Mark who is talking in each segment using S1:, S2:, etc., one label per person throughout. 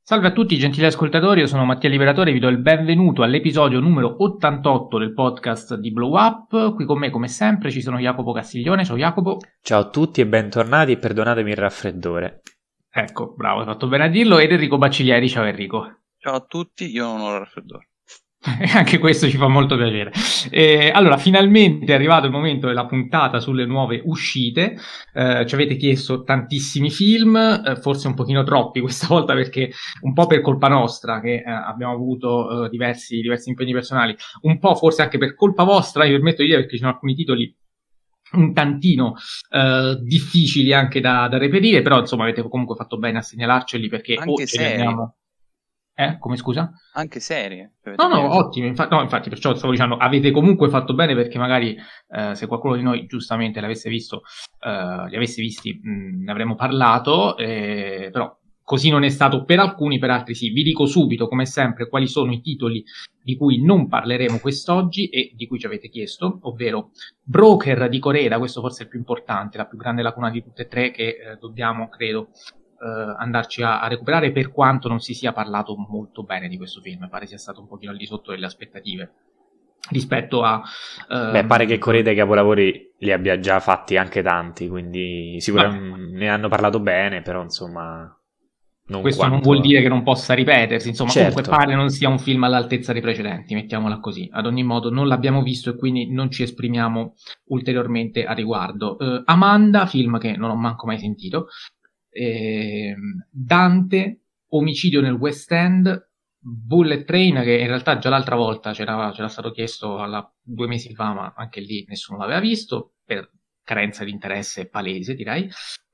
S1: Salve a tutti gentili ascoltatori, io sono Mattia Liberatore e vi do il benvenuto all'episodio numero 88 del podcast di Blow Up. Qui con me come sempre ci sono Jacopo Castiglione. Ciao Jacopo.
S2: Ciao a tutti e bentornati e perdonatemi il raffreddore.
S1: Ecco, bravo, hai fatto bene a dirlo. Ed Enrico Bacciglieri. Ciao Enrico.
S3: Ciao a tutti, io non ho il raffreddore.
S1: Anche questo ci fa molto piacere. Allora, finalmente è arrivato il momento della puntata sulle nuove uscite. Ci avete chiesto tantissimi film, forse un pochino troppi questa volta, perché un po' per colpa nostra, che abbiamo avuto diversi impegni personali, un po' forse anche per colpa vostra, mi permetto di dire, perché ci sono alcuni titoli un tantino difficili anche da reperire, però insomma avete comunque fatto bene a segnalarceli, perché
S3: anche
S1: ce ne abbiamo... Come scusa?
S3: Anche serie.
S1: No, ottimo. Infatti, perciò stavo dicendo, avete comunque fatto bene, perché magari se qualcuno di noi giustamente l'avesse visto, li avesse visti, ne avremmo parlato, però così non è stato per alcuni, per altri sì. Vi dico subito, come sempre, quali sono i titoli di cui non parleremo quest'oggi e di cui ci avete chiesto, ovvero Broker di Coreda, questo forse è il più importante, la più grande lacuna di tutte e tre, che dobbiamo, credo, andarci a recuperare, per quanto non si sia parlato molto bene di questo film. Pare sia stato un pochino al di sotto delle aspettative rispetto a
S2: pare che Coreda i capolavori li abbia già fatti anche tanti, quindi sicuramente ne hanno parlato bene, però insomma
S1: questo non vuol dire che non possa ripetersi, insomma.
S2: Certo.
S1: Comunque pare non sia un film all'altezza dei precedenti, mettiamola così. Ad ogni modo non l'abbiamo visto e quindi non ci esprimiamo ulteriormente a riguardo. Amanda, film che non ho manco mai sentito. Dante, Omicidio nel West End, Bullet Train, che in realtà già l'altra volta c'era stato chiesto 2 mesi fa, ma anche lì nessuno l'aveva visto, per carenza di interesse palese, direi.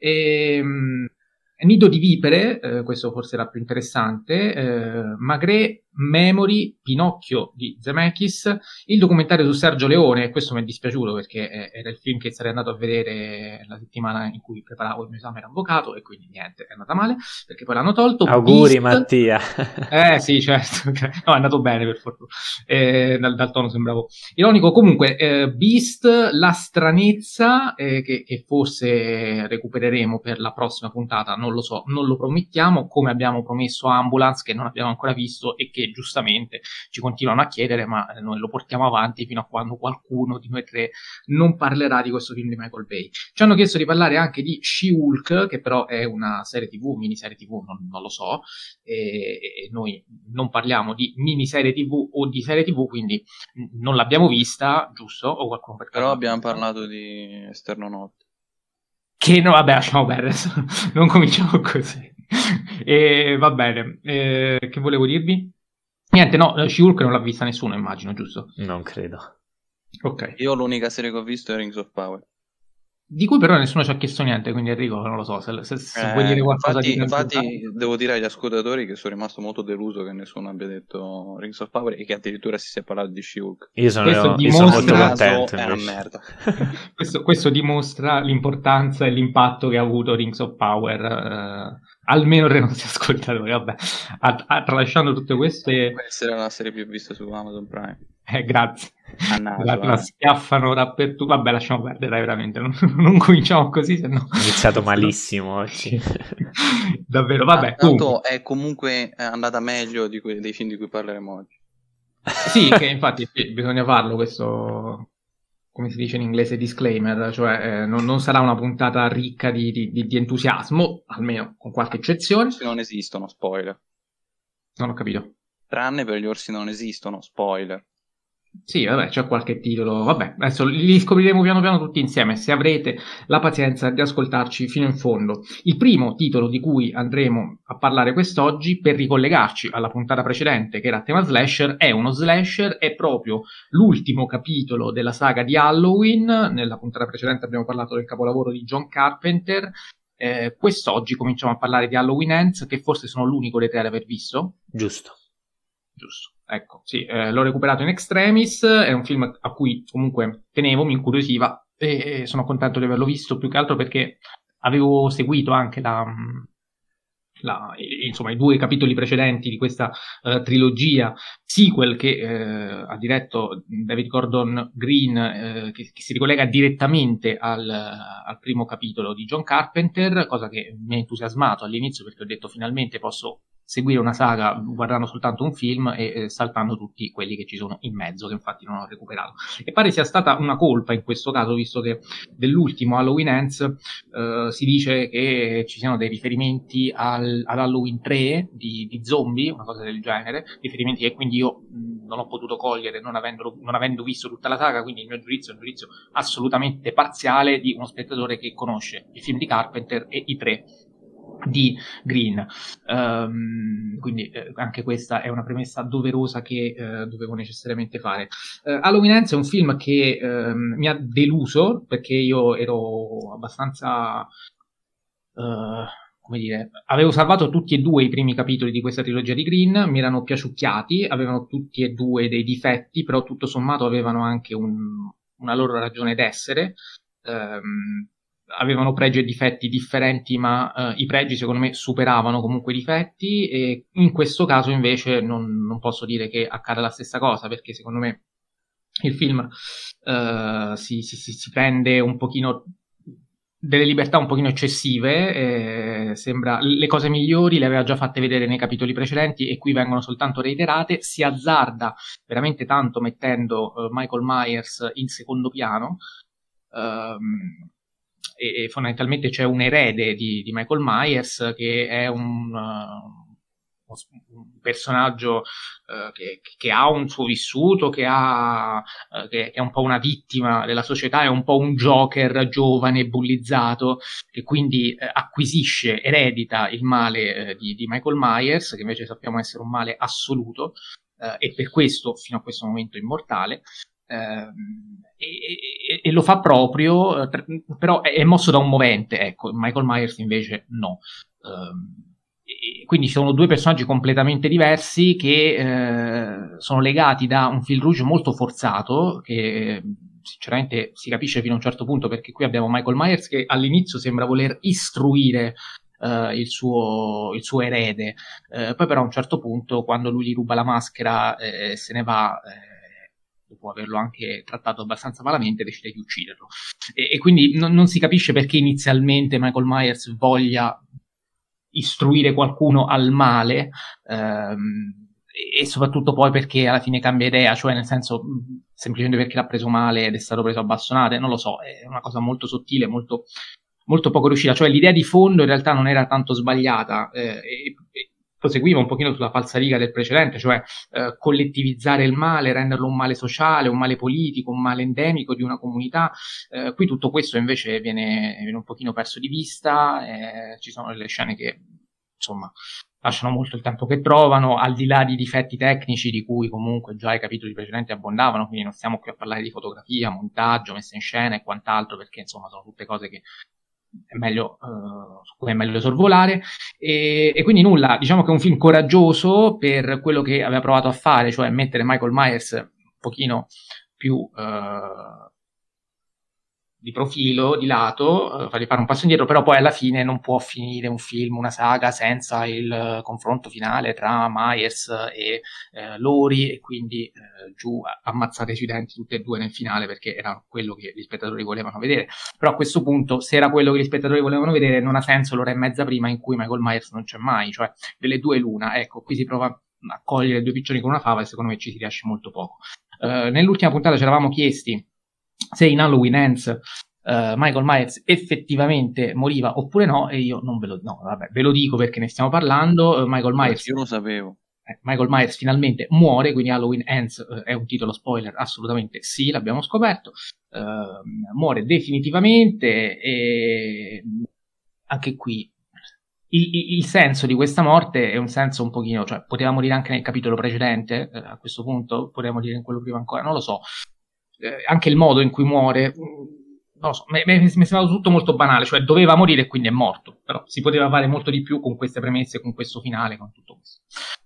S1: Nido di vipere, questo forse era più interessante, Maigret, Memory, Pinocchio di Zemeckis, il documentario su Sergio Leone. Questo mi è dispiaciuto perché era il film che sarei andato a vedere la settimana in cui preparavo il mio esame da avvocato, e quindi niente, è andata male perché poi l'hanno tolto.
S2: Auguri
S1: Beast,
S2: Mattia.
S1: Sì, certo. No, è andato bene per fortuna. Dal tono sembravo ironico. Comunque, Beast, La stranezza, che forse recupereremo per la prossima puntata, non lo so, non lo promettiamo, come abbiamo promesso Ambulance, che non abbiamo ancora visto e che giustamente ci continuano a chiedere, ma noi lo portiamo avanti fino a quando qualcuno di noi tre non parlerà di questo film di Michael Bay. Ci hanno chiesto di parlare anche di She-Hulk, che però è una serie TV, miniserie TV, non lo so, e noi non parliamo di miniserie TV o di serie TV, quindi non l'abbiamo vista, giusto? O qualcuno per caso?
S3: Però abbiamo parlato di Esterno Notte.
S1: Che no, vabbè, lasciamo perdere, non cominciamo così. Va bene, che volevo dirvi? Niente, no, She-Hulk non l'ha vista nessuno, immagino, giusto?
S2: Non credo.
S1: Ok.
S3: Io l'unica serie che ho visto è Rings of Power.
S1: Di cui però nessuno ci ha chiesto niente, quindi Enrico, non lo so, se vuoi dire qualcosa
S3: infatti devo dire agli ascoltatori che sono rimasto molto deluso che nessuno abbia detto Rings of Power e che addirittura si sia parlato di She-Hulk.
S2: Io sono molto contento.
S3: È una merda.
S1: questo dimostra l'importanza e l'impatto che ha avuto Rings of Power, almeno per i nostri ascoltatori. Vabbè, tralasciando tutte queste...
S3: Può essere la serie più vista su Amazon Prime.
S1: Grazie. La schiaffano dappertutto. Vabbè, lasciamo perdere, dai, veramente. Non cominciamo così, se no...
S2: Ho iniziato malissimo oggi.
S1: Davvero, vabbè.
S3: Tanto è comunque andata meglio dei film di cui parleremo oggi.
S1: Sì, che infatti bisogna farlo, questo, come si dice in inglese, disclaimer, cioè non sarà una puntata ricca di entusiasmo, almeno con qualche eccezione.
S3: Orsi non esistono, spoiler.
S1: Non ho capito.
S3: Tranne per gli orsi non esistono, spoiler.
S1: Sì, vabbè, c'è qualche titolo, vabbè, adesso li scopriremo piano piano tutti insieme, se avrete la pazienza di ascoltarci fino in fondo. Il primo titolo di cui andremo a parlare quest'oggi, per ricollegarci alla puntata precedente che era a tema slasher, è uno slasher, è proprio l'ultimo capitolo della saga di Halloween. Nella puntata precedente abbiamo parlato del capolavoro di John Carpenter. Quest'oggi cominciamo a parlare di Halloween Ends, che forse sono l'unico dei tre ad aver visto.
S2: Giusto.
S1: Ecco, sì, l'ho recuperato in extremis, è un film a cui comunque tenevo, mi incuriosiva e sono contento di averlo visto, più che altro perché avevo seguito anche insomma, i 2 capitoli precedenti di questa trilogia sequel che ha diretto David Gordon Green, che si ricollega direttamente al primo capitolo di John Carpenter, cosa che mi ha entusiasmato all'inizio perché ho detto finalmente posso seguire una saga guardando soltanto un film e saltando tutti quelli che ci sono in mezzo, che infatti non ho recuperato. E pare sia stata una colpa in questo caso, visto che dell'ultimo Halloween Ends si dice che ci siano dei riferimenti ad Halloween 3 di zombie, una cosa del genere, riferimenti che quindi io non ho potuto cogliere non avendo visto tutta la saga, quindi il mio giudizio è un giudizio assolutamente parziale di uno spettatore che conosce i film di Carpenter e i 3 di Green. Quindi anche questa è una premessa doverosa che dovevo necessariamente fare. Halloween Ends è un film che mi ha deluso, perché io ero abbastanza come dire, avevo salvato tutti e due i primi capitoli di questa trilogia di Green, mi erano piaciucchiati, avevano tutti e due dei difetti, però tutto sommato avevano anche una loro ragione d'essere. Avevano pregi e difetti differenti, ma i pregi secondo me superavano comunque i difetti, e in questo caso invece non posso dire che accada la stessa cosa, perché secondo me il film si prende un pochino delle libertà un pochino eccessive, sembra le cose migliori le aveva già fatte vedere nei capitoli precedenti e qui vengono soltanto reiterate, si azzarda veramente tanto mettendo Michael Myers in secondo piano, e fondamentalmente c'è un erede di Michael Myers che è un personaggio che ha un suo vissuto, che è un po' una vittima della società, è un po' un Joker giovane, bullizzato, che quindi acquisisce, eredita il male di Michael Myers, che invece sappiamo essere un male assoluto, e per questo, fino a questo momento, immortale. E lo fa proprio, però è mosso da un movente, ecco. Michael Myers invece no. Quindi sono due personaggi completamente diversi che sono legati da un fil rouge molto forzato, che sinceramente si capisce fino a un certo punto, perché qui abbiamo Michael Myers che all'inizio sembra voler istruire il suo erede, poi però a un certo punto, quando lui gli ruba la maschera e se ne va, dopo averlo anche trattato abbastanza malamente, decide di ucciderlo. E quindi non si capisce perché inizialmente Michael Myers voglia istruire qualcuno al male, e soprattutto poi perché alla fine cambia idea, cioè nel senso, semplicemente perché l'ha preso male ed è stato preso a bastonate, non lo so, è una cosa molto sottile, molto, molto poco riuscita, cioè l'idea di fondo in realtà non era tanto sbagliata, e proseguiva un pochino sulla falsariga del precedente, cioè collettivizzare il male, renderlo un male sociale, un male politico, un male endemico di una comunità. Qui tutto questo invece viene un pochino perso di vista, ci sono delle scene che insomma lasciano molto il tempo che trovano, al di là di difetti tecnici di cui comunque già i capitoli precedenti abbondavano, quindi non stiamo qui a parlare di fotografia, montaggio, messa in scena e quant'altro, perché insomma sono tutte cose che è meglio, su cui è meglio sorvolare, e quindi nulla, diciamo che è un film coraggioso per quello che aveva provato a fare, cioè mettere Michael Myers un pochino più di profilo, di lato, fargli fare un passo indietro, però poi alla fine non può finire un film, una saga, senza il confronto finale tra Myers e Laurie, e quindi giù ammazzate sui denti tutte e due nel finale, perché era quello che gli spettatori volevano vedere. Però a questo punto, se era quello che gli spettatori volevano vedere, non ha senso l'ora e mezza prima in cui Michael Myers non c'è mai, cioè delle due l'una. Ecco, qui si prova a cogliere due piccioni con una fava e secondo me ci si riesce molto poco. Nell'ultima puntata ci eravamo chiesti se in Halloween Ends Michael Myers effettivamente moriva oppure no, e io non ve lo, no, vabbè, ve lo dico perché ne stiamo parlando. Michael Myers,
S3: io lo sapevo.
S1: Michael Myers finalmente muore, quindi Halloween Ends è un titolo spoiler, assolutamente sì, l'abbiamo scoperto. Muore definitivamente, e anche qui il senso di questa morte è un senso un pochino, cioè poteva morire anche nel capitolo precedente, a questo punto poteva morire in quello prima ancora, non lo so. Anche il modo in cui muore, non lo so, mi sembrava tutto molto banale, cioè doveva morire e quindi è morto, però si poteva fare molto di più con queste premesse, con questo finale, con tutto questo.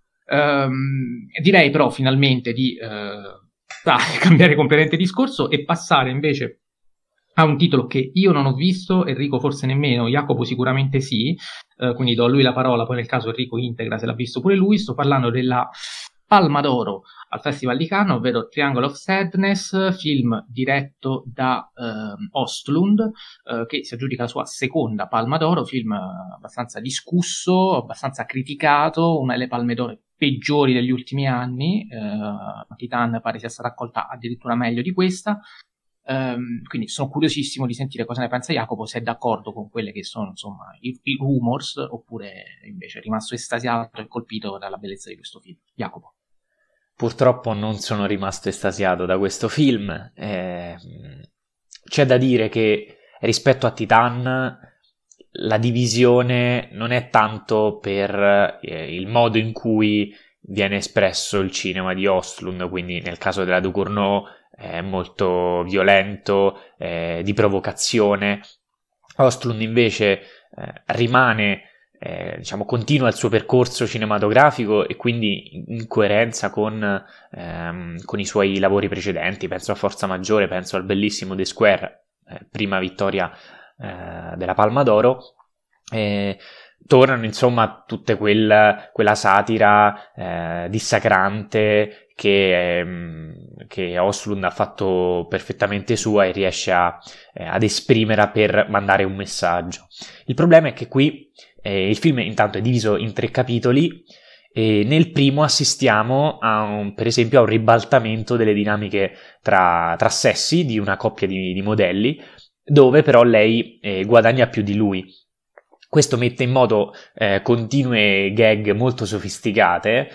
S1: Direi però finalmente di cambiare completamente discorso e passare invece a un titolo che io non ho visto, Enrico forse nemmeno, Jacopo sicuramente sì, quindi do a lui la parola, poi nel caso Enrico integra se l'ha visto pure lui. Sto parlando della Palma d'Oro al Festival di Cannes, ovvero Triangle of Sadness, film diretto da Östlund, che si aggiudica la sua seconda Palma d'Oro, film abbastanza discusso, abbastanza criticato, una delle Palme d'Oro peggiori degli ultimi anni. Titan pare sia stata accolta addirittura meglio di questa. Quindi sono curiosissimo di sentire cosa ne pensa Jacopo, se è d'accordo con quelle che sono insomma i rumors, oppure invece è rimasto estasiato e colpito dalla bellezza di questo film. Jacopo.
S2: Purtroppo non sono rimasto estasiato da questo film. C'è da dire che rispetto a Titan la divisione non è tanto per il modo in cui viene espresso il cinema di Östlund, quindi nel caso della Ducournau è molto violento, di provocazione. Östlund invece rimane, continua il suo percorso cinematografico e quindi in coerenza con i suoi lavori precedenti. Penso a Forza Maggiore, penso al bellissimo The Square, prima vittoria della Palma d'Oro. Tornano insomma tutte quella satira dissacrante che Östlund ha fatto perfettamente sua e riesce ad esprimere per mandare un messaggio. Il problema è che qui il film intanto è diviso in 3 capitoli e nel primo assistiamo per esempio a un ribaltamento delle dinamiche tra sessi di una coppia di modelli, dove però lei guadagna più di lui. Questo mette in moto continue gag molto sofisticate,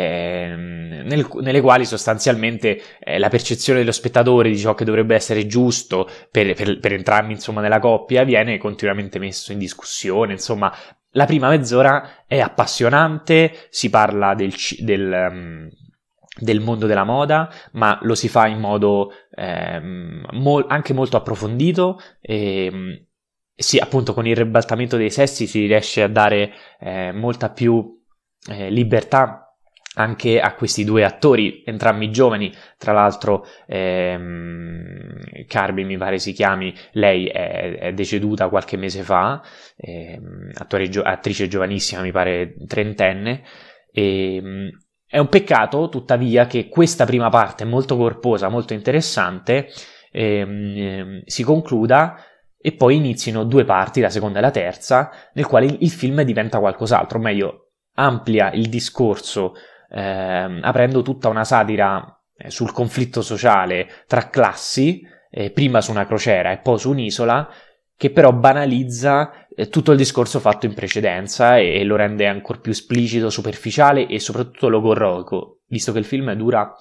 S2: nelle quali sostanzialmente la percezione dello spettatore di ciò che dovrebbe essere giusto per entrambi insomma nella coppia viene continuamente messo in discussione. Insomma, la prima mezz'ora è appassionante, si parla del mondo della moda, ma lo si fa in modo anche molto approfondito. Sì, appunto, con il ribaltamento dei sessi si riesce a dare molta più libertà anche a questi 2 attori, entrambi giovani. Tra l'altro Carby mi pare si chiami, lei è deceduta qualche mese fa, attrice giovanissima, mi pare 30enne. È un peccato tuttavia che questa prima parte molto corposa, molto interessante, si concluda e poi inizino 2 parti, la seconda e la terza, nel quale il film diventa qualcos'altro, o meglio, amplia il discorso aprendo tutta una satira sul conflitto sociale tra classi, prima su una crociera e poi su un'isola, che però banalizza tutto il discorso fatto in precedenza e lo rende ancora più esplicito, superficiale e soprattutto logorroico, visto che il film dura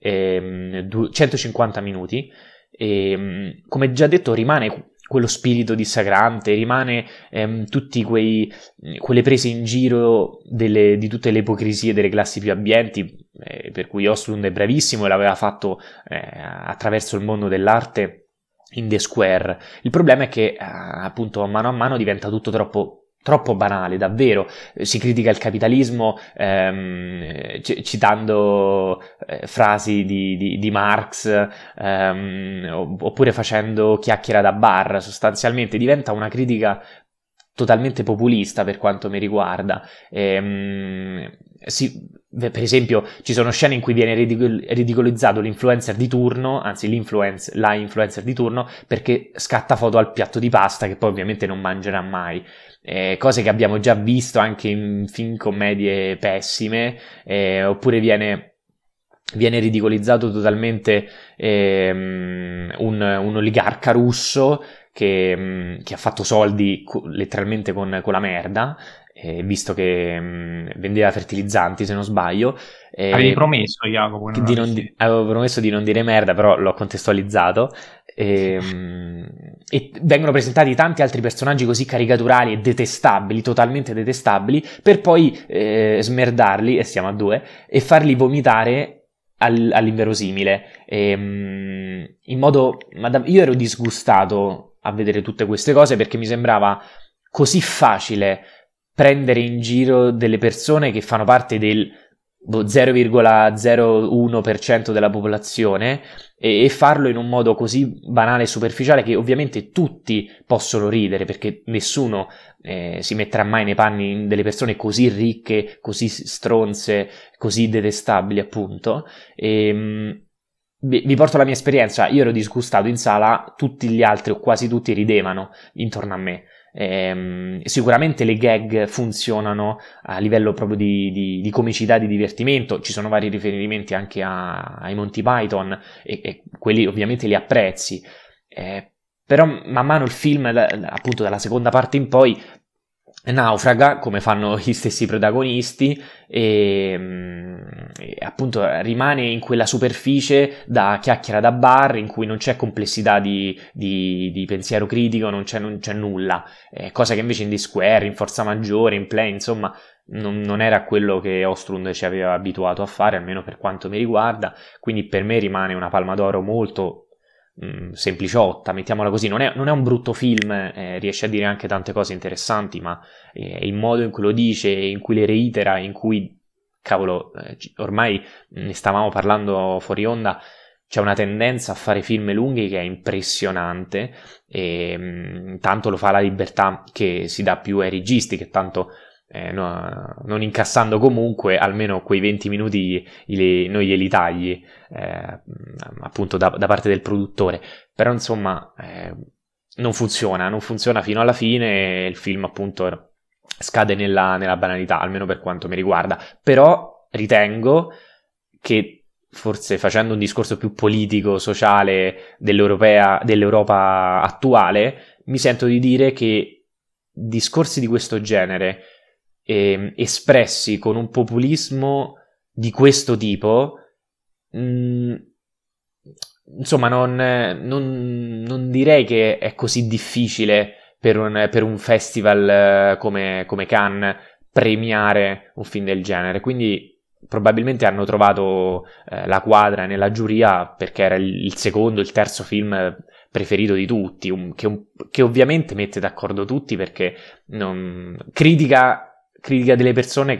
S2: 150 minuti e, come già detto, rimane quello spirito dissacrante, rimane tutti quelle prese in giro di tutte le ipocrisie delle classi più abbienti, per cui Östlund è bravissimo e l'aveva fatto attraverso il mondo dell'arte in The Square. Il problema è che appunto mano a mano diventa tutto troppo banale, davvero. Si critica il capitalismo citando frasi di Marx, oppure facendo chiacchiera da bar. Sostanzialmente diventa una critica totalmente populista per quanto mi riguarda. Per esempio ci sono scene in cui viene ridicolizzato l'influencer di turno, anzi la influencer di turno, perché scatta foto al piatto di pasta che poi ovviamente non mangerà mai. Cose che abbiamo già visto anche in film commedie pessime, oppure viene ridicolizzato totalmente un oligarca russo che ha fatto soldi letteralmente con la merda, visto che vendeva fertilizzanti, se non sbaglio.
S1: Avevi promesso, Jacopo?
S2: Avevo promesso di non dire merda, però l'ho contestualizzato. E vengono presentati tanti altri personaggi così caricaturali e detestabili, totalmente detestabili, per poi smerdarli, e siamo a 2, e farli vomitare all'inverosimile. Io ero disgustato a vedere tutte queste cose, perché mi sembrava così facile prendere in giro delle persone che fanno parte del 0,01% della popolazione, e farlo in un modo così banale e superficiale che ovviamente tutti possono ridere, perché nessuno si metterà mai nei panni delle persone così ricche, così stronze, così detestabili, appunto. Vi porto la mia esperienza: io ero disgustato in sala, tutti gli altri o quasi tutti ridevano intorno a me. Sicuramente le gag funzionano a livello proprio di comicità, di divertimento. Ci sono vari riferimenti anche ai Monty Python, e quelli ovviamente li apprezzi, però man mano il film, appunto dalla seconda parte in poi, naufraga, come fanno gli stessi protagonisti, e appunto rimane in quella superficie da chiacchiera da bar, in cui non c'è complessità di pensiero critico, non c'è nulla, cosa che invece in The Square, in Forza Maggiore, in Play, insomma, non era quello che Ostrund ci aveva abituato a fare, almeno per quanto mi riguarda. Quindi per me rimane una Palma d'Oro molto sempliciotta, mettiamola così. Non è un brutto film, riesce a dire anche tante cose interessanti, ma il modo in cui lo dice, in cui le reitera, in cui, cavolo, ormai ne stavamo parlando fuori onda, c'è una tendenza a fare film lunghi che è impressionante, e tanto lo fa la libertà che si dà più ai registi, che tanto non incassando comunque, almeno quei 20 minuti noi glieli tagli, appunto da parte del produttore. Però insomma non funziona fino alla fine, e il film appunto scade nella banalità, almeno per quanto mi riguarda. Però ritengo che, forse facendo un discorso più politico, sociale dell'Europa attuale, mi sento di dire che discorsi di questo genere, espressi con un populismo di questo tipo, insomma non direi che è così difficile per un festival come Cannes premiare un film del genere. Quindi probabilmente hanno trovato la quadra nella giuria, perché era il secondo, il terzo film preferito di tutti, che ovviamente mette d'accordo tutti, perché critica delle persone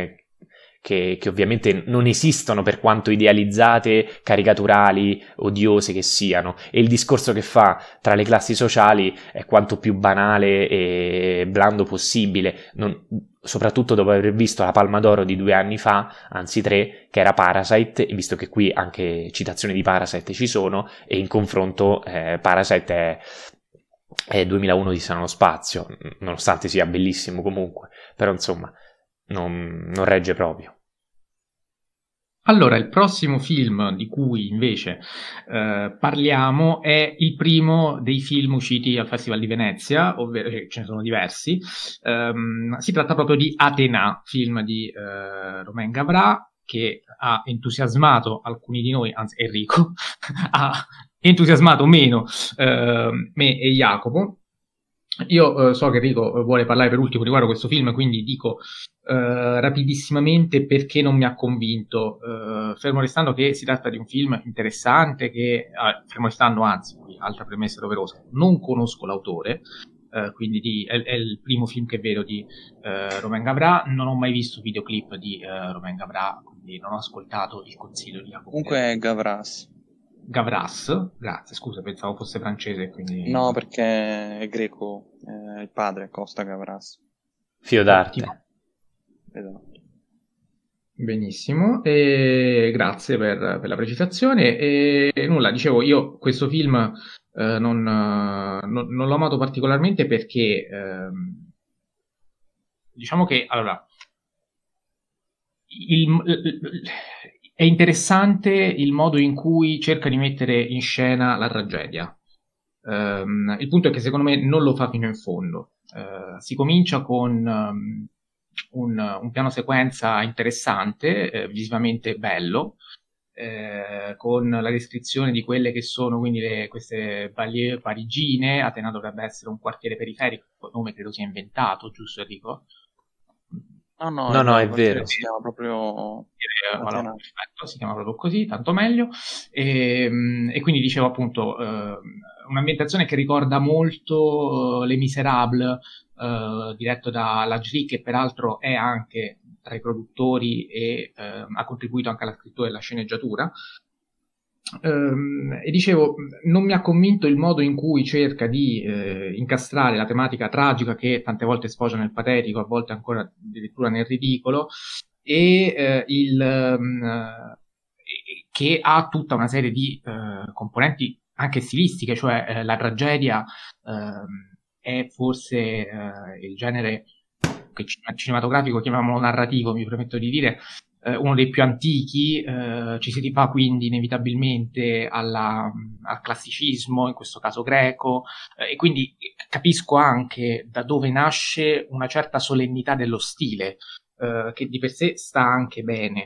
S2: che ovviamente non esistono, per quanto idealizzate, caricaturali, odiose che siano. E il discorso che fa tra le classi sociali è quanto più banale e blando possibile, soprattutto dopo aver visto la Palma d'Oro di 2 anni fa, anzi 3, che era Parasite, e visto che qui anche citazioni di Parasite ci sono, e in confronto Parasite è 2001 di nello spazio, nonostante sia bellissimo comunque, però insomma non regge proprio.
S1: Allora, il prossimo film di cui invece parliamo è il primo dei film usciti al Festival di Venezia, ovvero ce ne sono diversi. Si tratta proprio di Athéna, film di Romain Gavras, che ha entusiasmato alcuni di noi, anzi Enrico, ha entusiasmato meno me e Jacopo. Io so che Enrico vuole parlare per ultimo riguardo questo film, quindi dico rapidissimamente perché non mi ha convinto, fermo restando che si tratta di un film interessante, che fermo restando, anzi, altra premessa doverosa, non conosco l'autore, quindi è il primo film che vedo di Romain Gavras, non ho mai visto videoclip di Romain Gavras, quindi non ho ascoltato il consiglio di Jacopo.
S3: Comunque è Gavras,
S1: grazie, scusa, pensavo fosse francese, quindi...
S3: No, perché è greco, il padre Costa Gavras.
S2: Fio d'arte.
S1: Ottimo.
S3: Esatto.
S1: Benissimo, e grazie per la precisazione. E nulla, dicevo, io questo film non l'ho amato particolarmente perché diciamo che allora è interessante il modo in cui cerca di mettere in scena la tragedia. Il punto è che secondo me non lo fa fino in fondo. Si comincia con un piano sequenza interessante, visivamente bello, con la descrizione di quelle che sono quindi queste banlieue parigine. Athéna dovrebbe essere un quartiere periferico, il nome credo sia inventato, giusto Enrico?
S3: No, è vero. Si chiama proprio
S1: allora, perfetto, si chiama proprio così, tanto meglio. E quindi dicevo appunto un'ambientazione che ricorda molto Les Misérables, diretto da Lajri, che peraltro è anche tra i produttori e ha contribuito anche alla scrittura della sceneggiatura. E dicevo, non mi ha convinto il modo in cui cerca di incastrare la tematica tragica, che tante volte sfocia nel patetico, a volte ancora addirittura nel ridicolo, e che ha tutta una serie di componenti anche stilistiche, cioè la tragedia è forse il genere che cinematografico chiamiamolo narrativo, mi permetto di dire, uno dei più antichi, ci si rifà quindi inevitabilmente al classicismo, in questo caso greco, e quindi capisco anche da dove nasce una certa solennità dello stile, che di per sé sta anche bene.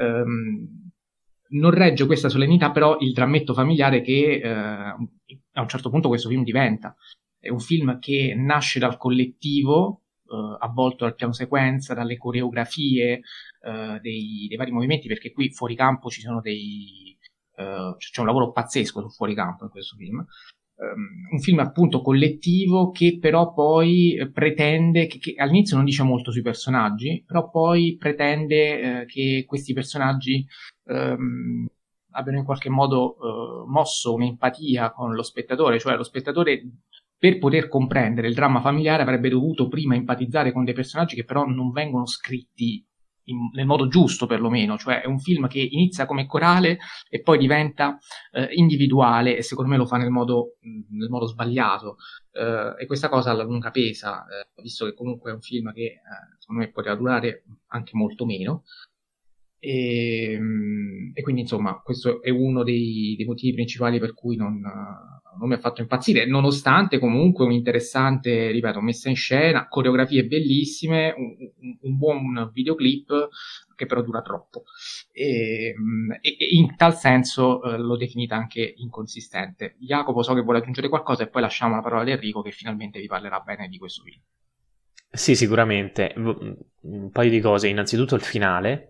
S1: Non regge questa solennità però il drammetto familiare che a un certo punto questo film diventa. È un film che nasce dal collettivo, avvolto dal piano sequenza, dalle coreografie, dei vari movimenti, perché qui fuori campo ci sono c'è un lavoro pazzesco sul fuori campo in questo film. Un film appunto collettivo che però poi pretende, che all'inizio non dice molto sui personaggi, però poi pretende che questi personaggi abbiano in qualche modo mosso un'empatia con lo spettatore, cioè lo spettatore per poter comprendere il dramma familiare avrebbe dovuto prima empatizzare con dei personaggi che però non vengono scritti nel modo giusto, perlomeno, cioè è un film che inizia come corale e poi diventa individuale, e secondo me lo fa nel modo sbagliato, e questa cosa alla lunga pesa, visto che comunque è un film che secondo me poteva durare anche molto meno. E quindi insomma questo è uno dei motivi principali per cui non mi ha fatto impazzire, nonostante comunque un'interessante, ripeto, messa in scena, coreografie bellissime, un buon videoclip che però dura troppo, e in tal senso l'ho definita anche inconsistente. Jacopo, so che vuole aggiungere qualcosa e poi lasciamo la parola ad Enrico, che finalmente vi parlerà bene di questo film.
S2: Sì, sicuramente. Un paio di cose. Innanzitutto il finale,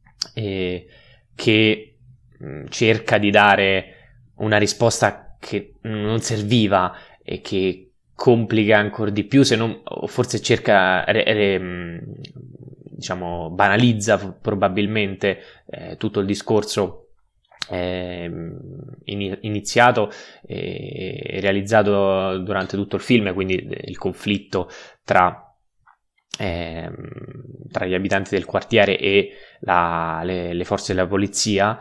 S2: che cerca di dare una risposta che non serviva e che complica ancora di più, se non, o forse cerca, diciamo, banalizza probabilmente tutto il discorso iniziato e realizzato durante tutto il film, quindi il conflitto tra gli abitanti del quartiere e le forze della polizia.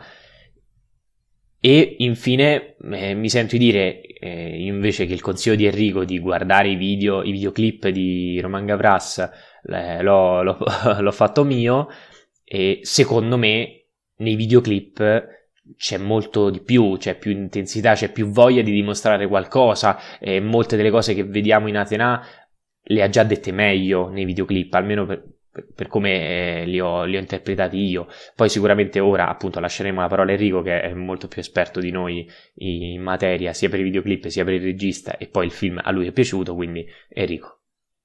S2: E infine mi sento di dire invece che il consiglio di Enrico di guardare i videoclip di Romain Gavras l'ho fatto mio, e secondo me nei videoclip c'è molto di più, c'è più intensità, c'è più voglia di dimostrare qualcosa, e molte delle cose che vediamo in Athéna le ha già dette meglio nei videoclip, almeno per come li ho interpretati io. Poi sicuramente ora appunto lasceremo la parola a Enrico, che è molto più esperto di noi in materia, sia per i videoclip sia per il regista, e poi il film a lui è piaciuto, quindi Enrico.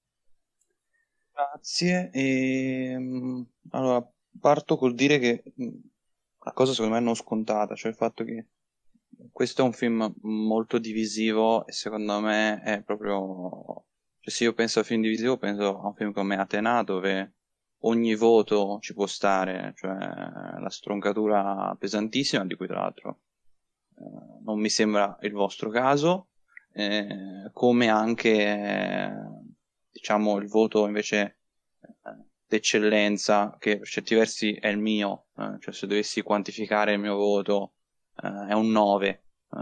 S3: Grazie. Allora parto col dire che la cosa secondo me è non scontata, cioè il fatto che questo è un film molto divisivo, e secondo me è proprio, cioè se io penso a film divisivo penso a un film come Athéna, dove ogni voto ci può stare, cioè la stroncatura pesantissima, di cui tra l'altro non mi sembra il vostro caso, come anche diciamo il voto invece d'eccellenza, che per certi versi è il mio, cioè se dovessi quantificare il mio voto è un 9.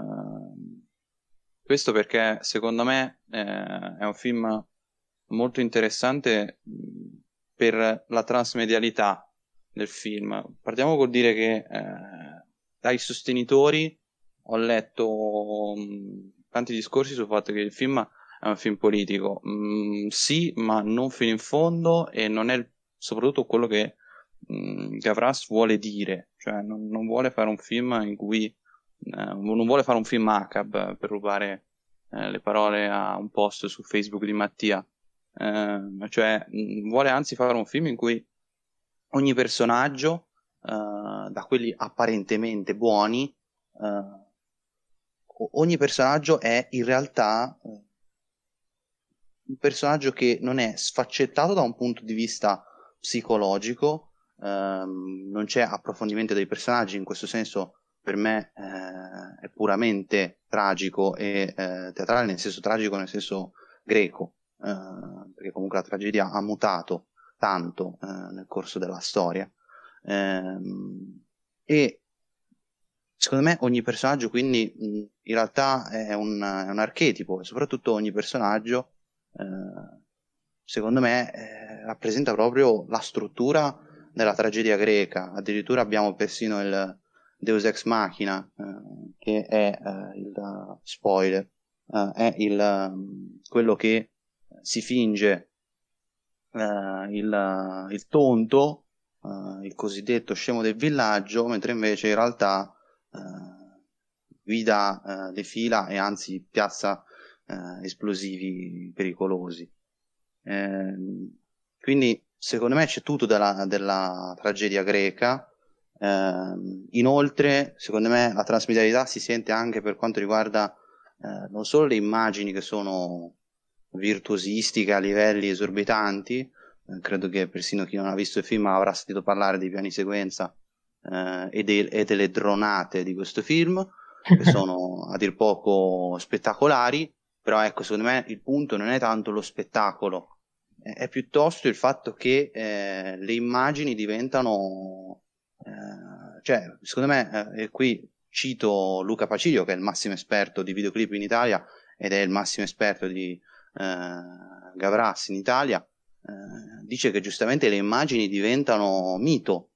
S3: Questo perché secondo me è un film molto interessante per la transmedialità del film. Partiamo col dire che dai sostenitori ho letto tanti discorsi sul fatto che il film è un film politico. Sì, ma non fino in fondo, e non è soprattutto quello che Gavras vuole dire, cioè non vuole fare un film in cui non vuole fare un film ACAB, per rubare le parole a un post su Facebook di Mattia, cioè vuole anzi fare un film in cui ogni personaggio, da quelli apparentemente buoni, ogni personaggio è in realtà un personaggio che non è sfaccettato da un punto di vista psicologico, non c'è approfondimento dei personaggi, in questo senso per me è puramente tragico e teatrale, nel senso tragico, nel senso greco, perché comunque la tragedia ha mutato tanto nel corso della storia. E secondo me ogni personaggio quindi in realtà è un archetipo, e soprattutto ogni personaggio secondo me rappresenta proprio la struttura della tragedia greca. Addirittura abbiamo persino il Deus Ex Machina, che è il spoiler, è quello che si finge il tonto, il cosiddetto scemo del villaggio, mentre invece in realtà guida le fila e anzi piazza esplosivi pericolosi. Quindi secondo me c'è tutto della tragedia greca. Inoltre secondo me la transmedialità si sente anche per quanto riguarda non solo le immagini che sono virtuosistiche a livelli esorbitanti, credo che persino chi non ha visto il film avrà sentito parlare dei piani sequenza e delle dronate di questo film, che sono a dir poco spettacolari. Però ecco, secondo me il punto non è tanto lo spettacolo, è piuttosto il fatto che le immagini diventano cioè, secondo me, e qui cito Luca Paciglio, che è il massimo esperto di videoclip in Italia ed è il massimo esperto di Gavras in Italia, dice che giustamente le immagini diventano mito.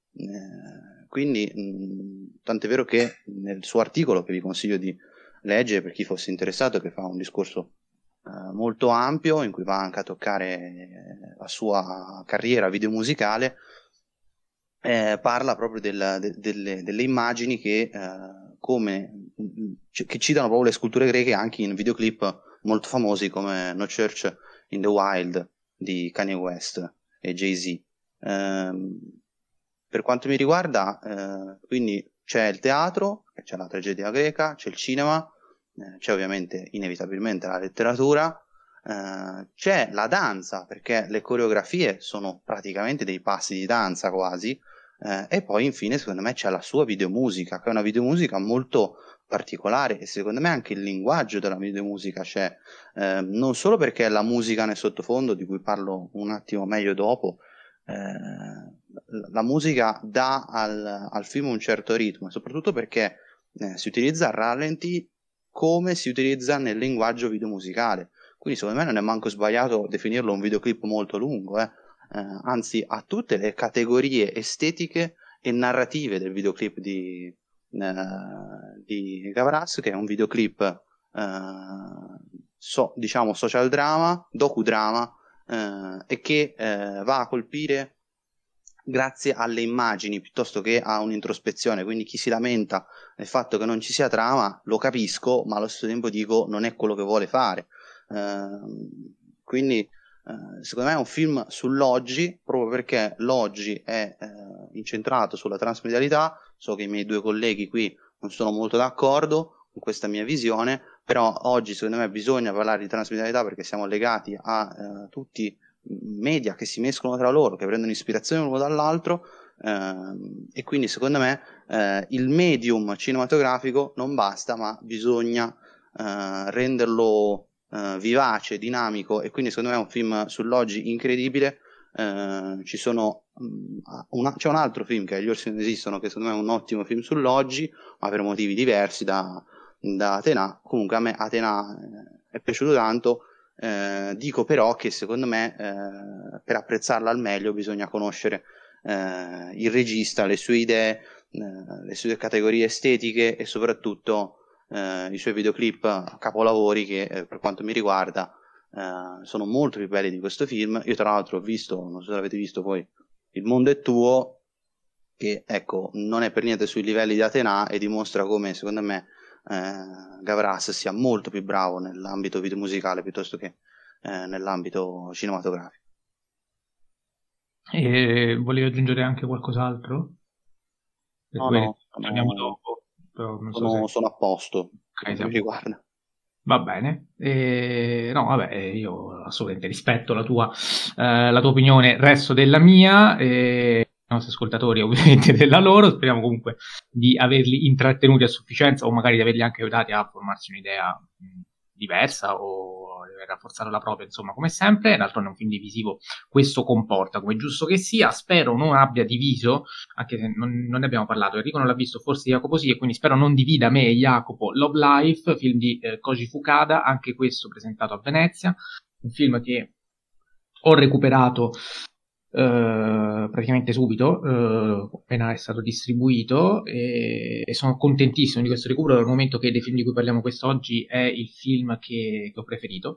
S3: Quindi tant'è vero che nel suo articolo, che vi consiglio di leggere per chi fosse interessato, che fa un discorso molto ampio in cui va anche a toccare la sua carriera videomusicale, parla proprio delle immagini che citano proprio le sculture greche anche in videoclip molto famosi come No Church in the Wild di Kanye West e Jay-Z. Per quanto mi riguarda, quindi c'è il teatro, c'è la tragedia greca, c'è il cinema, c'è ovviamente inevitabilmente la letteratura, c'è la danza, perché le coreografie sono praticamente dei passi di danza quasi, e poi infine secondo me c'è la sua videomusica, che è una videomusica molto particolare, e secondo me anche il linguaggio della videomusica c'è, non solo perché la musica nel sottofondo, di cui parlo un attimo meglio dopo, la musica dà al film un certo ritmo, e soprattutto perché si utilizza il rallenti come si utilizza nel linguaggio videomusicale. Quindi secondo me non è manco sbagliato definirlo un videoclip molto lungo, anzi ha tutte le categorie estetiche e narrative del videoclip di Gavras, che è un videoclip diciamo social drama, docudrama, e che va a colpire grazie alle immagini piuttosto che a un'introspezione. Quindi chi si lamenta del fatto che non ci sia trama lo capisco, ma allo stesso tempo dico non è quello che vuole fare. Quindi secondo me è un film sull'oggi, proprio perché l'oggi è incentrato sulla transmedialità. So che i miei due colleghi qui non sono molto d'accordo con questa mia visione, però oggi secondo me bisogna parlare di transmedialità perché siamo legati a tutti media che si mescolano tra loro, che prendono ispirazione l'uno dall'altro, e quindi secondo me il medium cinematografico non basta, ma bisogna renderlo vivace, dinamico, e quindi secondo me è un film sull'oggi incredibile. C'è un altro film che è Gli orsi non esistono, che secondo me è un ottimo film sull'oggi, ma per motivi diversi da Atena. Comunque a me Atena è piaciuto tanto. Dico però che secondo me per apprezzarla al meglio bisogna conoscere il regista, le sue idee, le sue categorie estetiche e soprattutto i suoi videoclip capolavori che per quanto mi riguarda sono molto più belli di questo film. Io tra l'altro ho visto, non so se l'avete visto voi, Il mondo è tuo, che ecco non è per niente sui livelli di Atena e dimostra come secondo me Gavras sia molto più bravo nell'ambito videomusicale piuttosto che nell'ambito cinematografico.
S1: E volevi aggiungere anche qualcos'altro?
S3: No,
S1: Parliamo dopo, però non so se...
S3: sono a posto
S1: Ok,
S3: per quanto mi riguarda.
S1: Va bene. No, vabbè, io assolutamente rispetto la tua opinione, resto della mia, i nostri ascoltatori ovviamente della loro, speriamo comunque di averli intrattenuti a sufficienza o magari di averli anche aiutati a formarsi un'idea diversa o rafforzare la propria, insomma, come sempre. D'altronde è un film divisivo, questo comporta, come è giusto che sia. Spero non abbia diviso, anche se non ne abbiamo parlato, Enrico non l'ha visto, forse Jacopo sì, e quindi spero non divida me e Jacopo. Love Life, film di Koji Fukada, anche questo presentato a Venezia, un film che ho recuperato praticamente subito, appena è stato distribuito, e sono contentissimo di questo recupero, dal momento che dei film di cui parliamo quest'oggi è il film che ho preferito.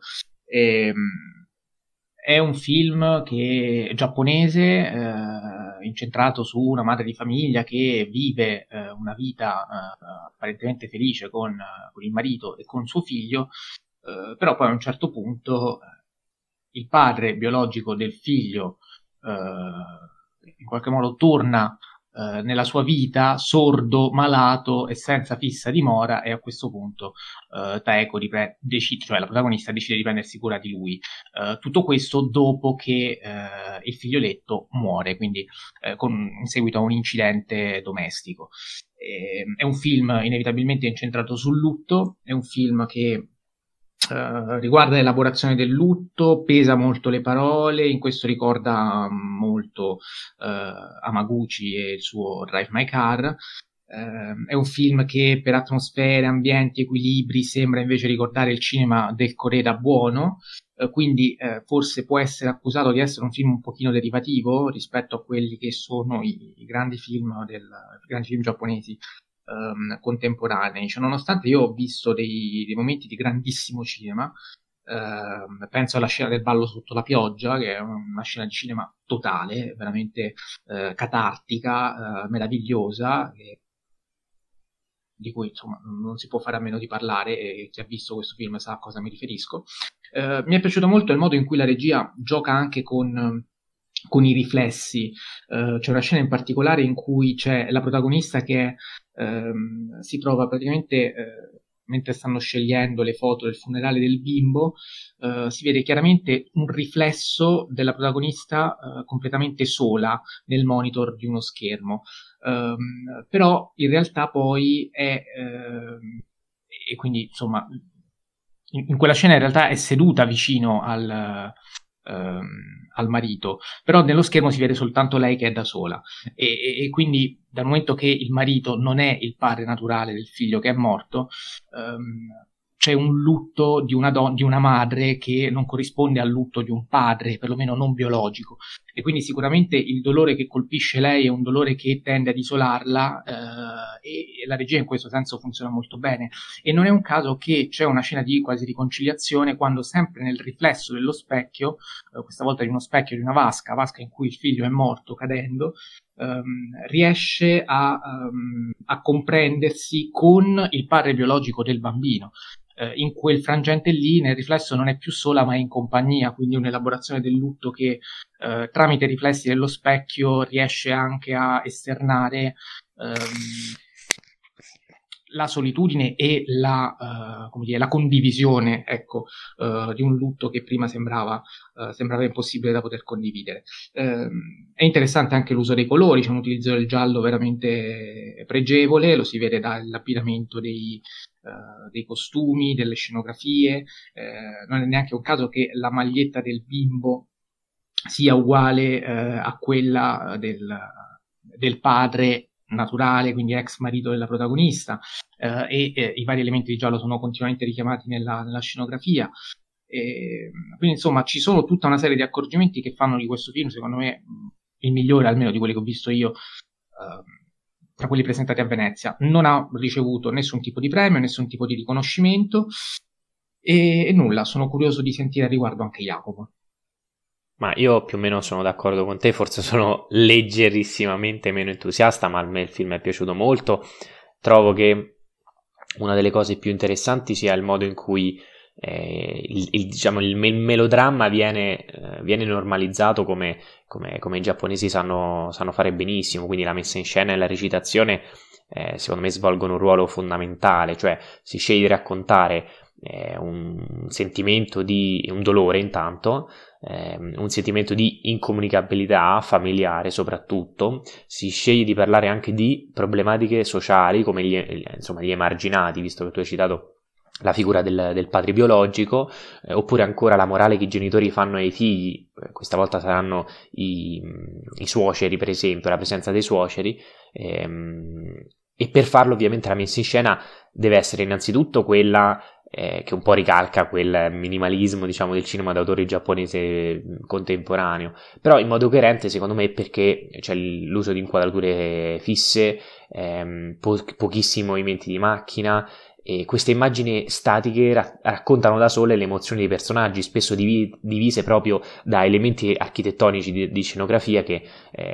S1: È un film che è giapponese, incentrato su una madre di famiglia che vive una vita apparentemente felice con il marito e con suo figlio, però poi a un certo punto il padre biologico del figlio in qualche modo torna nella sua vita sordo, malato e senza fissa dimora, e a questo punto Taeko cioè la protagonista decide di prendersi cura di lui. Tutto questo dopo che il figlioletto muore, quindi in seguito a un incidente domestico. È un film inevitabilmente incentrato sul lutto, è un film che riguarda l'elaborazione del lutto, pesa molto le parole, in questo ricorda molto Hamaguchi e il suo Drive My Car. È un film che per atmosfere, ambienti, equilibri sembra invece ricordare il cinema del Koreda buono, quindi forse può essere accusato di essere un film un pochino derivativo rispetto a quelli che sono i grandi film giapponesi contemporanei. Cioè, nonostante io ho visto dei momenti di grandissimo cinema, penso alla scena del ballo sotto la pioggia, che è una scena di cinema totale, veramente catartica, meravigliosa, di cui insomma non si può fare a meno di parlare, e chi ha visto questo film sa a cosa mi riferisco. Mi è piaciuto molto il modo in cui la regia gioca anche con i riflessi. C'è una scena in particolare in cui c'è la protagonista che si trova praticamente mentre stanno scegliendo le foto del funerale del bimbo, si vede chiaramente un riflesso della protagonista completamente sola nel monitor di uno schermo. Però in realtà poi è e quindi insomma in quella scena in realtà è seduta vicino al marito, però nello schermo si vede soltanto lei che è da sola, e quindi dal momento che il marito non è il padre naturale del figlio che è morto, c'è un lutto di una madre che non corrisponde al lutto di un padre, perlomeno non biologico, e quindi sicuramente il dolore che colpisce lei è un dolore che tende ad isolarla, e la regia in questo senso funziona molto bene. E non è un caso che c'è una scena di quasi riconciliazione quando, sempre nel riflesso dello specchio, questa volta di uno specchio di una vasca in cui il figlio è morto cadendo, riesce a comprendersi con il padre biologico del bambino. In quel frangente lì, nel riflesso, non è più sola ma è in compagnia, quindi un'elaborazione del lutto che tramite i riflessi dello specchio riesce anche a esternare la solitudine e la condivisione, ecco, di un lutto che prima sembrava impossibile da poter condividere. È interessante anche l'uso dei colori, c'è un utilizzo del giallo veramente pregevole, lo si vede dall'abbinamento dei costumi, delle scenografie. Non è neanche un caso che la maglietta del bimbo sia uguale a quella del padre naturale, quindi ex marito della protagonista, e i vari elementi di giallo sono continuamente richiamati nella scenografia. Quindi insomma ci sono tutta una serie di accorgimenti che fanno di questo film, secondo me, il migliore, almeno di quelli che ho visto io, tra quelli presentati a Venezia. Non ha ricevuto nessun tipo di premio, nessun tipo di riconoscimento, e nulla, sono curioso di sentire a riguardo anche Jacopo.
S2: Ma io più o meno sono d'accordo con te, forse sono leggerissimamente meno entusiasta, ma a me il film è piaciuto molto. Trovo che una delle cose più interessanti sia il modo in cui il melodramma viene normalizzato come i giapponesi sanno fare benissimo, quindi la messa in scena e la recitazione secondo me svolgono un ruolo fondamentale, cioè si sceglie di raccontare un sentimento di un dolore intanto, un sentimento di incomunicabilità familiare soprattutto. Si sceglie di parlare anche di problematiche sociali come gli emarginati, visto che tu hai citato la figura del padre biologico, oppure ancora la morale che i genitori fanno ai figli. Questa volta saranno i suoceri, per esempio, la presenza dei suoceri, e per farlo ovviamente la messa in scena deve essere innanzitutto quella che un po' ricalca quel minimalismo, diciamo, del cinema d'autore giapponese contemporaneo, però in modo coerente secondo me, perché c'è l'uso di inquadrature fisse, pochissimi movimenti di macchina, e queste immagini statiche raccontano da sole le emozioni dei personaggi, spesso divise proprio da elementi architettonici di scenografia che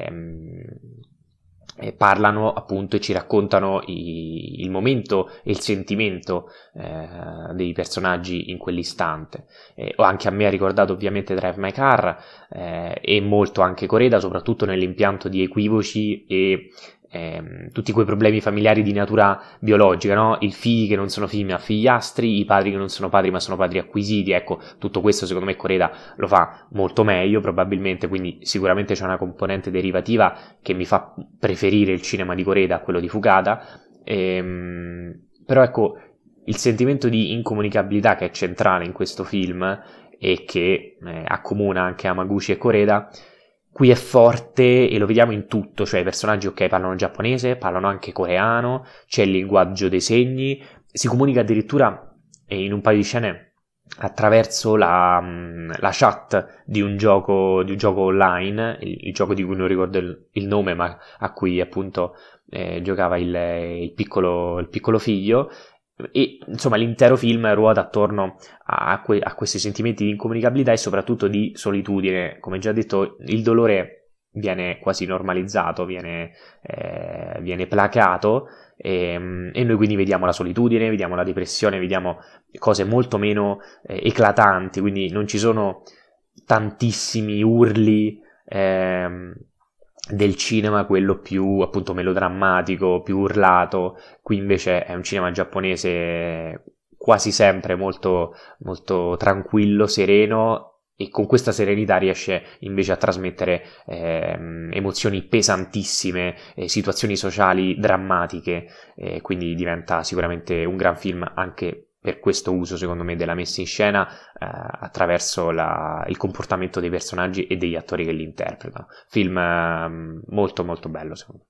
S2: parlano appunto e ci raccontano il momento e il sentimento dei personaggi in quell'istante. Anche a me ha ricordato ovviamente Drive My Car, e molto anche Koreda, soprattutto nell'impianto di equivoci e tutti quei problemi familiari di natura biologica, no? I figli che non sono figli ma figliastri, i padri che non sono padri ma sono padri acquisiti. Ecco, tutto questo secondo me Koreda lo fa molto meglio probabilmente, quindi sicuramente c'è una componente derivativa che mi fa preferire il cinema di Koreda a quello di Fukada, però ecco, il sentimento di incomunicabilità che è centrale in questo film e che accomuna anche Hamaguchi e Koreda qui è forte, e lo vediamo in tutto. Cioè i personaggi, ok, parlano giapponese, parlano anche coreano, c'è il linguaggio dei segni, si comunica addirittura in un paio di scene attraverso la chat di un gioco online, il gioco di cui non ricordo il nome, ma a cui appunto giocava il piccolo figlio. E insomma l'intero film ruota attorno a questi sentimenti di incomunicabilità e soprattutto di solitudine. Come già detto, il dolore viene quasi normalizzato, viene placato, e noi quindi vediamo la solitudine, vediamo la depressione, vediamo cose molto meno eclatanti, quindi non ci sono tantissimi urli del cinema, quello più appunto melodrammatico, più urlato. Qui invece è un cinema giapponese quasi sempre molto, molto tranquillo, sereno, e con questa serenità riesce invece a trasmettere emozioni pesantissime, situazioni sociali drammatiche, quindi diventa sicuramente un gran film anche per questo uso, secondo me, della messa in scena attraverso il comportamento dei personaggi e degli attori che li interpretano. Film molto molto bello, secondo me.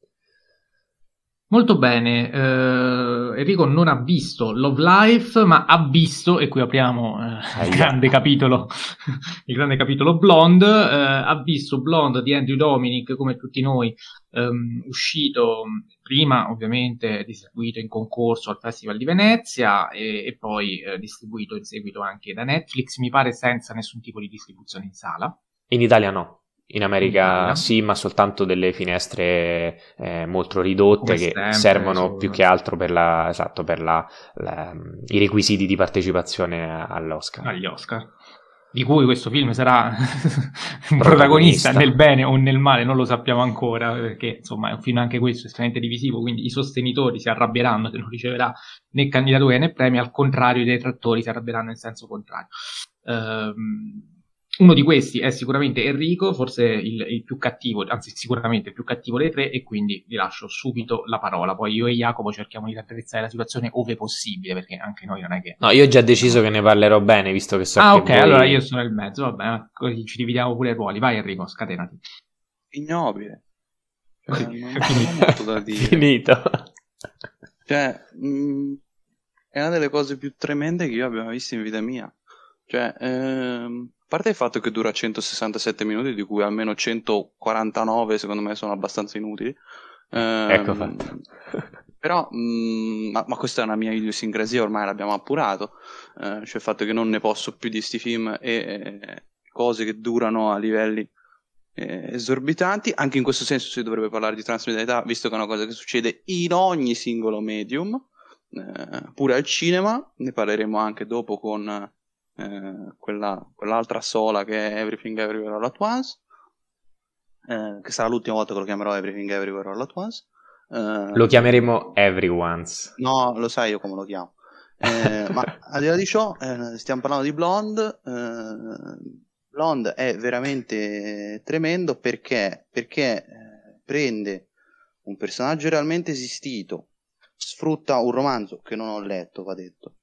S1: Molto bene, Enrico non ha visto Love Life, ma ha visto, e qui apriamo il grande capitolo Blonde, ha visto Blonde di Andrew Dominik, come tutti noi, uscito prima ovviamente distribuito in concorso al Festival di Venezia e poi distribuito in seguito anche da Netflix, mi pare senza nessun tipo di distribuzione in sala.
S2: In Italia no. In America sì, ma soltanto delle finestre molto ridotte, che servono più che altro per i requisiti di partecipazione all'Oscar.
S1: Agli Oscar. Di cui questo film sarà un protagonista nel bene o nel male, non lo sappiamo ancora, perché insomma è un film anche questo estremamente divisivo, quindi i sostenitori si arrabbieranno se non riceverà né candidature né premi, al contrario i detrattori si arrabbieranno in senso contrario. Uno di questi è sicuramente Enrico, forse il più cattivo, anzi sicuramente il più cattivo dei tre, e quindi vi lascio subito la parola. Poi io e Jacopo cerchiamo di raddrizzare la situazione ove possibile, perché anche noi non è che...
S2: No, io ho già deciso che ne parlerò bene, visto che so che
S1: ok,
S2: voi...
S1: allora io sono nel mezzo, vabbè, così ci dividiamo pure i ruoli. Vai Enrico, scatenati.
S3: Ignobile. Cioè, non ho molto da dire.
S2: Finito.
S3: Cioè, è una delle cose più tremende che io abbia visto in vita mia. Cioè, a parte il fatto che dura 167 minuti, di cui almeno 149 secondo me sono abbastanza inutili.
S2: Ecco fatto.
S3: Però, ma questa è una mia idiosincrasia, ormai l'abbiamo appurato. Cioè il fatto che non ne posso più di sti film e cose che durano a livelli esorbitanti. Anche in questo senso si dovrebbe parlare di transmedialità, visto che è una cosa che succede in ogni singolo medium, pure al cinema. Ne parleremo anche dopo con quell'altra sola che è Everything Everywhere All At Once, che sarà l'ultima volta che lo chiamerò Everything Everywhere All At Once.
S2: Lo chiameremo Everyone's.
S3: No, lo sai io come lo chiamo. Ma al di là di ciò, stiamo parlando di Blonde. Blonde è veramente tremendo perché prende un personaggio realmente esistito, sfrutta un romanzo che non ho letto, va detto,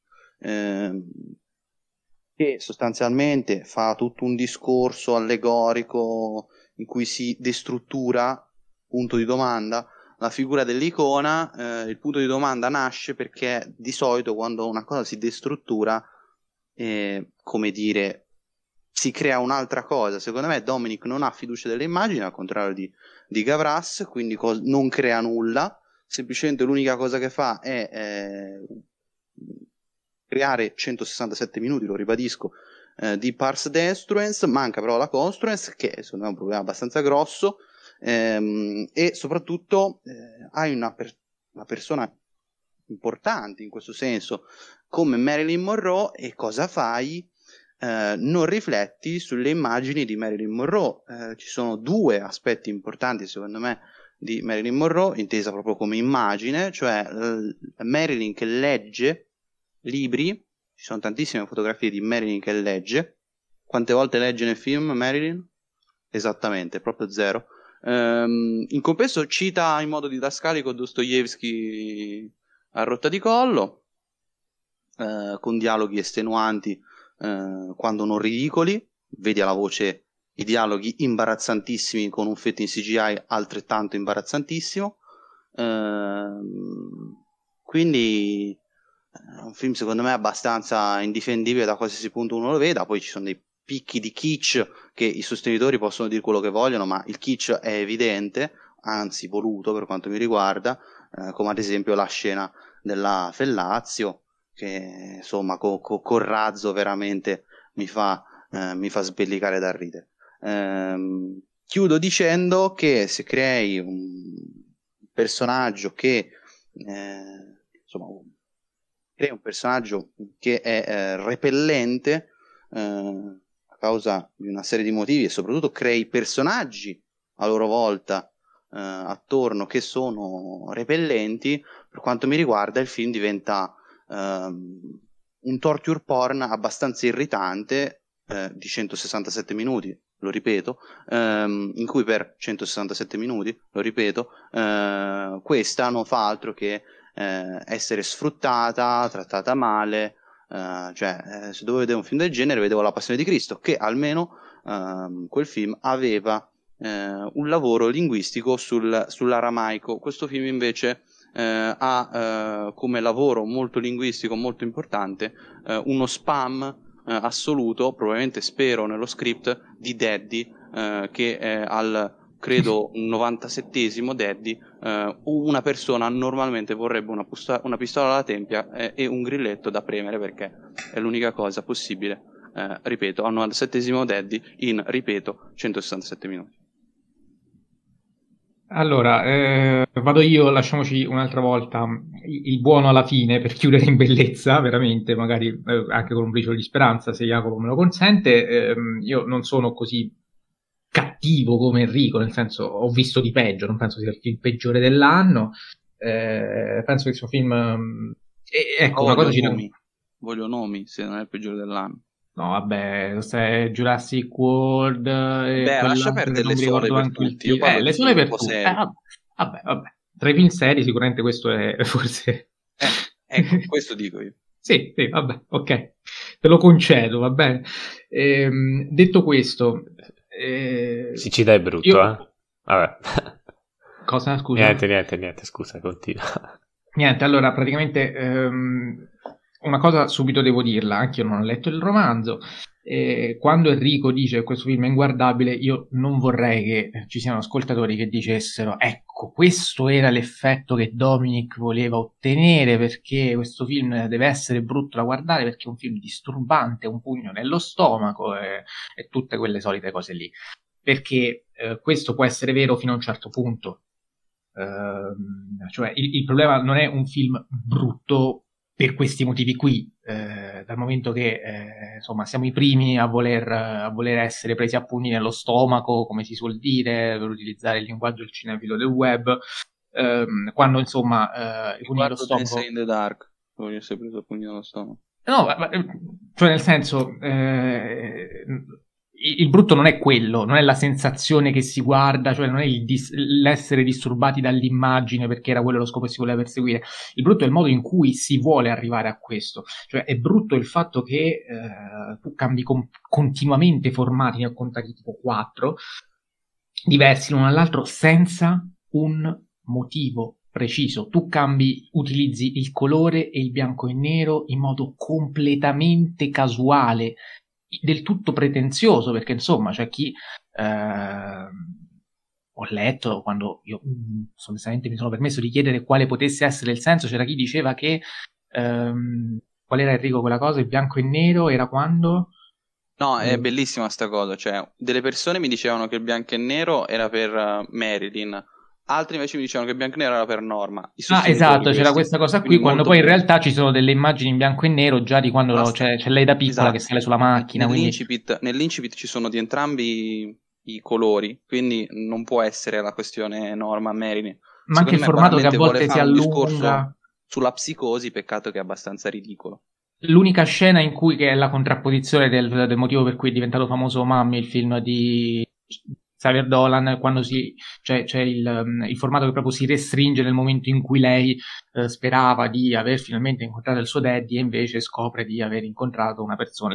S3: che sostanzialmente fa tutto un discorso allegorico in cui si destruttura, punto di domanda, la figura dell'icona. Il punto di domanda nasce perché di solito quando una cosa si destruttura, come dire, si crea un'altra cosa. Secondo me Dominic non ha fiducia delle immagini, al contrario di Gavras, quindi non crea nulla, semplicemente l'unica cosa che fa è creare 167 minuti, lo ribadisco, di parse destruence. Manca però la construence, che secondo me è un problema abbastanza grosso, e soprattutto hai una persona importante in questo senso come Marilyn Monroe, e cosa fai? Non rifletti sulle immagini di Marilyn Monroe. Ci sono due aspetti importanti secondo me di Marilyn Monroe, intesa proprio come immagine, cioè Marilyn che legge libri. Ci sono tantissime fotografie di Marilyn che legge. Quante volte legge nel film Marilyn? Esattamente, proprio zero. In compenso cita in modo didascalico Dostoevsky a rotta di collo, con dialoghi estenuanti quando non ridicoli. Vedi alla voce i dialoghi imbarazzantissimi con un fetto in CGI altrettanto imbarazzantissimo. Quindi è un film secondo me abbastanza indifendibile da qualsiasi punto uno lo veda. Poi ci sono dei picchi di kitsch che i sostenitori possono dire quello che vogliono, ma il kitsch è evidente, anzi voluto per quanto mi riguarda, come ad esempio la scena della Fellazio, che insomma col razzo veramente mi fa sbellicare da ridere. Chiudo dicendo che se crei un personaggio che insomma crei un personaggio che è repellente a causa di una serie di motivi, e soprattutto crei personaggi a loro volta attorno che sono repellenti, per quanto mi riguarda il film diventa un torture porn abbastanza irritante, di 167 minuti, lo ripeto, in cui per 167 minuti, lo ripeto, questa non fa altro che essere sfruttata, trattata male. Se dovevo vedere un film del genere vedevo La Passione di Cristo, che almeno quel film aveva un lavoro linguistico sull'aramaico. Questo film invece ha come lavoro molto linguistico, molto importante, uno spam assoluto, probabilmente spero nello script, di Daddy, che è al credo 97esimo Daddy. Una persona normalmente vorrebbe una pistola alla tempia e un grilletto da premere, perché è l'unica cosa possibile, ripeto, al 97esimo Daddy in, ripeto, 167 minuti.
S1: Allora, vado io, lasciamoci un'altra volta il buono alla fine per chiudere in bellezza, veramente, magari anche con un briciolo di speranza, se Jacopo me lo consente. Io non sono così cattivo come Enrico, nel senso ho visto di peggio, non penso sia il film peggiore dell'anno. Penso che il suo film... ecco, una cosa
S3: voglio nomi, se non è il peggiore dell'anno.
S1: No, vabbè, è Jurassic World.
S3: Lascia perdere le sole per tutti.
S1: Le sole per tutti. Vabbè. Tra i film seri, sicuramente questo è forse.
S3: Ecco, questo dico io.
S1: Sì, vabbè, ok. Te lo concedo, va bene. Detto questo.
S2: Siccità è brutto, Vabbè.
S1: Cosa, scusa?
S2: Niente, scusa, continua.
S1: Niente, allora, praticamente. Una cosa subito devo dirla, anche io non ho letto il romanzo. Quando Enrico dice che questo film è inguardabile, io non vorrei che ci siano ascoltatori che dicessero ecco, questo era l'effetto che Dominic voleva ottenere, perché questo film deve essere brutto da guardare, perché è un film disturbante, un pugno nello stomaco e tutte quelle solite cose lì. Perché questo può essere vero fino a un certo punto. Cioè il problema non è un film brutto per questi motivi qui, dal momento che insomma siamo i primi a voler essere presi a pugni nello stomaco, come si suol dire, per utilizzare il linguaggio cinefilo del web, quando insomma i pugni nello stomaco...
S3: in the Dark. Voglio essere preso a pugni dallo stomaco.
S1: No, cioè nel senso, il brutto non è quello, non è la sensazione che si guarda, cioè non è l'essere disturbati dall'immagine perché era quello lo scopo che si voleva perseguire. Il brutto è il modo in cui si vuole arrivare a questo. Cioè è brutto il fatto che tu cambi continuamente formati, ne ho contati tipo 4, diversi l'uno dall'altro senza un motivo preciso. Tu utilizzi il colore e il bianco e nero in modo completamente casuale, del tutto pretenzioso, perché insomma c'è chi ho letto, quando io sommessamente mi sono permesso di chiedere quale potesse essere il senso, c'era chi diceva che qual era, Enrico, quella cosa, il bianco e nero era quando...
S3: No, è bellissima sta cosa, cioè delle persone mi dicevano che il bianco e nero era per Marilyn, altri invece mi dicevano che il bianco e nero era per Norma. I sostenitori
S1: Esatto, c'era
S3: questi,
S1: questa cosa qui,
S3: quindi
S1: quando
S3: molto
S1: poi in
S3: bello.
S1: realtà ci sono delle immagini in bianco e nero già di quando c'è lei da piccola che
S3: Esatto.
S1: sale sulla macchina, quindi...
S3: Nell'incipit ci sono di entrambi i colori, quindi non può essere la questione Norma Marilyn.
S1: Ma anche
S3: Secondo
S1: il
S3: me
S1: formato che a
S3: banalmente vuole
S1: volte si
S3: fare un discorso
S1: allunga.
S3: sulla psicosi, peccato che è abbastanza ridicolo.
S1: L'unica scena in cui, che è la contrapposizione del motivo per cui è diventato famoso Mamma, il film di Xavier Dolan, quando c'è il formato che proprio si restringe nel momento in cui lei sperava di aver finalmente incontrato il suo daddy e invece scopre di aver incontrato una persona,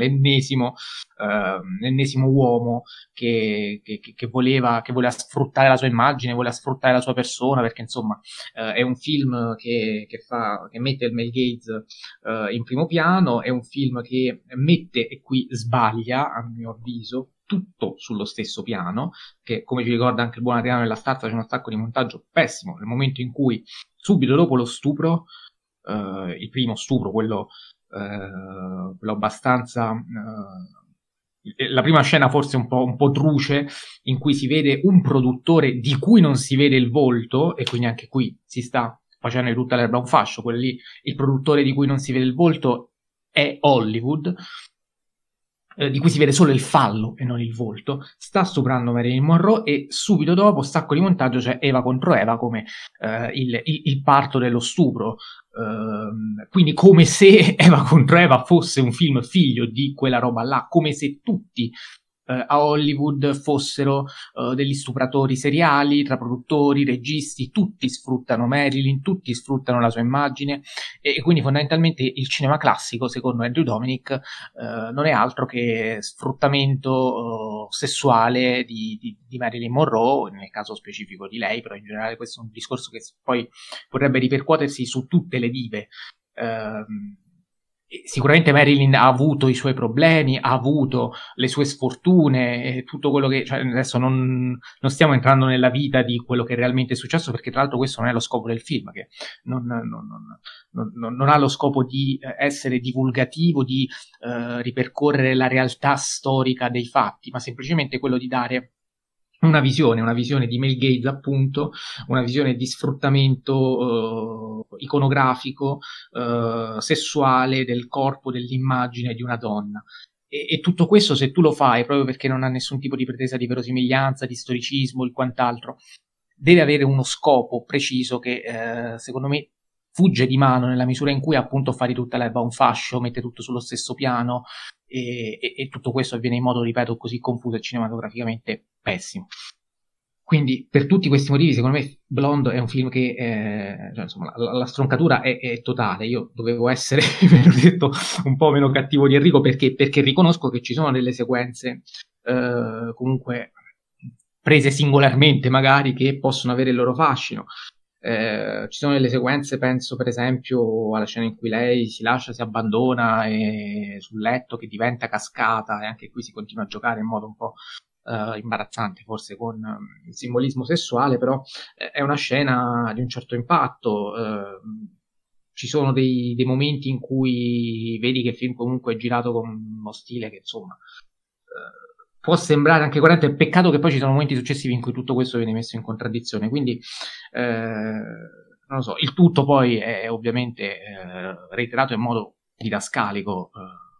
S1: l'ennesimo uomo che voleva sfruttare la sua immagine, voleva sfruttare la sua persona, perché insomma è un film che mette il Mel Gates in primo piano, è un film che mette, e qui sbaglia a mio avviso, tutto sullo stesso piano, che come ci ricorda anche il buon Adriano della Starza c'è uno stacco di montaggio pessimo nel momento in cui subito dopo lo stupro, il primo stupro, quello abbastanza la prima scena forse un po' truce, in cui si vede un produttore di cui non si vede il volto, e quindi anche qui si sta facendo di tutta l'erba un fascio, quello lì, il produttore di cui non si vede il volto è Hollywood, di cui si vede solo il fallo e non il volto, sta stuprando Marilyn Monroe e subito dopo, stacco di montaggio, c'è Eva contro Eva come il parto dello stupro. Quindi come se Eva contro Eva fosse un film figlio di quella roba là, come se tutti a Hollywood fossero degli stupratori seriali, tra produttori, registi, tutti sfruttano Marilyn, tutti sfruttano la sua immagine e quindi fondamentalmente il cinema classico, secondo Andrew Dominic, non è altro che sfruttamento sessuale di Marilyn Monroe, nel caso specifico di lei, però in generale questo è un discorso che poi potrebbe ripercuotersi su tutte le dive. Sicuramente Marilyn ha avuto i suoi problemi, ha avuto le sue sfortune, tutto quello che... Cioè, adesso non stiamo entrando nella vita di quello che realmente è successo, perché tra l'altro questo non è lo scopo del film, che non ha lo scopo di essere divulgativo, di ripercorrere la realtà storica dei fatti, ma semplicemente quello di dare una visione di Mel Gates, appunto, una visione di sfruttamento iconografico, sessuale del corpo, dell'immagine di una donna. E tutto questo, se tu lo fai proprio perché non ha nessun tipo di pretesa di verosimiglianza, di storicismo e quant'altro, deve avere uno scopo preciso che secondo me fugge di mano nella misura in cui appunto fa di tutta l'erba un fascio, mette tutto sullo stesso piano e tutto questo avviene in modo, ripeto, così confuso e cinematograficamente pessimo. Quindi per tutti questi motivi secondo me Blonde è un film che cioè, insomma, la stroncatura è totale. Io dovevo essere ve l'ho detto, un po' meno cattivo di Enrico perché riconosco che ci sono delle sequenze comunque prese singolarmente magari che possono avere il loro fascino. Ci sono delle sequenze, penso per esempio alla scena in cui lei si lascia, si abbandona sul letto che diventa cascata, e anche qui si continua a giocare in modo un po' imbarazzante forse con il simbolismo sessuale, però è una scena di un certo impatto. Ci sono dei momenti in cui vedi che il film comunque è girato con uno stile che insomma può sembrare anche coerente, peccato che poi ci sono momenti successivi in cui tutto questo viene messo in contraddizione, quindi non lo so, il tutto poi è ovviamente reiterato in modo didascalico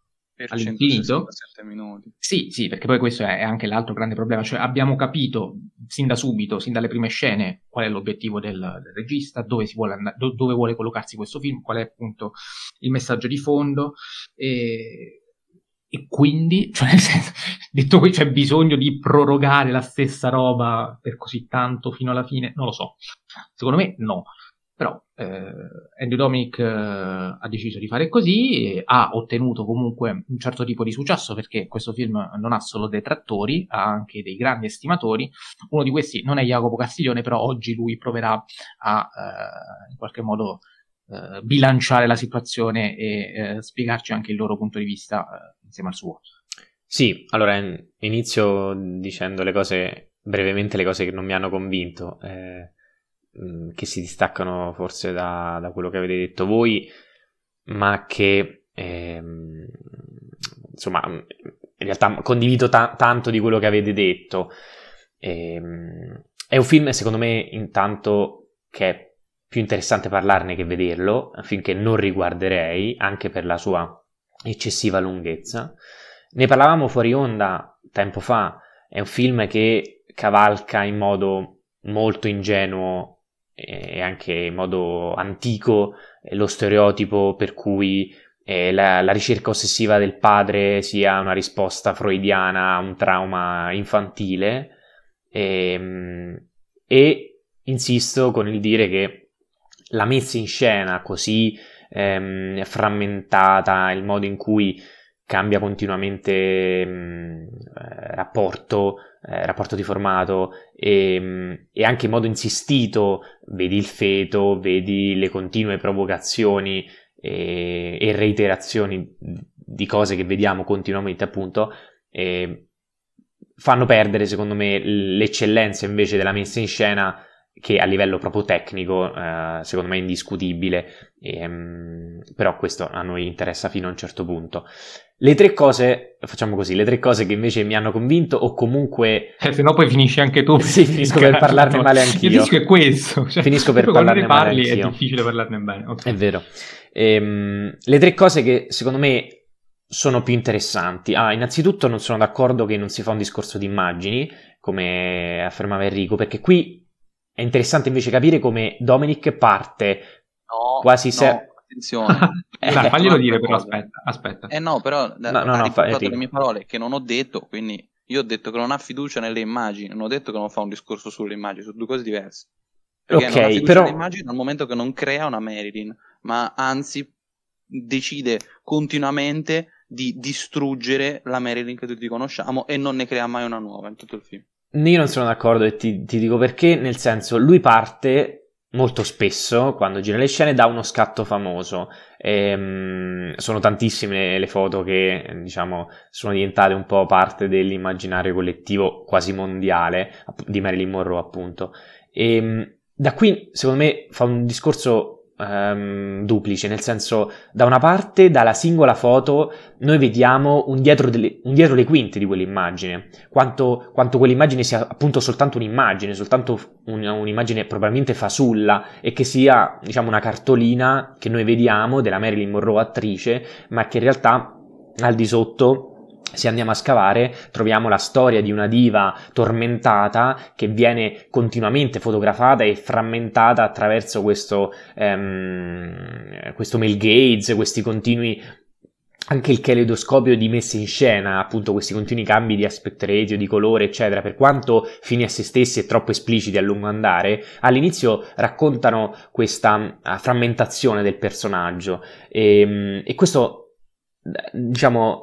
S1: all'infinito.
S3: 167 minuti.
S1: Sì, perché poi questo è anche l'altro grande problema, cioè abbiamo capito sin da subito, sin dalle prime scene, qual è l'obiettivo del regista, dove vuole collocarsi questo film, qual è appunto il messaggio di fondo, e quindi, cioè, nel senso, detto qui, c'è bisogno di prorogare la stessa roba per così tanto fino alla fine? Non lo so. Secondo me no. Però Andrew Dominik ha deciso di fare così, e ha ottenuto comunque un certo tipo di successo, perché questo film non ha solo detrattori, ha anche dei grandi estimatori. Uno di questi non è Jacopo Castiglione, però oggi lui proverà a in qualche modo bilanciare la situazione e spiegarci anche il loro punto di vista insieme al suo.
S2: Sì, allora inizio dicendo brevemente le cose che non mi hanno convinto, che si distaccano forse da quello che avete detto voi, ma che insomma in realtà condivido tanto di quello che avete detto. È un film, secondo me, intanto, che è più interessante parlarne che vederlo, finché non riguarderei, anche per la sua eccessiva lunghezza. Ne parlavamo fuori onda tempo fa, è un film che cavalca in modo molto ingenuo e anche in modo antico lo stereotipo per cui la ricerca ossessiva del padre sia una risposta freudiana a un trauma infantile, e insisto con il dire che la messa in scena così frammentata, il modo in cui cambia continuamente rapporto di formato, e anche in modo insistito, vedi il feto, vedi le continue provocazioni e reiterazioni di cose che vediamo continuamente, appunto, fanno perdere, secondo me, l'eccellenza invece della messa in scena, che a livello proprio tecnico secondo me è indiscutibile, però questo a noi interessa fino a un certo punto. Le tre cose che invece mi hanno convinto, o comunque
S1: se no poi finisci anche tu.
S2: Sì, finisco per parlarne male anch'io.
S1: Il rischio è questo, cioè,
S2: finisco per parlarne male anch'io.
S1: È difficile parlarne bene, okay.
S2: È vero. Le tre cose che secondo me sono più interessanti. Innanzitutto non sono d'accordo che non si fa un discorso di immagini, come affermava Enrico, perché qui è interessante invece capire come Dominik parte
S3: attenzione.
S1: Dai, faglielo dire, però aspetta.
S3: No, però ha riportato le mie parole che non ho detto, quindi io ho detto che non ha fiducia nelle immagini, non ho detto che non fa un discorso sulle immagini, sono due cose diverse. Perché non ha fiducia nelle immagini dal momento che non crea una Marilyn, ma anzi decide continuamente di distruggere la Marilyn che tutti conosciamo e non ne crea mai una nuova in tutto il film.
S2: Io non sono d'accordo, e ti dico perché, nel senso, lui parte molto spesso, quando gira le scene, da uno scatto famoso. Sono tantissime le foto che, diciamo, sono diventate un po' parte dell'immaginario collettivo quasi mondiale di Marilyn Monroe, appunto. Da qui, secondo me, fa un discorso duplice, nel senso, da una parte, dalla singola foto noi vediamo un dietro le quinte di quell'immagine, quanto quell'immagine sia appunto soltanto un'immagine, soltanto un'immagine probabilmente fasulla, e che sia, diciamo, una cartolina che noi vediamo della Marilyn Monroe attrice, ma che in realtà al di sotto, se andiamo a scavare, troviamo la storia di una diva tormentata che viene continuamente fotografata e frammentata attraverso questo male gaze, questi continui, anche il caleidoscopio di messa in scena, appunto questi continui cambi di aspect ratio, di colore, eccetera, per quanto fini a se stessi e troppo espliciti a lungo andare, all'inizio raccontano questa frammentazione del personaggio, e questo, diciamo,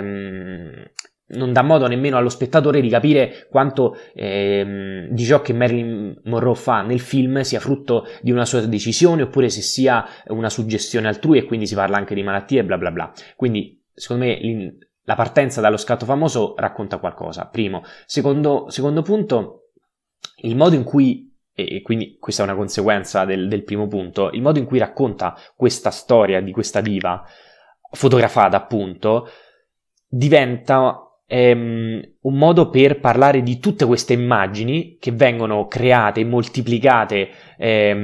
S2: non dà modo nemmeno allo spettatore di capire quanto di ciò che Marilyn Monroe fa nel film sia frutto di una sua decisione, oppure se sia una suggestione altrui, e quindi si parla anche di malattie e bla bla bla. Quindi secondo me la partenza dallo scatto famoso racconta qualcosa, primo. Secondo punto, il modo in cui, e quindi questa è una conseguenza del primo punto, il modo in cui racconta questa storia di questa diva fotografata, appunto, diventa un modo per parlare di tutte queste immagini che vengono create e moltiplicate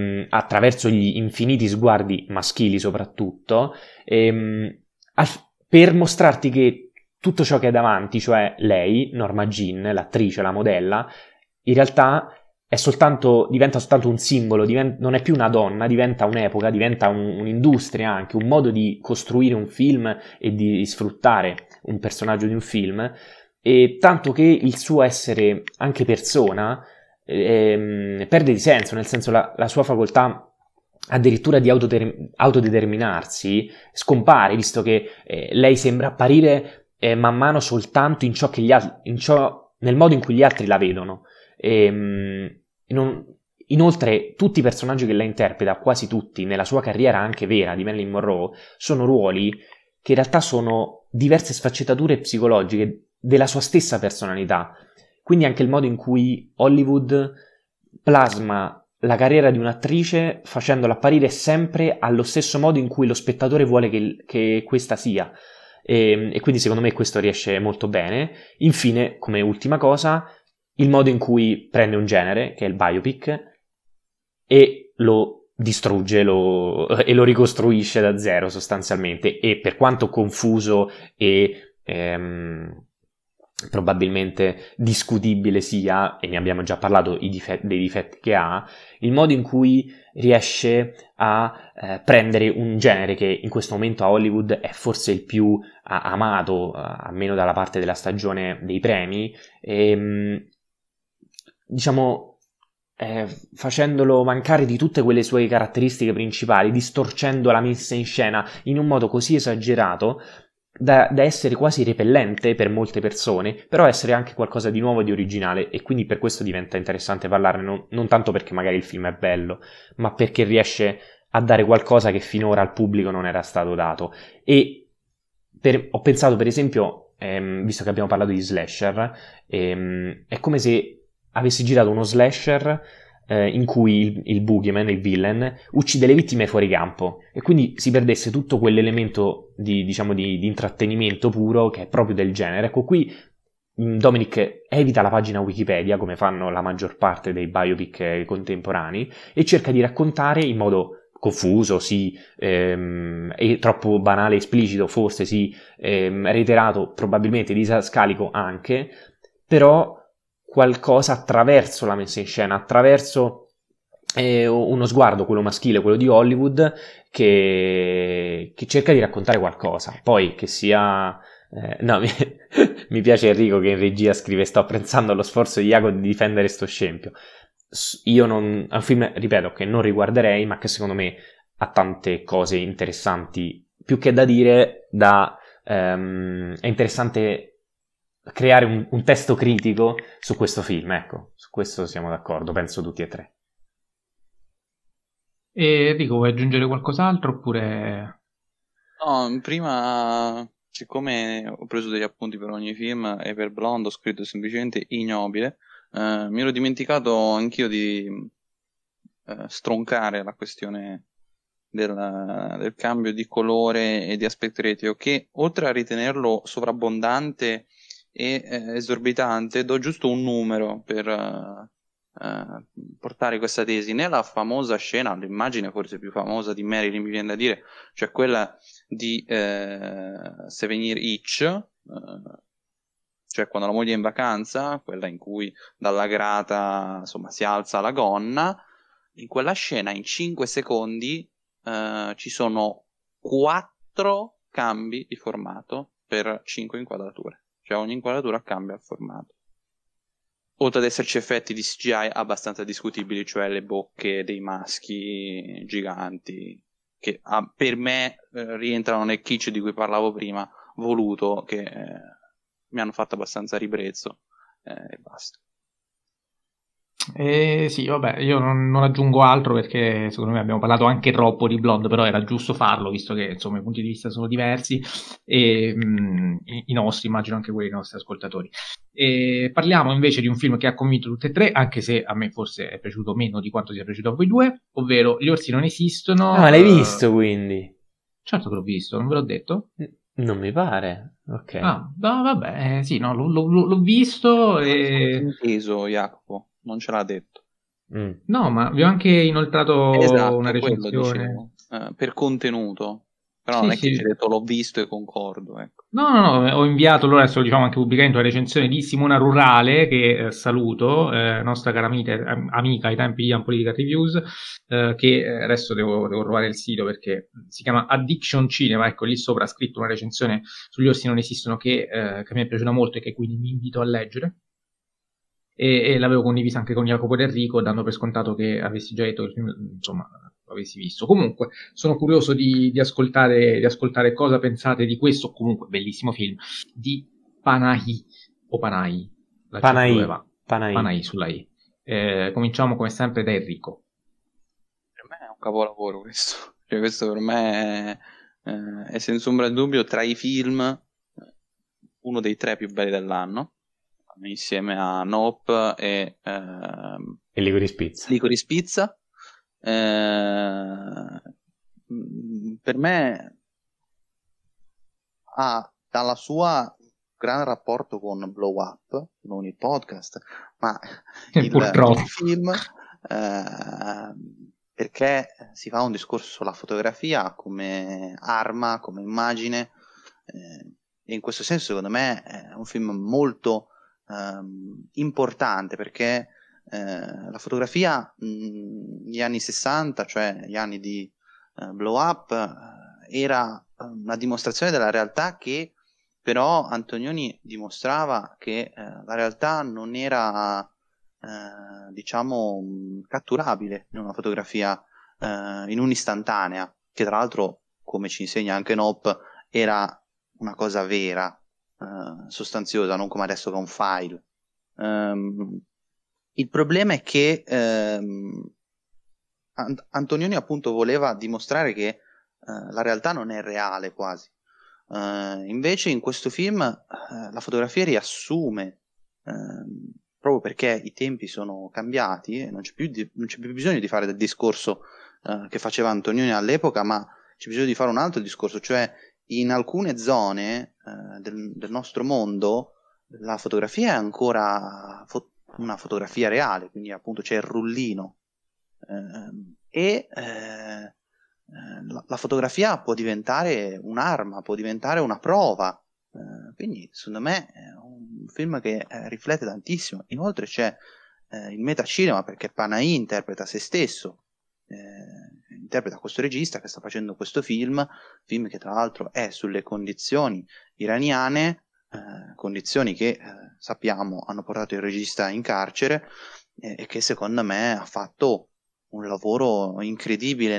S2: per per mostrarti che tutto ciò che è davanti, cioè lei, Norma Jean, l'attrice, la modella, in realtà diventa soltanto un simbolo, non è più una donna, diventa un'epoca, diventa un'industria anche, un modo di costruire un film e di sfruttare un personaggio di un film, e tanto che il suo essere anche persona perde di senso, nel senso la sua facoltà addirittura di autodeterminarsi scompare, visto che lei sembra apparire man mano soltanto in ciò che nel modo in cui gli altri la vedono. Inoltre tutti i personaggi che lei interpreta, quasi tutti, nella sua carriera anche vera di Marilyn Monroe, sono ruoli che in realtà sono diverse sfaccettature psicologiche della sua stessa personalità. Quindi anche il modo in cui Hollywood plasma la carriera di un'attrice facendola apparire sempre allo stesso modo in cui lo spettatore vuole che questa sia. E quindi secondo me questo riesce molto bene. Infine, come ultima cosa, il modo in cui prende un genere, che è il biopic, e lo distrugge e lo ricostruisce da zero sostanzialmente, e per quanto confuso e probabilmente discutibile sia, e ne abbiamo già parlato dei difetti che ha, il modo in cui riesce a prendere un genere che in questo momento a Hollywood è forse il più amato, almeno dalla parte della stagione dei premi, diciamo facendolo mancare di tutte quelle sue caratteristiche principali, distorcendo la messa in scena in un modo così esagerato da essere quasi repellente per molte persone, però essere anche qualcosa di nuovo e di originale, e quindi per questo diventa interessante parlarne, non tanto perché magari il film è bello, ma perché riesce a dare qualcosa che finora al pubblico non era stato dato. E ho pensato, per esempio, visto che abbiamo parlato di slasher, è come se avessi girato uno slasher in cui il boogeyman, il villain, uccide le vittime fuori campo, e quindi si perdesse tutto quell'elemento di intrattenimento puro che è proprio del genere. Ecco, qui Dominic evita la pagina Wikipedia, come fanno la maggior parte dei biopic contemporanei, e cerca di raccontare in modo confuso, sì, e troppo banale, esplicito, forse sì, reiterato, probabilmente didascalico anche, però qualcosa attraverso la messa in scena, attraverso uno sguardo, quello maschile, quello di Hollywood, che cerca di raccontare qualcosa. Poi che sia... no, mi piace Enrico che in regia scrive: sto apprezzando lo sforzo di Iago di difendere sto scempio. È un film, ripeto, che non riguarderei, ma che secondo me ha tante cose interessanti, più che da dire, è interessante creare un testo critico su questo film, ecco, su questo siamo d'accordo, penso tutti e tre.
S1: E Enrico, vuoi aggiungere qualcos'altro oppure...
S3: No, prima, siccome ho preso degli appunti per ogni film e per Blonde ho scritto semplicemente ignobile, mi ero dimenticato anch'io di stroncare la questione del cambio di colore e di aspect ratio, che oltre a ritenerlo sovrabbondante e esorbitante, do giusto un numero per portare questa tesi. Nella famosa scena, l'immagine forse più famosa di Marilyn, mi viene da dire, cioè quella di Seven Year Itch, cioè quando la moglie è in vacanza, quella in cui dalla grata insomma si alza la gonna, in quella scena in 5 secondi ci sono 4 cambi di formato per 5 inquadrature, cioè ogni inquadratura cambia il formato, oltre ad esserci effetti di CGI abbastanza discutibili, cioè le bocche dei maschi giganti, che per me rientrano nel kitsch di cui parlavo prima, voluto, che mi hanno fatto abbastanza ribrezzo, e basta.
S1: Sì, vabbè, io non aggiungo altro perché secondo me abbiamo parlato anche troppo di Blonde, però era giusto farlo visto che insomma i punti di vista sono diversi e i nostri, immagino anche quelli dei nostri ascoltatori. E parliamo invece di un film che ha convinto tutte e tre, anche se a me forse è piaciuto meno di quanto sia piaciuto a voi due, ovvero Gli orsi non esistono.
S2: Ah, l'hai visto quindi?
S1: Certo che l'ho visto, non ve l'ho detto?
S2: Non mi pare, ok.
S1: Ah, no, vabbè, sì, no, l'ho visto e...
S3: Inteso, Jacopo, non ce l'ha detto.
S1: No, ma vi ho anche inoltrato
S3: Esatto,
S1: una
S3: quello
S1: recensione.
S3: dicevo, per contenuto. Però
S1: Sì,
S3: non è che
S1: sì.
S3: ti ho detto l'ho visto e concordo, ecco.
S1: No, ho inviato, allora adesso lo diciamo anche pubblicamente, una recensione di Simona Rurale, che saluto, nostra cara amica ai tempi di Unpolitical Reviews, che adesso devo trovare il sito perché si chiama Addiction Cinema, ecco lì sopra ha scritto una recensione sugli orsi non esistono che mi è piaciuta molto e che quindi mi invito a leggere. E l'avevo condivisa anche con Jacopo Del Rico, dando per scontato che avessi già detto che il film, insomma, lo avessi visto. Comunque, sono curioso di ascoltare cosa pensate di questo, comunque, bellissimo film, di Panahi, o Panahi, l'accento dove va? Panahi sulla I. Cominciamo come sempre da Enrico.
S3: Per me è un capolavoro questo. Cioè, questo per me è senza ombra di dubbio tra i film uno dei 3 più belli dell'anno, insieme a Nope e
S2: Licorice Pizza.
S3: Licorice Pizza. Per me ha dalla sua gran rapporto con Blow Up, non il podcast, ma il film, perché si fa un discorso sulla fotografia come arma, come immagine, e in questo senso secondo me è un film molto importante, perché la fotografia negli anni 60, cioè gli anni di Blow Up, era una dimostrazione della realtà, che però Antonioni dimostrava che la realtà non era diciamo catturabile in una fotografia in un'istantanea, che tra l'altro, come ci insegna anche Nope, era una cosa vera, sostanziosa, non come adesso che è un file. Il problema è che Antonioni appunto voleva dimostrare che la realtà non è reale quasi. Invece in questo film la fotografia riassume, proprio perché i tempi sono cambiati e non c'è più bisogno di fare del discorso che faceva Antonioni all'epoca, ma c'è bisogno di fare un altro discorso, cioè in alcune zone del nostro mondo la fotografia è ancora una fotografia reale, quindi appunto c'è il rullino, la fotografia può diventare un'arma, può diventare una prova, quindi secondo me è un film che riflette tantissimo. Inoltre c'è il metacinema, perché Panahi interpreta se stesso, interpreta questo regista che sta facendo questo film che tra l'altro è sulle condizioni iraniane, condizioni che sappiamo hanno portato il regista in carcere, e che secondo me ha fatto un lavoro incredibile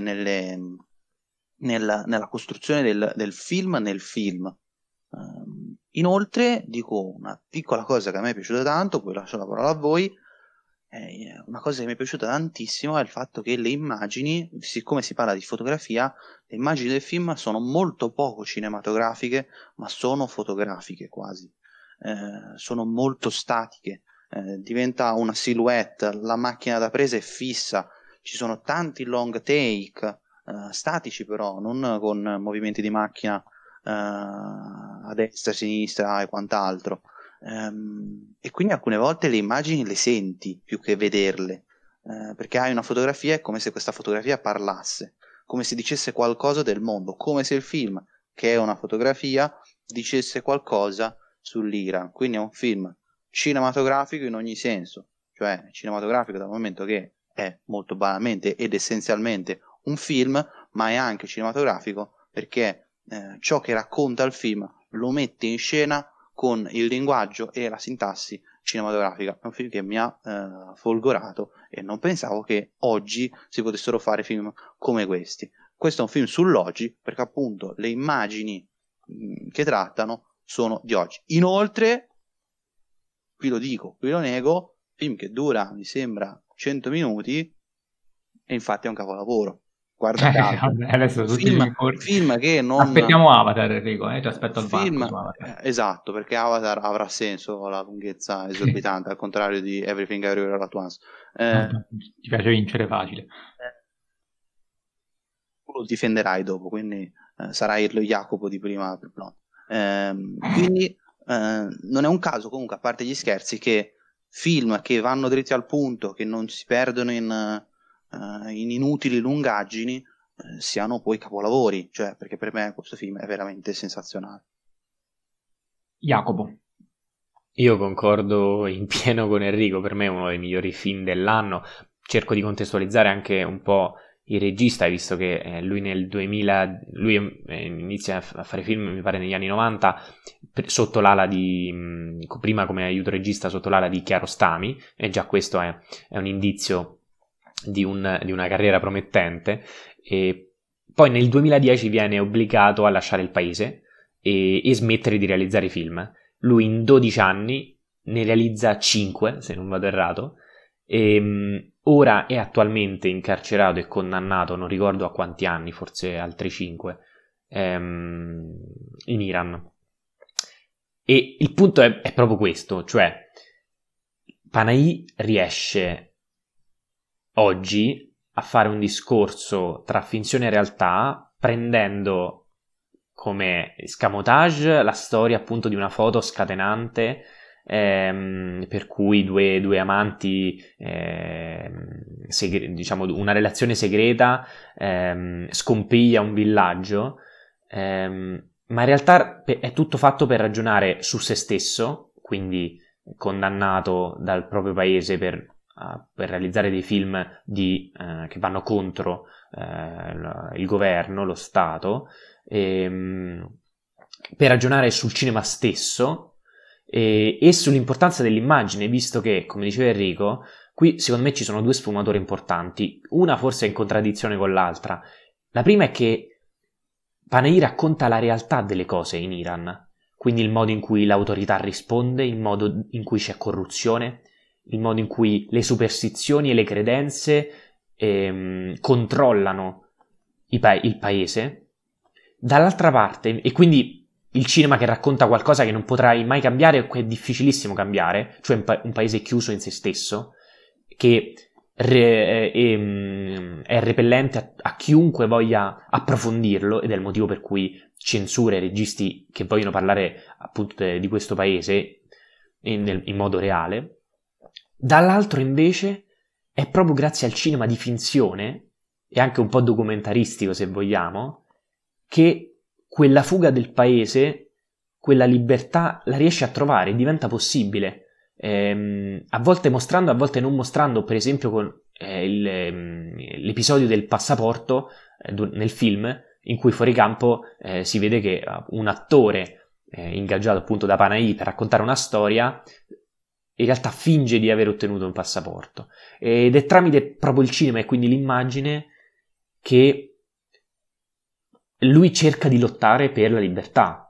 S3: nella costruzione del film nel film. Inoltre dico una piccola cosa che a me è piaciuta tanto, poi lascio la parola a voi. Una cosa che mi è piaciuta tantissimo è il fatto che le immagini, siccome si parla di fotografia, le immagini del film sono molto poco cinematografiche, ma sono fotografiche quasi, sono molto statiche, diventa una silhouette, la macchina da presa è fissa, ci sono tanti long take, statici però, non con movimenti di macchina a destra, a sinistra e quant'altro. E quindi alcune volte le immagini le senti più che vederle, perché hai una fotografia, è come se questa fotografia parlasse, come se dicesse qualcosa del mondo, come se il film, che è una fotografia, dicesse qualcosa sull'Iran. Quindi è un film cinematografico in ogni senso, cioè cinematografico dal momento che è molto banalmente ed essenzialmente un film, ma è anche cinematografico perché ciò che racconta il film lo mette in scena con il linguaggio e la sintassi cinematografica. È un film che mi ha folgorato e non pensavo che oggi si potessero fare film come questi. Questo è un film sull'oggi, perché appunto le immagini che trattano sono di oggi. Inoltre, qui lo dico, qui lo nego, film che dura, mi sembra, 100 minuti, e infatti è un capolavoro. Guarda caso,
S1: adesso
S3: film che non...
S1: Aspettiamo Avatar, Enrico, ti aspetto al
S3: film,
S1: varco.
S3: Esatto, perché Avatar avrà senso la lunghezza esorbitante, al contrario di Everything Everywhere All at Once.
S1: Ti piace vincere facile.
S3: Tu lo difenderai dopo, quindi sarai lo Jacopo di prima per Blonde. Quindi non è un caso, comunque, a parte gli scherzi, che film che vanno dritti al punto, che non si perdono in inutili lungaggini, siano poi capolavori, cioè, perché per me questo film è veramente sensazionale.
S1: Jacopo.
S2: Io concordo in pieno con Enrico, per me è uno dei migliori film dell'anno. Cerco di contestualizzare anche un po' il regista, visto che lui nel 2000, lui inizia a fare film, mi pare, negli anni 90, sotto l'ala di, prima come aiuto regista sotto l'ala di Kiarostami, e già questo è un indizio di una carriera promettente. E poi nel 2010 viene obbligato a lasciare il paese e smettere di realizzare film. Lui in 12 anni ne realizza 5, se non vado errato, e ora è attualmente incarcerato e condannato, non ricordo a quanti anni, forse altri 5, in Iran. E il punto è proprio questo, cioè Panahi riesce oggi a fare un discorso tra finzione e realtà, prendendo come escamotage la storia appunto di una foto scatenante, per cui due amanti, diciamo una relazione segreta, scompiglia un villaggio, ma in realtà è tutto fatto per ragionare su se stesso, quindi condannato dal proprio paese per realizzare dei film che vanno contro il governo, lo Stato, per ragionare sul cinema stesso e sull'importanza dell'immagine, visto che, come diceva Enrico, qui secondo me ci sono due sfumature importanti, una forse è in contraddizione con l'altra. La prima è che Panahi racconta la realtà delle cose in Iran, quindi il modo in cui l'autorità risponde, il modo in cui c'è corruzione, il modo in cui le superstizioni e le credenze controllano il paese. Dall'altra parte, e quindi il cinema che racconta qualcosa che non potrai mai cambiare o che è difficilissimo cambiare, cioè un paese chiuso in se stesso, che è repellente a chiunque voglia approfondirlo, ed è il motivo per cui censura i registi che vogliono parlare appunto di questo paese in modo reale. Dall'altro invece è proprio grazie al cinema di finzione e anche un po' documentaristico, se vogliamo, che quella fuga del paese, quella libertà la riesce a trovare, diventa possibile, a volte mostrando, a volte non mostrando. Per esempio con l'episodio del passaporto nel film, in cui fuori campo si vede che un attore ingaggiato appunto da Panahi per raccontare una storia in realtà finge di aver ottenuto un passaporto, ed è tramite proprio il cinema e quindi l'immagine che lui cerca di lottare per la libertà.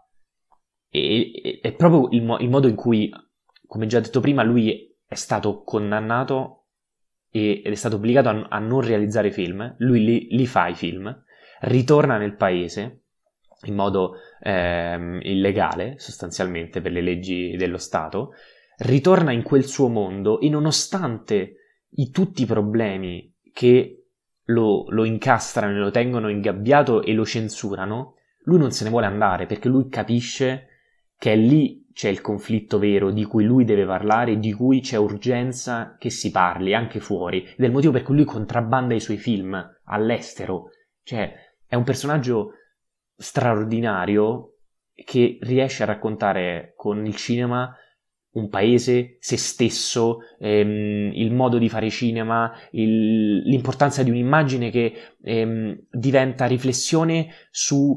S2: E è proprio il modo in cui, come già detto prima, lui è stato condannato ed è stato obbligato a non realizzare film. Lui li fa i film, ritorna nel paese in modo illegale, sostanzialmente, per le leggi dello Stato, ritorna in quel suo mondo e nonostante tutti i problemi che lo incastrano e lo tengono ingabbiato e lo censurano, lui non se ne vuole andare, perché lui capisce che è lì c'è il conflitto vero di cui lui deve parlare, di cui c'è urgenza che si parli anche fuori, ed è il motivo per cui lui contrabbanda i suoi film all'estero. Cioè è un personaggio straordinario che riesce a raccontare con il cinema un paese, se stesso, il modo di fare cinema, l'importanza di un'immagine che diventa riflessione sul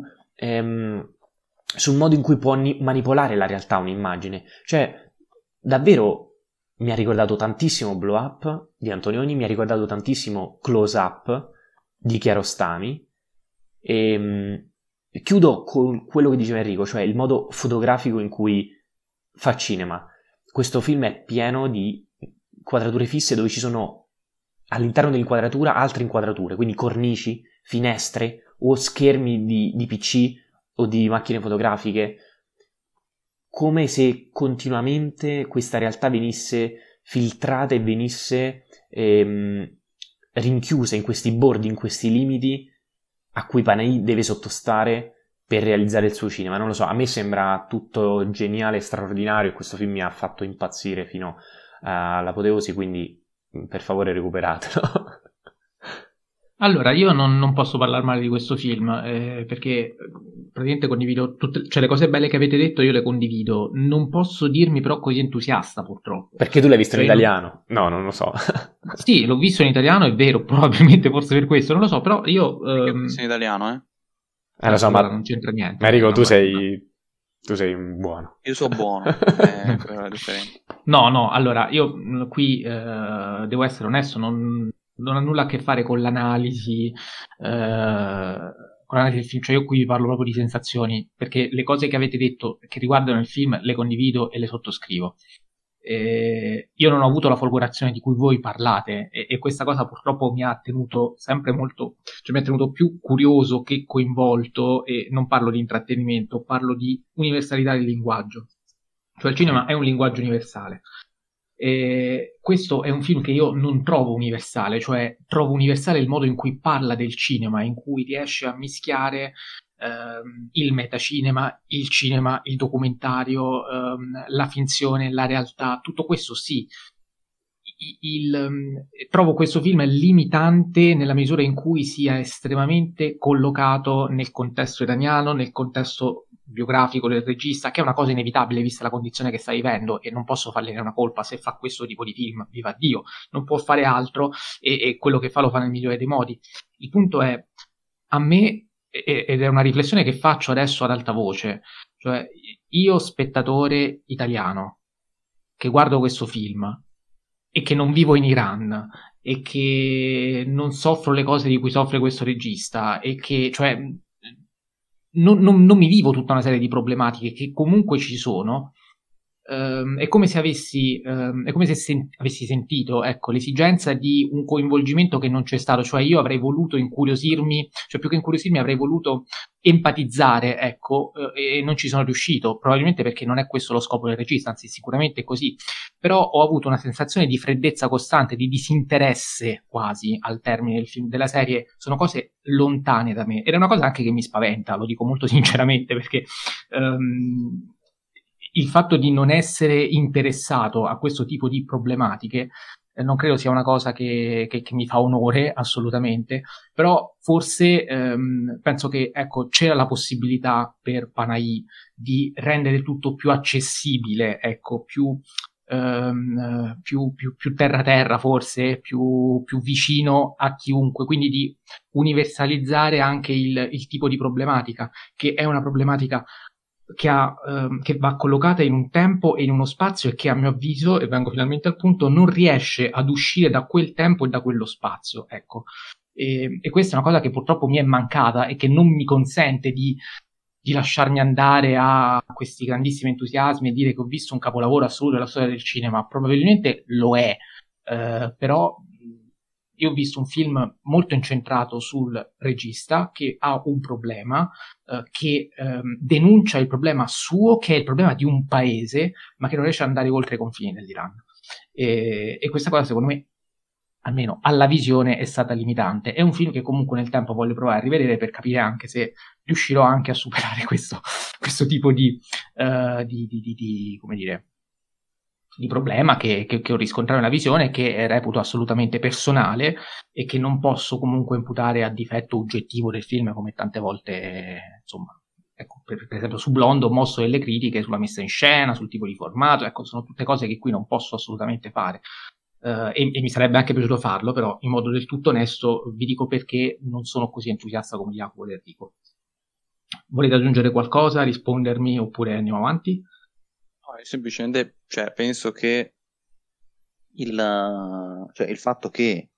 S2: modo in cui può manipolare la realtà un'immagine. Cioè, davvero mi ha ricordato tantissimo Blow Up di Antonioni, mi ha ricordato tantissimo Close Up di Kiarostami, e chiudo con quello che diceva Enrico, cioè il modo fotografico in cui fa cinema. Questo film è pieno di quadrature fisse dove ci sono all'interno dell'inquadratura altre inquadrature, quindi cornici, finestre o schermi di PC o di macchine fotografiche, come se continuamente questa realtà venisse filtrata e venisse rinchiusa in questi bordi, in questi limiti a cui Panahi deve sottostare per realizzare il suo cinema. Non lo so, a me sembra tutto geniale e straordinario, e questo film mi ha fatto impazzire fino all'apoteosi, quindi per favore recuperatelo.
S1: Allora, io non posso parlare male di questo film, perché praticamente condivido tutte, cioè le cose belle che avete detto io le condivido. Non posso dirmi però così entusiasta, purtroppo.
S2: Perché tu l'hai visto in
S1: Cioè, io
S2: italiano? No, non lo so.
S1: sì, l'ho visto in italiano, è vero, probabilmente forse per questo, non lo so, però io...
S3: Perché l'ho visto in italiano, eh?
S2: Lo so,
S1: guarda, non c'entra niente.
S2: ma Enrico,
S1: una battuta.
S2: tu sei un buono.
S3: Io so buono, è la differenza.
S1: No, allora, io qui devo essere onesto, non ha nulla a che fare con l'analisi del film, cioè io qui vi parlo proprio di sensazioni, perché le cose che avete detto che riguardano il film le condivido e le sottoscrivo. Io non ho avuto la folgorazione di cui voi parlate e questa cosa purtroppo mi ha tenuto sempre molto, cioè mi ha tenuto più curioso che coinvolto, e non parlo di intrattenimento, parlo di universalità del linguaggio. Cioè il cinema è un linguaggio universale. E questo è un film che io non trovo universale, cioè trovo universale il modo in cui parla del cinema, in cui riesce a mischiare il metacinema, il cinema, il documentario, la finzione, la realtà, tutto questo sì. Trovo questo film limitante nella misura in cui sia estremamente collocato nel contesto iraniano, nel contesto biografico del regista, che è una cosa inevitabile vista la condizione che sta vivendo, e non posso fargliene una colpa se fa questo tipo di film, viva Dio, non può fare altro, e quello che fa lo fa nel migliore dei modi. Il punto è, a me, ed è una riflessione che faccio adesso ad alta voce, cioè io spettatore italiano che guardo questo film e che non vivo in Iran e che non soffro le cose di cui soffre questo regista, e che, cioè, non mi vivo tutta una serie di problematiche che comunque ci sono. È come se avessi sentito, ecco, l'esigenza di un coinvolgimento che non c'è stato, cioè io avrei voluto incuriosirmi, cioè più che incuriosirmi avrei voluto empatizzare, ecco, e non ci sono riuscito, probabilmente perché non è questo lo scopo del regista, anzi sicuramente è così, però ho avuto una sensazione di freddezza costante, di disinteresse quasi al termine del film, della serie, sono cose lontane da me, ed è una cosa anche che mi spaventa, lo dico molto sinceramente, perché il fatto di non essere interessato a questo tipo di problematiche non credo sia una cosa che mi fa onore, assolutamente, però forse penso che, ecco, c'era la possibilità per Panahi di rendere tutto più accessibile, ecco, più terra forse, più vicino a chiunque, quindi di universalizzare anche il tipo di problematica, che è una problematica che va collocata in un tempo e in uno spazio, e che a mio avviso, e vengo finalmente al punto, non riesce ad uscire da quel tempo e da quello spazio, ecco. E questa è una cosa che purtroppo mi è mancata e che non mi consente di lasciarmi andare a questi grandissimi entusiasmi e dire che ho visto un capolavoro assoluto della storia del cinema. Probabilmente lo è, però io ho visto un film molto incentrato sul regista che ha un problema, che denuncia il problema suo, che è il problema di un paese, ma che non riesce ad andare oltre i confini dell'Iran. E questa cosa, secondo me, almeno alla visione, è stata limitante. È un film che comunque nel tempo voglio provare a rivedere per capire anche se riuscirò anche a superare questo tipo di come dire, di problema che ho riscontrato nella visione, che reputo assolutamente personale e che non posso comunque imputare a difetto oggettivo del film, come tante volte, insomma, ecco, per esempio su Blonde ho mosso delle critiche sulla messa in scena, sul tipo di formato, ecco, sono tutte cose che qui non posso assolutamente fare. E mi sarebbe anche piaciuto farlo, però in modo del tutto onesto vi dico perché non sono così entusiasta come Jacopo e Enrico. Volete aggiungere qualcosa, rispondermi, oppure andiamo avanti?
S3: Semplicemente, cioè, penso che il fatto che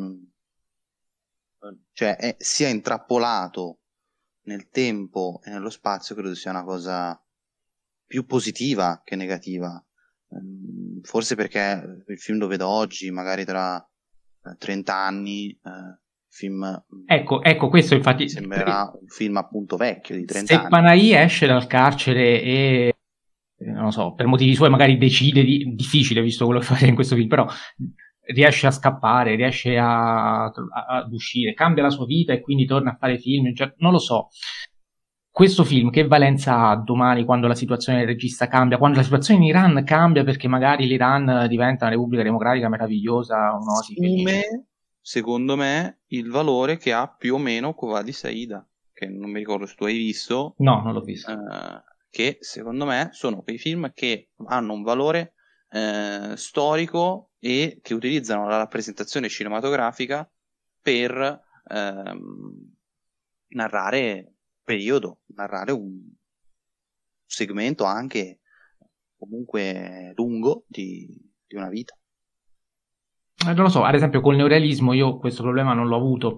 S3: sia intrappolato nel tempo e nello spazio credo sia una cosa più positiva che negativa. Forse perché il film lo vedo oggi, magari tra 30 anni, film...
S1: Ecco, questo infatti...
S3: sembrerà un film appunto vecchio di 30 anni.
S1: Se Panahi esce dal carcere e, non lo so, per motivi suoi magari decide difficile visto quello che fa in questo film, però riesce a scappare, riesce ad uscire, cambia la sua vita e quindi torna a fare film, cioè, non lo so. Questo film che valenza ha domani quando la situazione del regista cambia, quando la situazione in Iran cambia perché magari l'Iran diventa una repubblica democratica meravigliosa, un'oasi felice?
S3: secondo me, il valore che ha più o meno Quo Vadis Aida, che non mi ricordo se tu hai visto.
S1: No, non l'ho visto.
S3: Che secondo me sono quei film che hanno un valore storico e che utilizzano la rappresentazione cinematografica per narrare periodo, narrare un segmento anche comunque lungo di una vita.
S1: Non lo so, ad esempio col neorealismo io questo problema non l'ho avuto,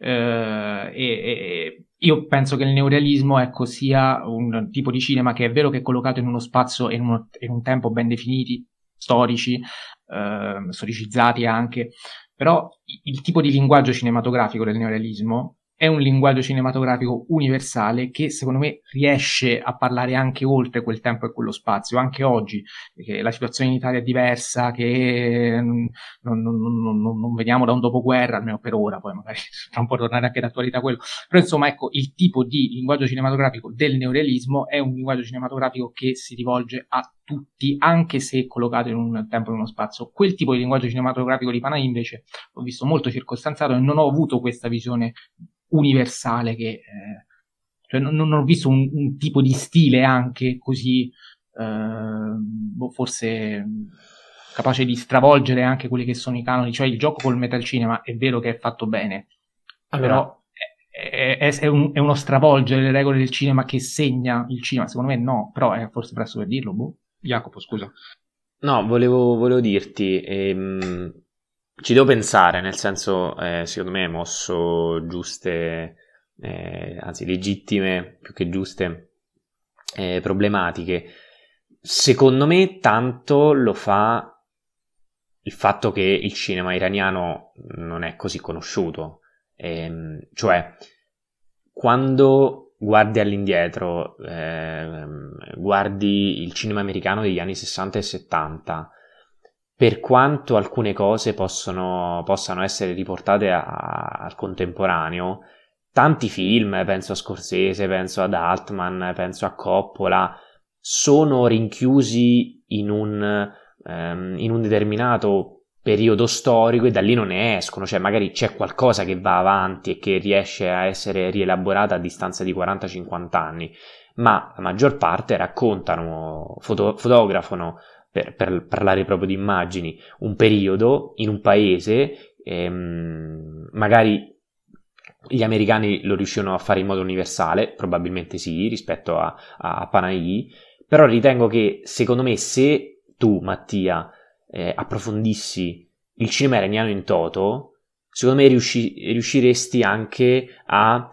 S1: e io penso che il neorealismo, ecco, sia un tipo di cinema che è vero che è collocato in uno spazio e in un tempo ben definiti, storici, storicizzati anche, però il tipo di linguaggio cinematografico del neorealismo è un linguaggio cinematografico universale che secondo me riesce a parlare anche oltre quel tempo e quello spazio, anche oggi, perché la situazione in Italia è diversa, che non veniamo da un dopoguerra, almeno per ora, poi magari tra un po' tornare anche d'attualità quello, però insomma ecco, il tipo di linguaggio cinematografico del neorealismo è un linguaggio cinematografico che si rivolge a tutti, anche se collocato in un tempo e in uno spazio. Quel tipo di linguaggio cinematografico di Panahi invece l'ho visto molto circostanziato e non ho avuto questa visione universale che cioè non ho visto un tipo di stile anche così forse capace di stravolgere anche quelli che sono i canoni, cioè il gioco col metal cinema è vero che è fatto bene,
S2: Allora,
S1: però è uno stravolgere le regole del cinema che segna il cinema, secondo me no, però è forse presto per dirlo. Jacopo, scusa.
S2: no, volevo dirti, ci devo pensare, nel senso, secondo me hai mosso giuste, anzi legittime, più che giuste, problematiche. Secondo me tanto lo fa il fatto che il cinema iraniano non è così conosciuto, cioè quando guardi all'indietro, guardi il cinema americano degli anni 60 e 70, per quanto alcune cose possano essere riportate al contemporaneo, tanti film, penso a Scorsese, penso ad Altman, penso a Coppola, sono rinchiusi in un determinato periodo storico e da lì non ne escono, cioè magari c'è qualcosa che va avanti e che riesce a essere rielaborata a distanza di 40-50 anni, ma la maggior parte raccontano, fotografano, per parlare proprio di immagini, un periodo in un paese, magari gli americani lo riuscirono a fare in modo universale, probabilmente sì, rispetto a Panahi, però ritengo che, secondo me, se tu, Mattia, approfondissi il cinema iraniano in toto, secondo me riusciresti anche a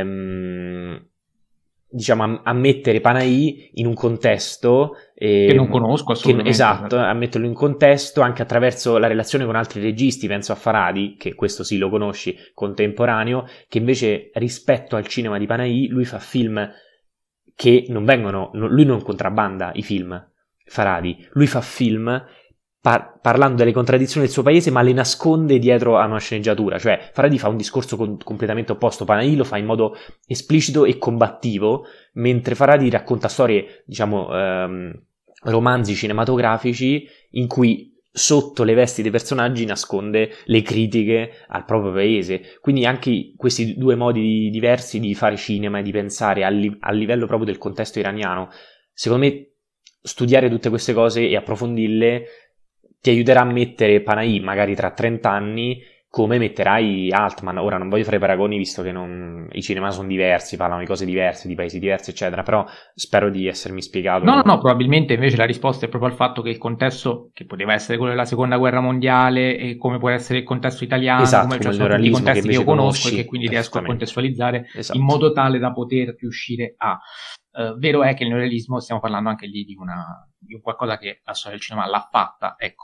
S2: diciamo a mettere Panahi in un contesto
S1: che non conosco assolutamente.
S2: Esatto, a metterlo in contesto anche attraverso la relazione con altri registi, penso a Farhadi, che questo sì lo conosci, contemporaneo, che invece rispetto al cinema di Panahi lui fa film che non vengono, lui non contrabbanda i film, Farhadi, lui fa film parlando delle contraddizioni del suo paese, ma le nasconde dietro a una sceneggiatura. Cioè Farhadi fa un discorso completamente opposto, Panahi lo fa in modo esplicito e combattivo, mentre Farhadi racconta storie, diciamo, romanzi cinematografici in cui sotto le vesti dei personaggi nasconde le critiche al proprio paese. Quindi anche questi due modi diversi di fare cinema e di pensare a livello proprio del contesto iraniano, secondo me studiare tutte queste cose e approfondirle ti aiuterà a mettere Panahi magari tra 30 anni come metterai Altman. Ora non voglio fare paragoni visto che i cinema sono diversi, parlano di cose diverse, di paesi diversi eccetera, però spero di essermi spiegato.
S1: No, probabilmente invece la risposta è proprio al fatto che il contesto, che poteva essere quello della seconda guerra mondiale e come può essere il contesto italiano,
S2: esatto,
S1: come
S2: cioè,
S1: sono tutti i contesti che io conosco e che quindi riesco a contestualizzare in modo tale da poter riuscire a... vero è che il neorealismo, stiamo parlando anche lì di un qualcosa che la storia del cinema l'ha fatta, ecco,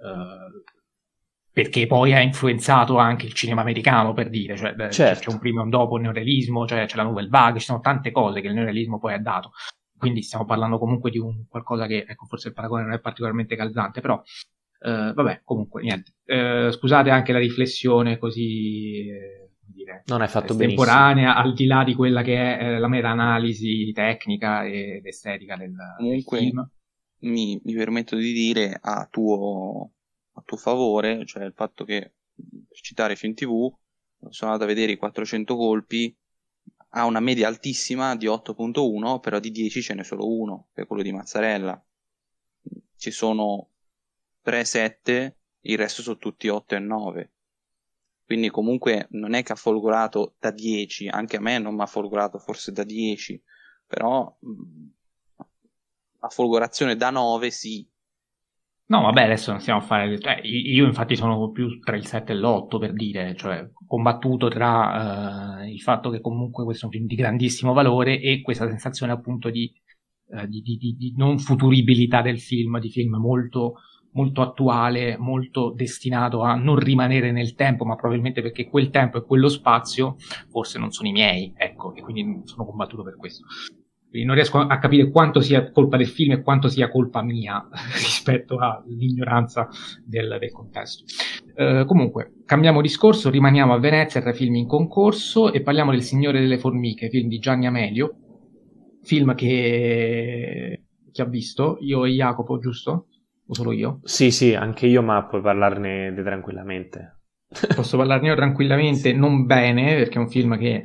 S1: perché poi ha influenzato anche il cinema americano, per dire, cioè certo. C'è un prima e un dopo il neorealismo, cioè c'è la Nouvelle Vague, ci sono tante cose che il neorealismo poi ha dato, quindi stiamo parlando comunque di un qualcosa che, ecco, forse il paragone non è particolarmente calzante, però vabbè, comunque niente, scusate anche la riflessione così dire,
S2: non hai fatto
S1: estemporanea,
S2: benissimo,
S1: al di là di quella che è la mera analisi tecnica ed estetica del film.
S3: Mi permetto di dire a tuo favore, cioè il fatto che per citare film TV, sono andato a vedere i 400 colpi, ha una media altissima di 8.1, però di 10 ce n'è solo uno, che è quello di Mazzarella. Ci sono 3-7, il resto sono tutti 8 e 9. Quindi comunque non è che ha folgorato da 10, anche a me non mi ha folgorato forse da 10, però la folgorazione da 9 sì.
S1: No, vabbè, adesso non stiamo a fare... io infatti sono più tra il 7 e l'8 per dire, cioè combattuto tra il fatto che comunque questo è un film di grandissimo valore e questa sensazione appunto di non futuribilità del film, di film molto, molto attuale, molto destinato a non rimanere nel tempo, ma probabilmente perché quel tempo e quello spazio forse non sono i miei, ecco, e quindi sono combattuto per questo. Quindi non riesco a capire quanto sia colpa del film e quanto sia colpa mia rispetto all'ignoranza del contesto. Comunque, cambiamo discorso, rimaniamo a Venezia tra i film in concorso e parliamo del Signore delle Formiche, film di Gianni Amelio, film che chi ha visto? Io e Jacopo, giusto? O solo io?
S2: Sì, anche io, ma puoi parlarne tranquillamente.
S1: Posso parlarne io tranquillamente, non bene, perché è un film che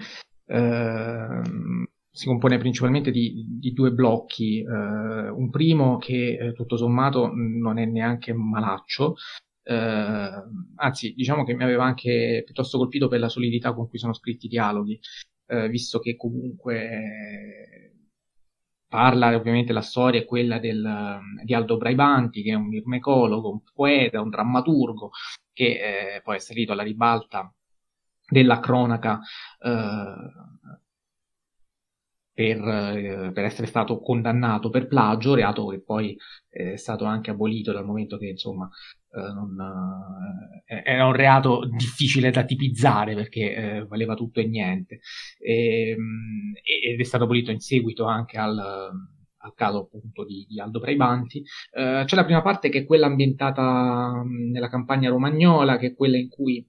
S1: si compone principalmente di due blocchi. Un primo che tutto sommato non è neanche malaccio, anzi diciamo che mi aveva anche piuttosto colpito per la solidità con cui sono scritti i dialoghi, visto che comunque parla, ovviamente la storia è quella di Aldo Braibanti, che è un mirmecologo, un poeta, un drammaturgo, che poi è salito alla ribalta della cronaca per essere stato condannato per plagio, reato che poi è stato anche abolito dal momento che insomma era un reato difficile da tipizzare perché valeva tutto e niente, ed è stato abolito in seguito anche al caso appunto di Aldo Braibanti. C'è la prima parte che è quella ambientata nella campagna romagnola, che è quella in cui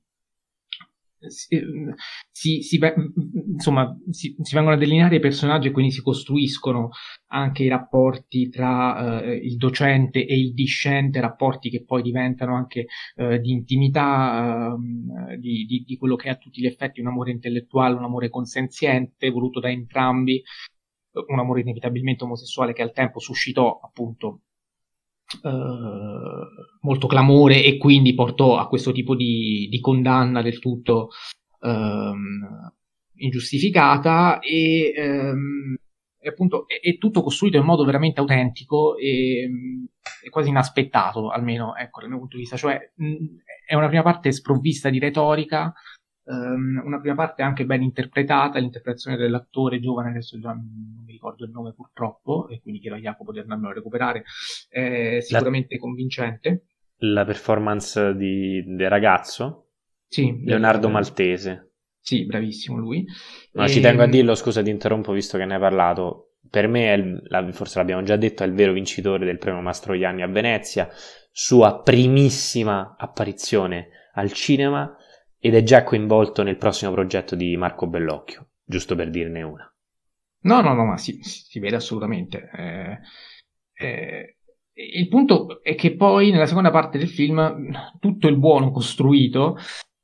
S1: insomma, si vengono a delineare i personaggi e quindi si costruiscono anche i rapporti tra il docente e il discente, rapporti che poi diventano anche di intimità, di quello che è a tutti gli effetti un amore intellettuale, un amore consenziente, voluto da entrambi, un amore inevitabilmente omosessuale che al tempo suscitò appunto molto clamore e quindi portò a questo tipo di condanna del tutto ingiustificata e appunto è tutto costruito in modo veramente autentico e quasi inaspettato, almeno ecco dal mio punto di vista, cioè è una prima parte sprovvista di retorica, una prima parte anche ben interpretata, l'interpretazione dell'attore giovane, adesso già non mi ricordo il nome purtroppo, e quindi chiedo a Jacopo di andarmelo a recuperare, è sicuramente convincente.
S2: La performance del ragazzo?
S1: Sì,
S2: Leonardo Maltese.
S1: Sì, bravissimo lui.
S2: Ma ci tengo a dirlo, scusa ti interrompo visto che ne hai parlato, per me forse l'abbiamo già detto, è il vero vincitore del premio Mastroianni a Venezia, sua primissima apparizione al cinema, ed è già coinvolto nel prossimo progetto di Marco Bellocchio, giusto per dirne una.
S1: No, ma si vede assolutamente. Il punto è che poi nella seconda parte del film tutto il buono costruito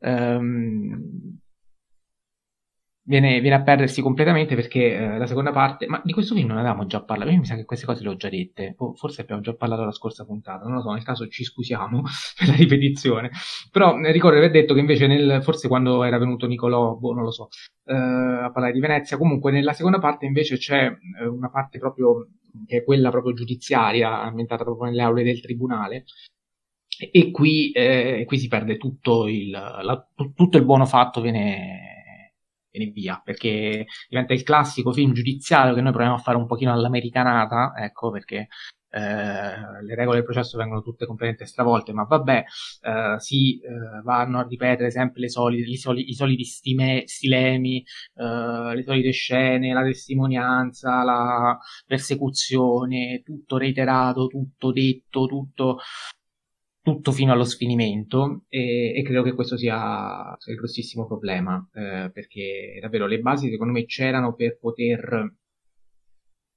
S1: viene a perdersi completamente perché la seconda parte, ma di questo film non avevamo già parlato, io mi sa che queste cose le ho già dette, forse abbiamo già parlato la scorsa puntata, non lo so, nel caso ci scusiamo per la ripetizione, però ricordo di aver detto che invece forse quando era venuto Nicolò, non lo so, a parlare di Venezia, comunque nella seconda parte invece c'è una parte proprio che è quella proprio giudiziaria, ambientata proprio nelle aule del tribunale, e qui si perde tutto tutto il buono fatto viene via, perché diventa il classico film giudiziario che noi proviamo a fare un pochino all'americanata, ecco, perché le regole del processo vengono tutte completamente stravolte, ma vabbè, vanno a ripetere sempre i soliti stilemi, le solite scene, la testimonianza, la persecuzione, tutto reiterato, tutto detto, tutto fino allo sfinimento, e credo che questo sia il grossissimo problema, perché davvero le basi secondo me c'erano per poter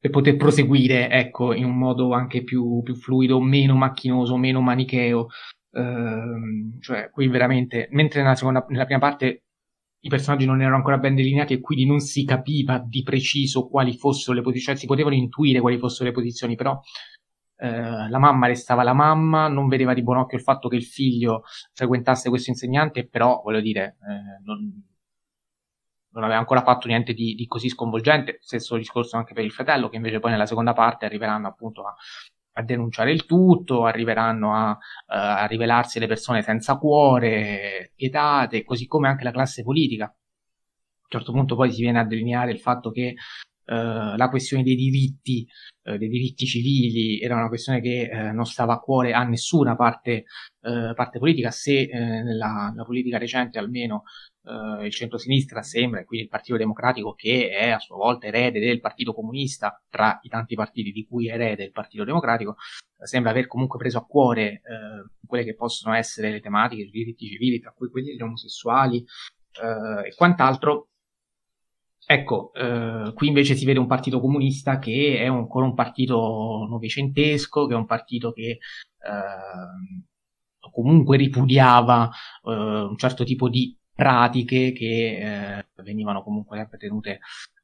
S1: proseguire, ecco, in un modo anche più fluido, meno macchinoso, meno manicheo, cioè qui veramente, mentre nella prima parte i personaggi non erano ancora ben delineati e quindi non si capiva di preciso quali fossero le posizioni, si potevano intuire quali fossero le posizioni, però la mamma restava la mamma, non vedeva di buon occhio il fatto che il figlio frequentasse questo insegnante, però voglio dire, non aveva ancora fatto niente di così sconvolgente. Stesso discorso anche per il fratello, che invece poi nella seconda parte arriveranno appunto a denunciare il tutto, arriveranno a rivelarsi le persone senza cuore, spietate, così come anche la classe politica. A un certo punto poi si viene a delineare il fatto che la questione dei diritti civili era una questione che non stava a cuore a nessuna parte politica, se nella politica recente almeno il centro-sinistra sembra, e quindi il Partito Democratico, che è a sua volta erede del Partito Comunista, tra i tanti partiti di cui è erede il Partito Democratico, sembra aver comunque preso a cuore quelle che possono essere le tematiche dei diritti civili, tra cui quelli degli omosessuali e quant'altro. Ecco, qui invece si vede un partito comunista che è ancora un partito novecentesco, che è un partito che comunque ripudiava un certo tipo di pratiche che venivano comunque sempre tenute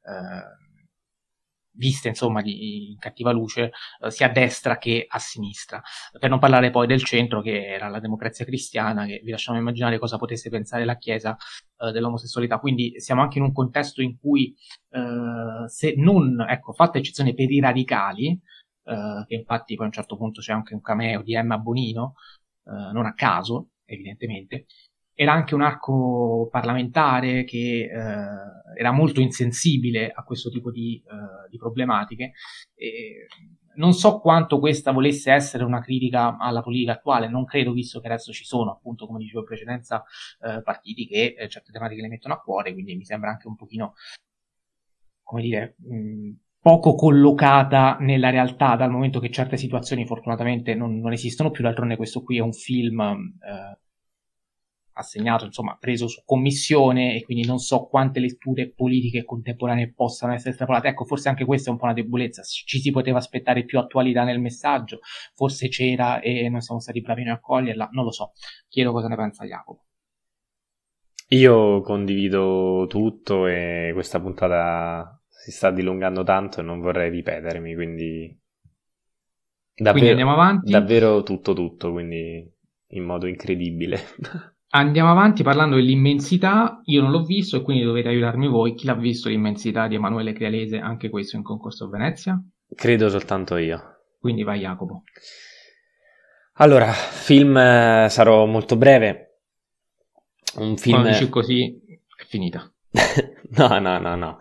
S1: viste insomma in cattiva luce sia a destra che a sinistra, per non parlare poi del centro, che era la Democrazia Cristiana, che vi lasciamo immaginare cosa potesse pensare la Chiesa dell'omosessualità. Quindi siamo anche in un contesto in cui se non, ecco, fatta eccezione per i radicali, che infatti poi a un certo punto c'è anche un cameo di Emma Bonino, non a caso evidentemente, era anche un arco parlamentare che era molto insensibile a questo tipo di problematiche. E non so quanto questa volesse essere una critica alla politica attuale, non credo, visto che adesso ci sono, appunto, come dicevo in precedenza, partiti che certe tematiche le mettono a cuore, quindi mi sembra anche un pochino, come dire, poco collocata nella realtà, dal momento che certe situazioni fortunatamente non esistono più. D'altronde questo qui è un film assegnato, insomma, preso su commissione, e quindi non so quante letture politiche contemporanee possano essere estrapolate. Ecco, forse anche questa è un po' una debolezza, ci si poteva aspettare più attualità nel messaggio, forse c'era e non siamo stati bravi noi a coglierla, non lo so. Chiedo cosa ne pensa Jacopo.
S2: Io condivido tutto e questa puntata si sta dilungando tanto e non vorrei ripetermi, quindi davvero,
S1: andiamo avanti.
S2: Davvero tutto, quindi in modo incredibile.
S1: Andiamo avanti parlando dell'immensità. Io non l'ho visto e quindi dovete aiutarmi voi. Chi l'ha visto, l'immensità di Emanuele Crealese, anche questo in concorso a Venezia?
S2: Credo soltanto io. Quindi
S1: vai Jacopo.
S2: Allora, film, sarò molto breve. Un film...
S1: Quando dici così è finita.
S2: No.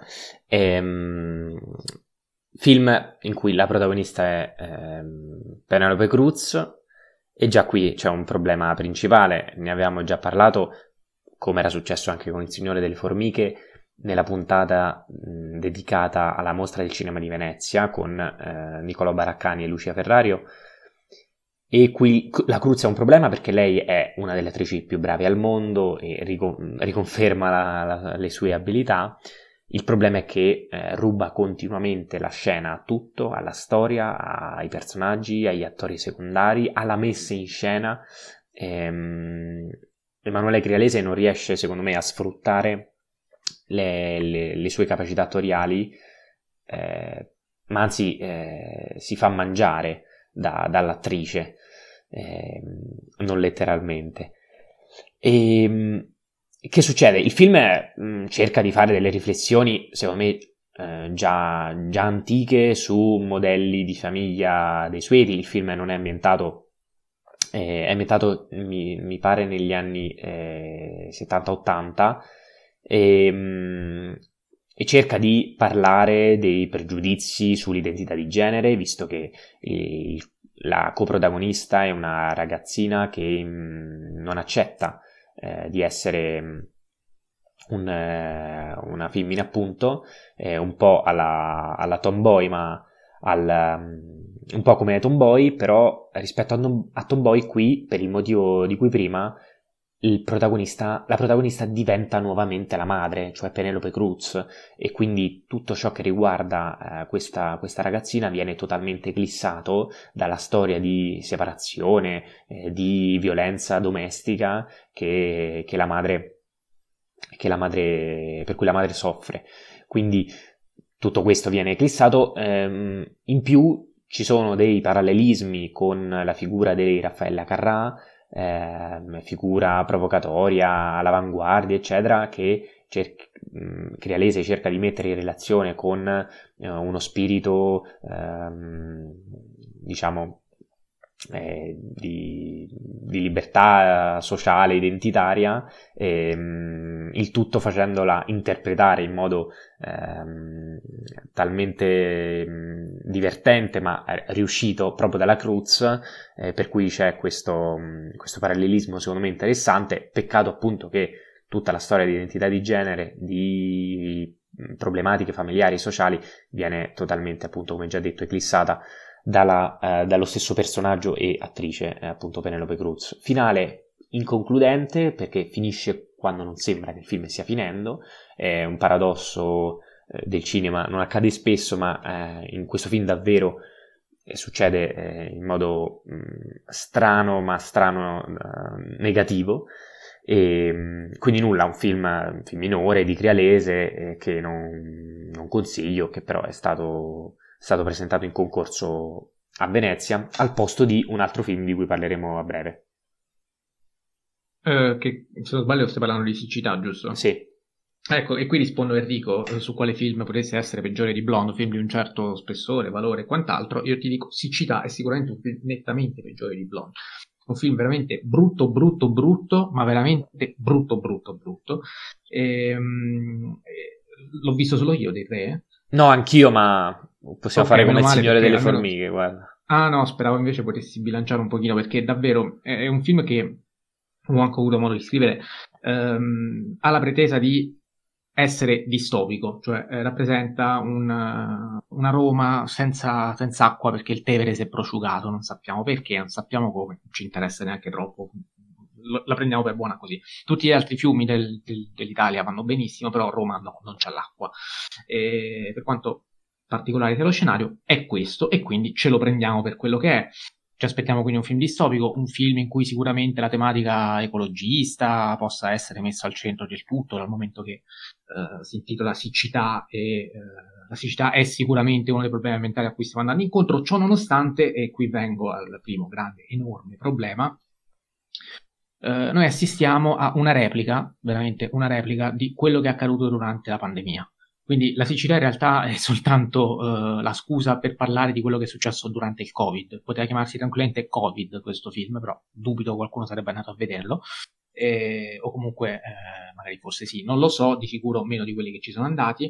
S2: Film in cui la protagonista è Penelope Cruz. E già qui c'è un problema principale, ne avevamo già parlato, come era successo anche con Il Signore delle Formiche, nella puntata dedicata alla Mostra del Cinema di Venezia con Nicolò Baraccani e Lucia Ferrario. E qui la Cruz è un problema perché lei è una delle attrici più brave al mondo e riconferma le sue abilità. Il problema è che ruba continuamente la scena a tutto, alla storia, ai personaggi, agli attori secondari, alla messa in scena. Emanuele Crealese non riesce, secondo me, a sfruttare le sue capacità attoriali, ma anzi si fa mangiare dall'attrice, non letteralmente. Che succede? Il film cerca di fare delle riflessioni, secondo me, già antiche su modelli di famiglia desueti. Il film non è ambientato, mi pare, negli anni 70-80 e cerca di parlare dei pregiudizi sull'identità di genere, visto che la coprotagonista è una ragazzina che non accetta di essere una femmina, appunto, un po' alla tomboy, ma un po' come Tomboy, però rispetto a Tomboy qui, per il motivo di cui prima, la protagonista diventa nuovamente la madre, cioè Penelope Cruz, e quindi tutto ciò che riguarda questa ragazzina viene totalmente eclissato dalla storia di separazione, di violenza domestica per cui la madre soffre. Quindi tutto questo viene eclissato, in più ci sono dei parallelismi con la figura di Raffaella Carrà, figura provocatoria, all'avanguardia, eccetera, che Crialese cerca di mettere in relazione con uno spirito, diciamo, di libertà sociale, identitaria, il tutto facendola interpretare in modo talmente divertente ma riuscito proprio dalla Cruz, per cui c'è questo parallelismo secondo me interessante. Peccato appunto che tutta la storia di identità di genere, di problematiche familiari e sociali viene totalmente, appunto, come già detto, eclissata dallo stesso personaggio e attrice, appunto Penelope Cruz. Finale inconcludente, perché finisce quando non sembra che il film stia finendo. È un paradosso del cinema, non accade spesso, ma in questo film davvero succede in modo strano, ma strano negativo. E quindi nulla, un film minore di Crialese, che non consiglio, che però è stato presentato in concorso a Venezia al posto di un altro film di cui parleremo a breve.
S1: Che se non sbaglio stai parlando di siccità, giusto?
S2: Sì.
S1: Ecco, e qui rispondo a Enrico su quale film potesse essere peggiore di Blonde, un film di un certo spessore, valore e quant'altro. Io ti dico, Siccità è sicuramente un film nettamente peggiore di Blonde. Un film veramente brutto, ma veramente brutto. L'ho visto solo io dei tre.
S2: No, anch'io, ma possiamo fare come il Signore delle
S1: almeno...
S2: Formiche, guarda.
S1: Ah no, speravo invece potessi bilanciare un pochino, perché davvero è un film che ho anche avuto modo di scrivere, ha la pretesa di essere distopico, cioè rappresenta una Roma senza acqua, perché il Tevere si è prosciugato, non sappiamo perché, non sappiamo come, non ci interessa neanche troppo, la prendiamo per buona così. Tutti gli altri fiumi dell'Italia vanno benissimo, però Roma no, non c'ha l'acqua. E per quanto particolare sia lo scenario, è questo, e quindi ce lo prendiamo per quello che è. Ci aspettiamo quindi un film distopico, un film in cui sicuramente la tematica ecologista possa essere messa al centro del tutto, dal momento che si intitola Siccità, e la siccità è sicuramente uno dei problemi ambientali a cui stiamo andando incontro. Ciò nonostante, e qui vengo al primo grande, enorme problema, noi assistiamo a una replica, veramente una replica, di quello che è accaduto durante la pandemia. Quindi la siccità in realtà è soltanto la scusa per parlare di quello che è successo durante il Covid. Poteva chiamarsi tranquillamente Covid questo film, però dubito qualcuno sarebbe andato a vederlo. O comunque magari forse sì, non lo so, di sicuro meno di quelli che ci sono andati.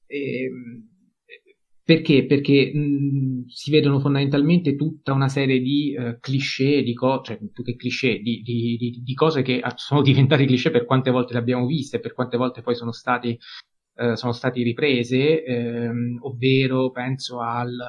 S1: Perché? Perché si vedono fondamentalmente tutta una serie di cliché, cioè più che cliché, di cose che sono diventate cliché per quante volte le abbiamo viste, per quante volte poi sono stati riprese, ovvero penso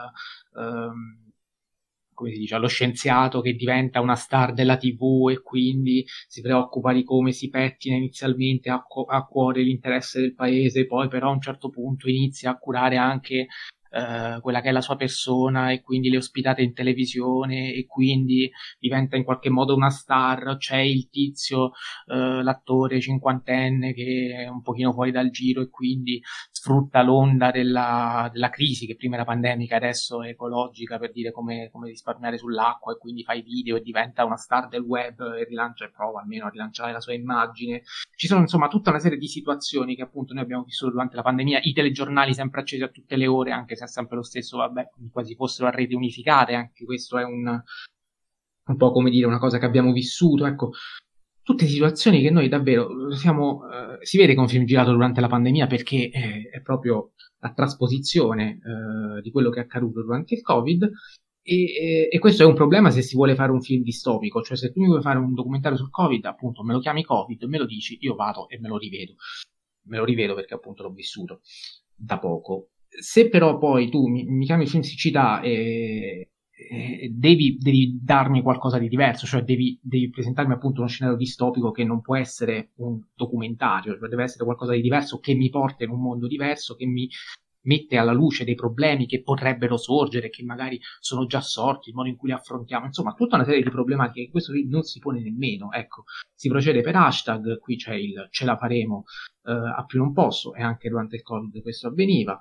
S1: come si dice, allo scienziato che diventa una star della TV e quindi si preoccupa di come si pettina inizialmente a cuore l'interesse del paese, poi però a un certo punto inizia a curare anche quella che è la sua persona, e quindi le ospitate in televisione, e quindi diventa in qualche modo una star. C'è il tizio, l'attore cinquantenne che è un pochino fuori dal giro e quindi sfrutta l'onda della crisi, che prima era pandemica e adesso è ecologica, per dire come risparmiare sull'acqua, e quindi fa i video e diventa una star del web e rilancia, e prova almeno a rilanciare la sua immagine. Ci sono insomma tutta una serie di situazioni che appunto noi abbiamo vissuto durante la pandemia, i telegiornali sempre accesi a tutte le ore, anche se è sempre lo stesso, vabbè, quasi fossero a reti unificate, anche questo è un po' come dire una cosa che abbiamo vissuto, ecco, tutte situazioni che noi davvero siamo, si vede che è un film girato durante la pandemia, perché è proprio la trasposizione di quello che è accaduto durante il Covid. E questo è un problema se si vuole fare un film distopico, cioè se tu mi vuoi fare un documentario sul Covid, appunto me lo chiami Covid, me lo dici, io vado e me lo rivedo perché appunto l'ho vissuto da poco. Se però poi tu mi chiami film siccità e devi darmi qualcosa di diverso, cioè devi presentarmi appunto uno scenario distopico che non può essere un documentario, cioè deve essere qualcosa di diverso che mi porta in un mondo diverso, che mi mette alla luce dei problemi che potrebbero sorgere, che magari sono già sorti, il modo in cui li affrontiamo, insomma tutta una serie di problematiche che questo film non si pone nemmeno. Ecco, si procede per hashtag, qui c'è il ce la faremo a più non posso, e anche durante il Covid questo avveniva.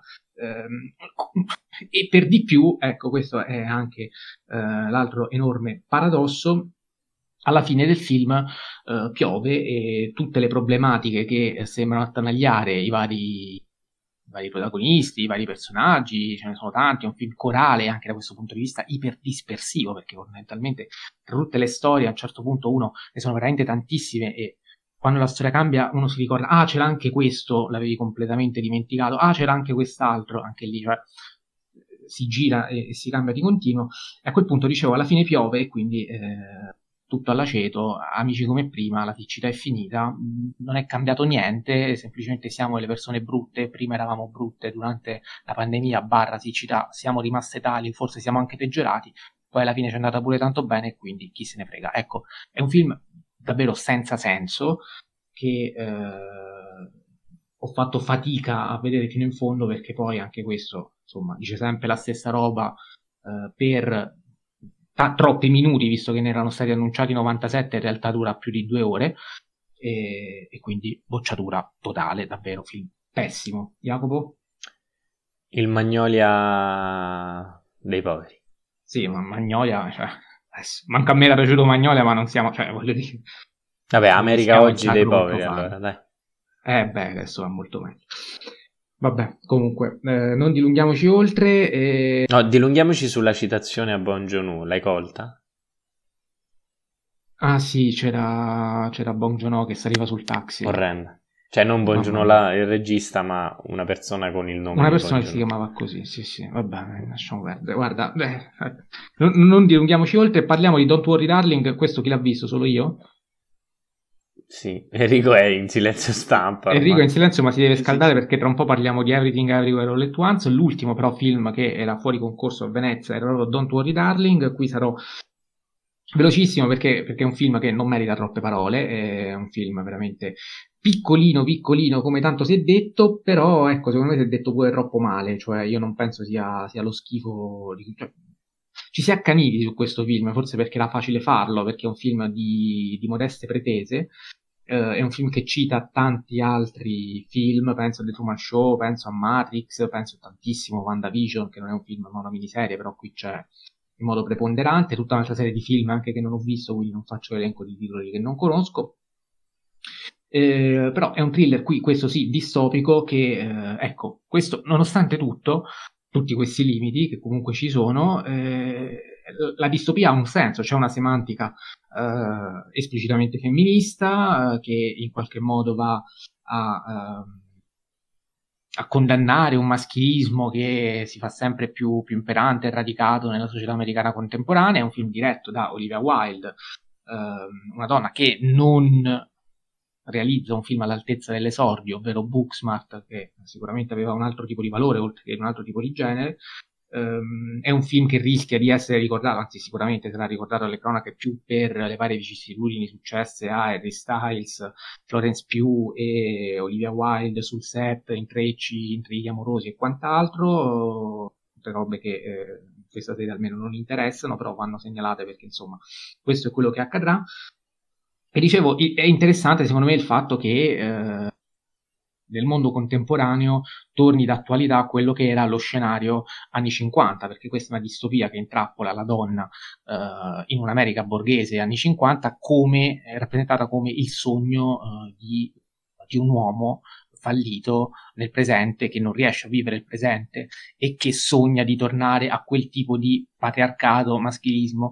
S1: E per di più, ecco, questo è anche l'altro enorme paradosso, alla fine del film piove e tutte le problematiche che sembrano attanagliare i vari protagonisti, i vari personaggi, ce ne sono tanti, è un film corale anche da questo punto di vista, iperdispersivo, perché fondamentalmente tra tutte le storie a un certo punto ne sono veramente tantissime, e quando la storia cambia uno si ricorda, c'era anche questo, l'avevi completamente dimenticato, c'era anche quest'altro, anche lì, cioè si gira e si cambia di continuo, e a quel punto dicevo alla fine piove e quindi tutto all'aceto, amici come prima, la siccità è finita, non è cambiato niente, semplicemente siamo le persone brutte, prima eravamo brutte durante la pandemia / siccità, siamo rimaste tali, forse siamo anche peggiorati, poi alla fine ci è andata pure tanto bene e quindi chi se ne frega. Ecco, è un film davvero senza senso che ho fatto fatica a vedere fino in fondo, perché poi anche questo, insomma, dice sempre la stessa roba per troppi minuti, visto che ne erano stati annunciati 97, in realtà dura più di 2 ore, e quindi bocciatura totale, davvero film pessimo. Jacopo?
S2: Il Magnolia dei poveri.
S1: Sì, ma Magnolia, cioè, manca a me era piaciuto Magnolia, ma non siamo, cioè, voglio dire,
S2: vabbè, America oggi dei poveri, allora, dai.
S1: Adesso va molto meglio. Vabbè, comunque, non dilunghiamoci oltre.
S2: No, dilunghiamoci sulla citazione a Bong Joon-ho, l'hai colta?
S1: Ah sì, c'era Bong Joon-ho che saliva sul taxi.
S2: Orrenda. Cioè non Bong Joon-ho il regista, ma una persona con il nome
S1: una
S2: di
S1: persona
S2: Bong
S1: che si
S2: Joon-ho.
S1: chiamava così, sì, vabbè, lasciamo perdere. Guarda, non dilunghiamoci oltre, parliamo di Don't Worry Darling. Questo chi l'ha visto? Solo io?
S2: Sì, Enrico è in silenzio stampa.
S1: Enrico è in silenzio, ma si deve scaldare perché tra un po' parliamo di Everything Everywhere All at Once. L'ultimo però film che era fuori concorso a Venezia era proprio Don't Worry Darling. Qui sarò velocissimo perché è un film che non merita troppe parole, è un film veramente piccolino come tanto si è detto, però ecco, secondo me si è detto pure troppo male, cioè io non penso sia lo schifo cioè, ci si è accaniti su questo film, forse perché era facile farlo, perché è un film di modeste pretese. È un film che cita tanti altri film, penso a The Truman Show, penso a Matrix, penso tantissimo a WandaVision, che non è un film ma una miniserie, però qui c'è in modo preponderante, tutta un'altra serie di film anche che non ho visto, quindi non faccio l'elenco di titoli che non conosco. Però è un thriller qui, questo sì, distopico, che ecco, questo nonostante tutto, tutti questi limiti che comunque ci sono, la distopia ha un senso, c'è una semantica esplicitamente femminista che in qualche modo va a condannare un maschilismo che si fa sempre più imperante e radicato nella società americana contemporanea. È un film diretto da Olivia Wilde, una donna che non realizza un film all'altezza dell'esordio, ovvero Booksmart, che sicuramente aveva un altro tipo di valore oltre che un altro tipo di genere. È un film che rischia di essere ricordato, anzi sicuramente sarà ricordato alle cronache più per le varie vicissitudini successe a Harry Styles, Florence Pugh e Olivia Wilde sul set, intrecci, intrighi amorosi e quant'altro, tutte robe che questa serie almeno non interessano, però vanno segnalate perché insomma questo è quello che accadrà. E dicevo, è interessante secondo me il fatto che nel mondo contemporaneo torni d'attualità quello che era lo scenario anni 50, perché questa è una distopia che intrappola la donna in un'America borghese anni 50 come rappresentata come il sogno di un uomo fallito nel presente, che non riesce a vivere il presente e che sogna di tornare a quel tipo di patriarcato, maschilismo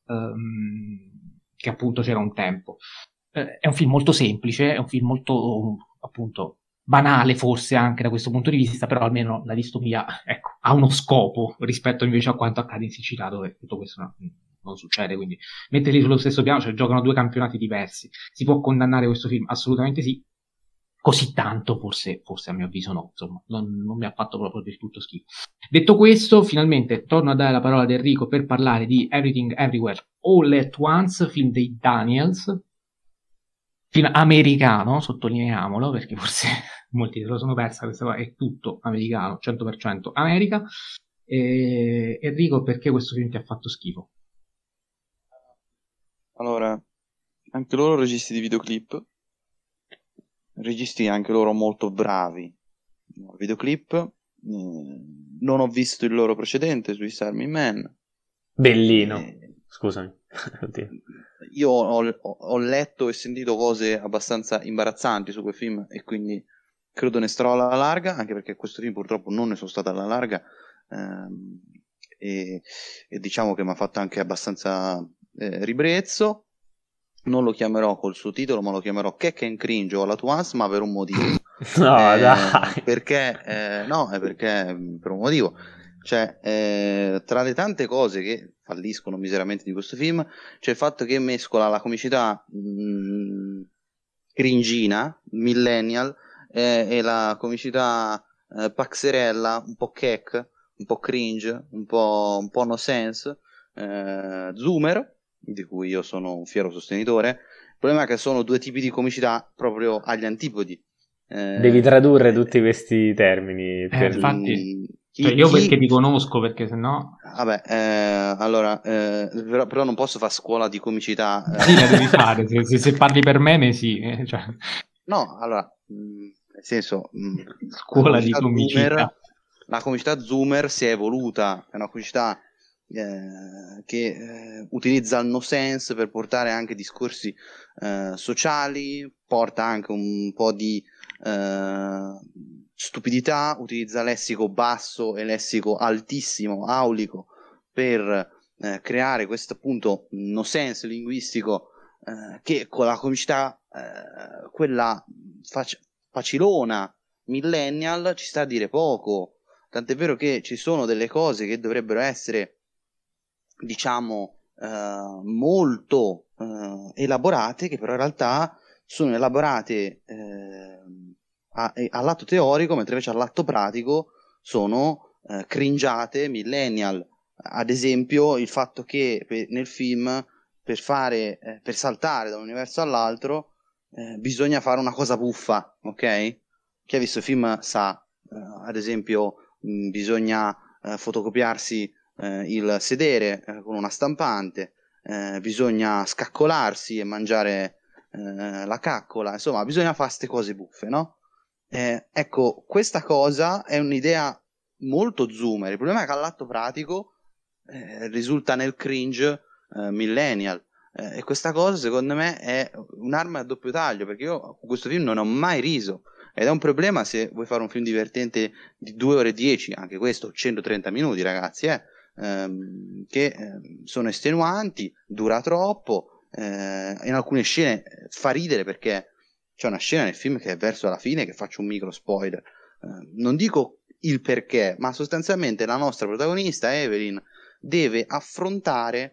S1: che appunto c'era un tempo. È un film molto semplice, è un film molto appunto banale forse anche da questo punto di vista, però almeno la distopia, ecco, ha uno scopo rispetto invece a quanto accade in Sicilia, dove tutto questo non succede, quindi metterli sullo stesso piano, cioè giocano 2 campionati diversi. Si può condannare questo film? Assolutamente sì, così tanto, forse a mio avviso no, insomma, non mi ha fatto proprio del tutto schifo. Detto questo, finalmente torno a dare la parola ad Enrico per parlare di Everything Everywhere All at Once, film dei Daniels, film americano, sottolineiamolo, perché forse molti se lo sono persa, questa qua è tutto americano, 100% America. Enrico, perché questo film ti ha fatto schifo?
S3: Allora, anche loro registi di videoclip, registi anche loro molto bravi. Videoclip, non ho visto il loro precedente, Swiss Army Man.
S2: Bellino, scusami.
S3: Io ho letto e sentito cose abbastanza imbarazzanti su quel film e quindi credo ne starò alla larga, anche perché questo film purtroppo non ne sono stato alla larga, e diciamo che mi ha fatto anche abbastanza ribrezzo. Non lo chiamerò col suo titolo, ma lo chiamerò Keck and Cringe All at Once, ma per un motivo.
S2: No, dai.
S3: Perché no, è perché per un motivo. Cioè, tra le tante cose che falliscono miseramente di questo film, c'è il fatto che mescola la comicità cringina, millennial, e la comicità paxerella, un po' keck, un po' cringe, un po' no sense, zoomer, di cui io sono un fiero sostenitore. Il problema è che sono due tipi di comicità proprio agli antipodi.
S2: Devi tradurre tutti questi termini per
S1: Infatti, cioè io perché ti conosco, perché sennò...
S3: Vabbè, allora, però non posso fare scuola di comicità.
S1: Sì, la devi fare, se parli per me sì. Cioè.
S3: No, allora, nel senso,
S1: scuola di comicità.
S3: La comicità zoomer si è evoluta, è una comicità che utilizza il no sense per portare anche discorsi sociali, porta anche un po' di stupidità, utilizza lessico basso e lessico altissimo, aulico, per creare questo appunto no sense linguistico che con la comicità quella facilona millennial ci sta a dire poco. Tant'è vero che ci sono delle cose che dovrebbero essere, diciamo, molto elaborate, che però in realtà sono elaborate all'atto teorico, mentre invece all'atto pratico sono cringiate millennial. Ad esempio, il fatto che nel film per saltare da un universo all'altro bisogna fare una cosa buffa, ok? Chi ha visto il film sa, ad esempio, bisogna fotocopiarsi il sedere con una stampante, bisogna scaccolarsi e mangiare la caccola, insomma, bisogna fare queste cose buffe, no? Ecco, questa cosa è un'idea molto zoomer. Il problema è che all'atto pratico risulta nel cringe millennial. E questa cosa, secondo me, è un'arma a doppio taglio, perché io con questo film non ho mai riso. Ed è un problema se vuoi fare un film divertente di 2 ore e 10, anche questo 130 minuti, ragazzi, che sono estenuanti, dura troppo, in alcune scene fa ridere perché c'è una scena nel film che è verso la fine, che faccio un micro spoiler, non dico il perché, ma sostanzialmente la nostra protagonista Evelyn deve affrontare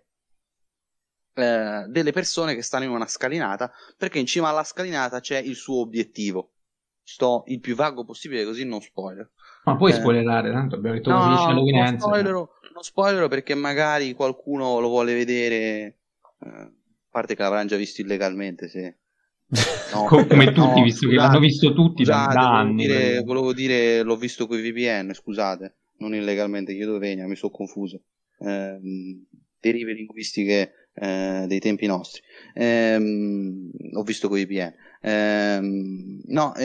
S3: delle persone che stanno in una scalinata, perché in cima alla scalinata c'è il suo obiettivo. Sto il più vago possibile, così non spoiler.
S1: Ma puoi spoilerare, tanto abbiamo detto come finisce Halloween Ends.
S3: Non spoilerò perché magari qualcuno lo vuole vedere, a parte che l'avranno già visto illegalmente, se...
S1: No, come tutti, visto che l'hanno visto tutti da anni.
S3: Volevo dire, l'ho visto con i VPN, scusate, non illegalmente, chiedo venia, mi sono confuso. Derive linguistiche dei tempi nostri. Ho visto con i VPN.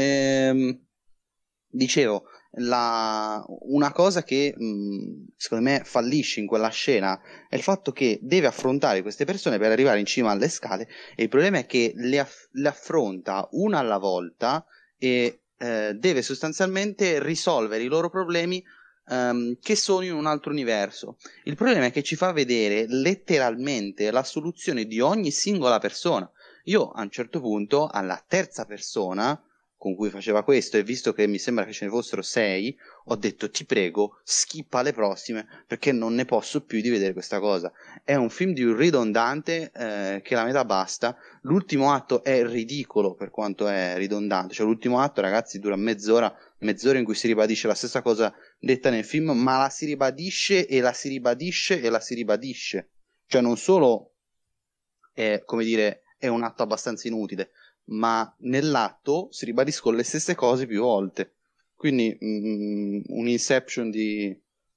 S3: Dicevo, una cosa che secondo me fallisce in quella scena è il fatto che deve affrontare queste persone per arrivare in cima alle scale, e il problema è che le affronta una alla volta e deve sostanzialmente risolvere i loro problemi che sono in un altro universo. Il problema è che ci fa vedere letteralmente la soluzione di ogni singola persona. Io a un certo punto, alla terza persona, con cui faceva questo, e visto che mi sembra che ce ne fossero 6, ho detto ti prego skippa alle prossime perché non ne posso più di vedere questa cosa. È un film di un ridondante che la metà basta. L'ultimo atto è ridicolo per quanto è ridondante, cioè l'ultimo atto, ragazzi, dura mezz'ora in cui si ribadisce la stessa cosa detta nel film, ma la si ribadisce e la si ribadisce e la si ribadisce, cioè non solo è, come dire, è un atto abbastanza inutile, ma nell'atto si ribadiscono le stesse cose più volte, quindi un inception di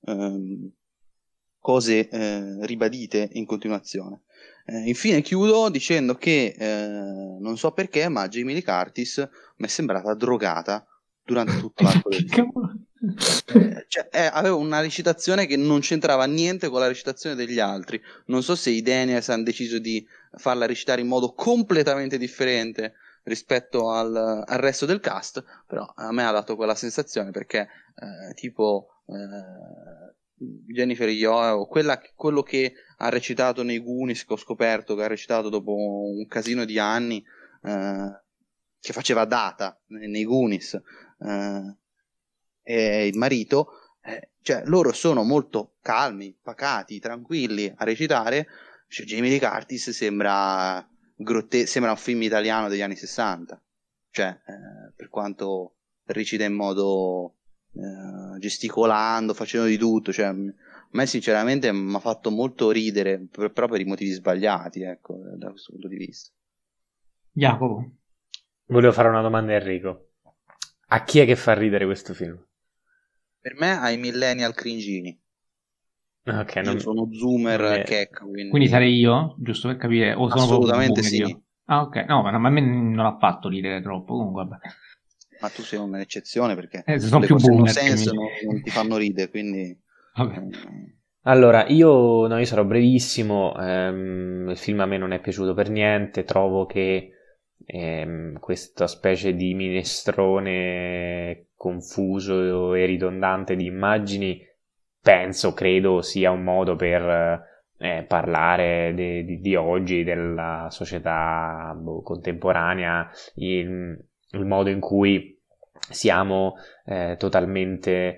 S3: cose ribadite in continuazione. Infine chiudo dicendo che non so perché, ma Jamie Lee Curtis mi è sembrata drogata durante tutto l'arco del film. Aveva una recitazione che non c'entrava niente con la recitazione degli altri. Non so se i Daniels hanno deciso di farla recitare in modo completamente differente rispetto al resto del cast, però a me ha dato quella sensazione, perché Jennifer Yeoh, quello che ha recitato nei Goonies, che ho scoperto che ha recitato dopo un casino di anni, che faceva Data nei Goonies, e il marito, cioè loro sono molto calmi, pacati, tranquilli a recitare. Cioè, Jamie Lee Curtis sembra un film italiano degli anni 60, cioè per quanto recita in modo gesticolando, facendo di tutto, cioè a me sinceramente mi ha fatto molto ridere, però per i motivi sbagliati, ecco, da questo punto di vista.
S1: Jacopo,
S2: volevo fare una domanda a Enrico: a chi è che fa ridere questo film?
S3: Per me ai millennial cringini.
S2: Okay,
S3: io sono zoomer kek,
S1: quindi sarei io, giusto per capire, o sono
S3: assolutamente sì.
S1: Io? Ah, ok, no, ma a me non ha fatto ridere troppo, comunque vabbè.
S3: Ma tu sei un'eccezione, perché
S1: sono
S3: le
S1: più
S3: cose hanno
S1: boomer
S3: senso, non ti fanno ridere, quindi
S1: vabbè.
S2: Allora, io sarò brevissimo. Il film a me non è piaciuto per niente. Trovo che questa specie di minestrone confuso e ridondante di immagini, credo sia un modo per parlare di oggi, della società contemporanea, il modo in cui siamo totalmente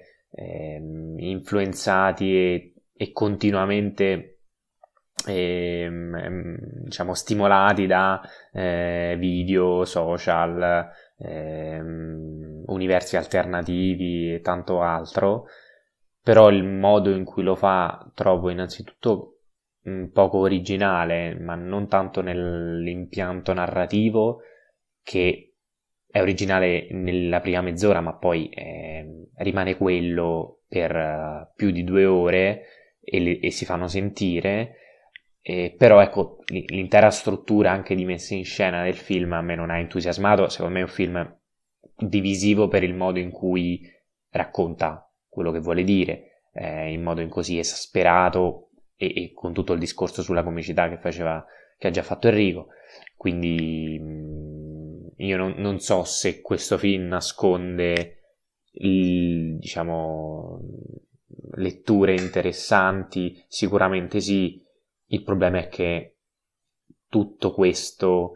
S2: influenzati e continuamente diciamo stimolati da video, social, universi alternativi e tanto altro. Però il modo in cui lo fa trovo innanzitutto poco originale, ma non tanto nell'impianto narrativo, che è originale nella prima mezz'ora, ma poi rimane quello per più di 2 ore e si fanno sentire. Però ecco, l'intera struttura anche di messa in scena del film a me non ha entusiasmato. Secondo me è un film divisivo per il modo in cui racconta quello che vuole dire, in modo in così esasperato e con tutto il discorso sulla comicità che ha già fatto Enrico. Quindi io non so se questo film nasconde diciamo letture interessanti. Sicuramente sì. Il problema è che tutto questo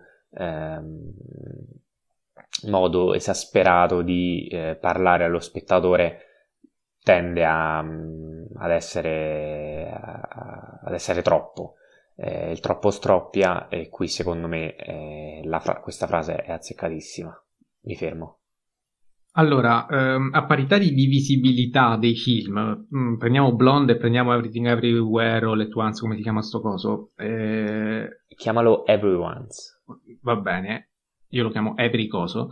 S2: modo esasperato di parlare allo spettatore tende ad essere troppo. Il troppo stroppia, e qui secondo me questa frase è azzeccatissima. Mi fermo.
S1: Allora, a parità di divisibilità dei film, prendiamo Blonde e prendiamo Everything Everywhere All at Once, come si chiama sto coso?
S2: Chiamalo Everyone's.
S1: Va bene, io lo chiamo Every coso.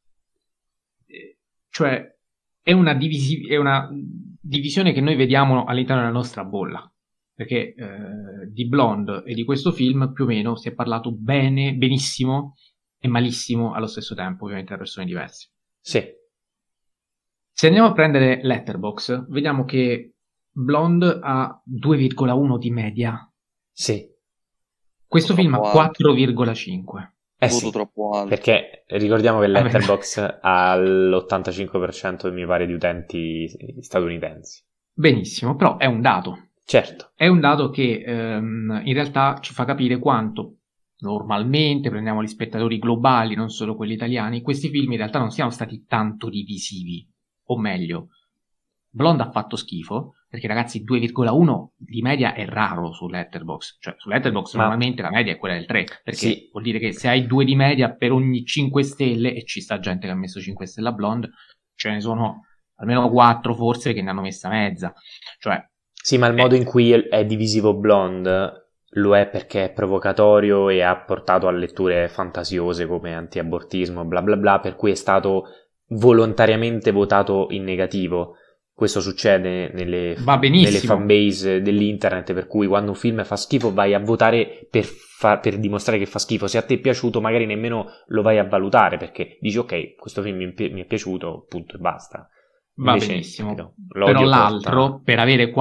S1: Cioè, è una divisione che noi vediamo all'interno della nostra bolla. Perché di Blonde e di questo film più o meno si è parlato bene, benissimo e malissimo allo stesso tempo, ovviamente da persone diverse.
S2: Sì.
S1: Se andiamo a prendere Letterboxd, vediamo che Blonde ha 2,1 di media.
S2: Sì.
S1: Questo film ha 4,5.
S2: Sì,
S3: troppo alto.
S2: Perché ricordiamo che Letterboxd ha l'85% mi pare di utenti statunitensi.
S1: Benissimo, però è un dato.
S2: Certo.
S1: È un dato che in realtà ci fa capire quanto normalmente, prendiamo gli spettatori globali, non solo quelli italiani, questi film in realtà non siano stati tanto divisivi, o meglio, Blonde ha fatto schifo, perché ragazzi 2,1 di media è raro su Letterboxd, cioè su Letterboxd normalmente la media è quella del 3, perché
S2: sì,
S1: vuol dire che se hai 2 di media per ogni 5 stelle, e ci sta gente che ha messo 5 stelle a Blonde, ce ne sono almeno 4 forse che ne hanno messa mezza, cioè...
S2: Sì, ma il modo in cui è divisivo Blonde lo è perché è provocatorio e ha portato a letture fantasiose come anti-abortismo, bla bla bla, per cui è stato volontariamente votato in negativo. Questo succede nelle fanbase dell'internet, per cui quando un film fa schifo vai a votare per dimostrare che fa schifo. Se a te è piaciuto magari nemmeno lo vai a valutare, perché dici ok, questo film mi è piaciuto, punto e basta.
S1: Va
S2: Invece,
S1: benissimo,
S2: capito,
S1: però l'altro, per avere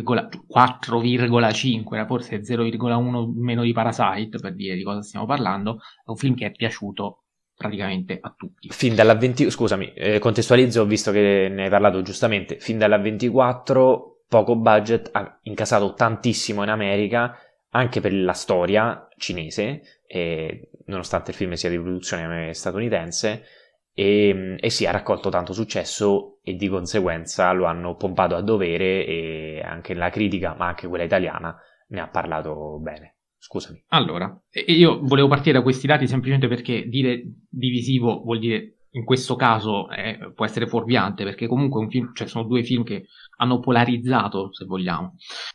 S1: 4,5, forse 0,1 meno di Parasite, per dire di cosa stiamo parlando, è un film che è piaciuto praticamente a tutti.
S2: Fin dalla 20, scusami, contestualizzo, visto che ne hai parlato giustamente, fin dalla 24, poco budget, ha incasato tantissimo in America, anche per la storia cinese, nonostante il film sia di produzione statunitense, e sì, ha raccolto tanto successo e di conseguenza lo hanno pompato a dovere, e anche la critica, ma anche quella italiana, ne ha parlato bene. Scusami.
S1: Allora, io volevo partire da questi dati semplicemente perché dire divisivo vuol dire, in questo caso, può essere fuorviante, perché comunque un film, cioè sono due film che hanno polarizzato, se vogliamo,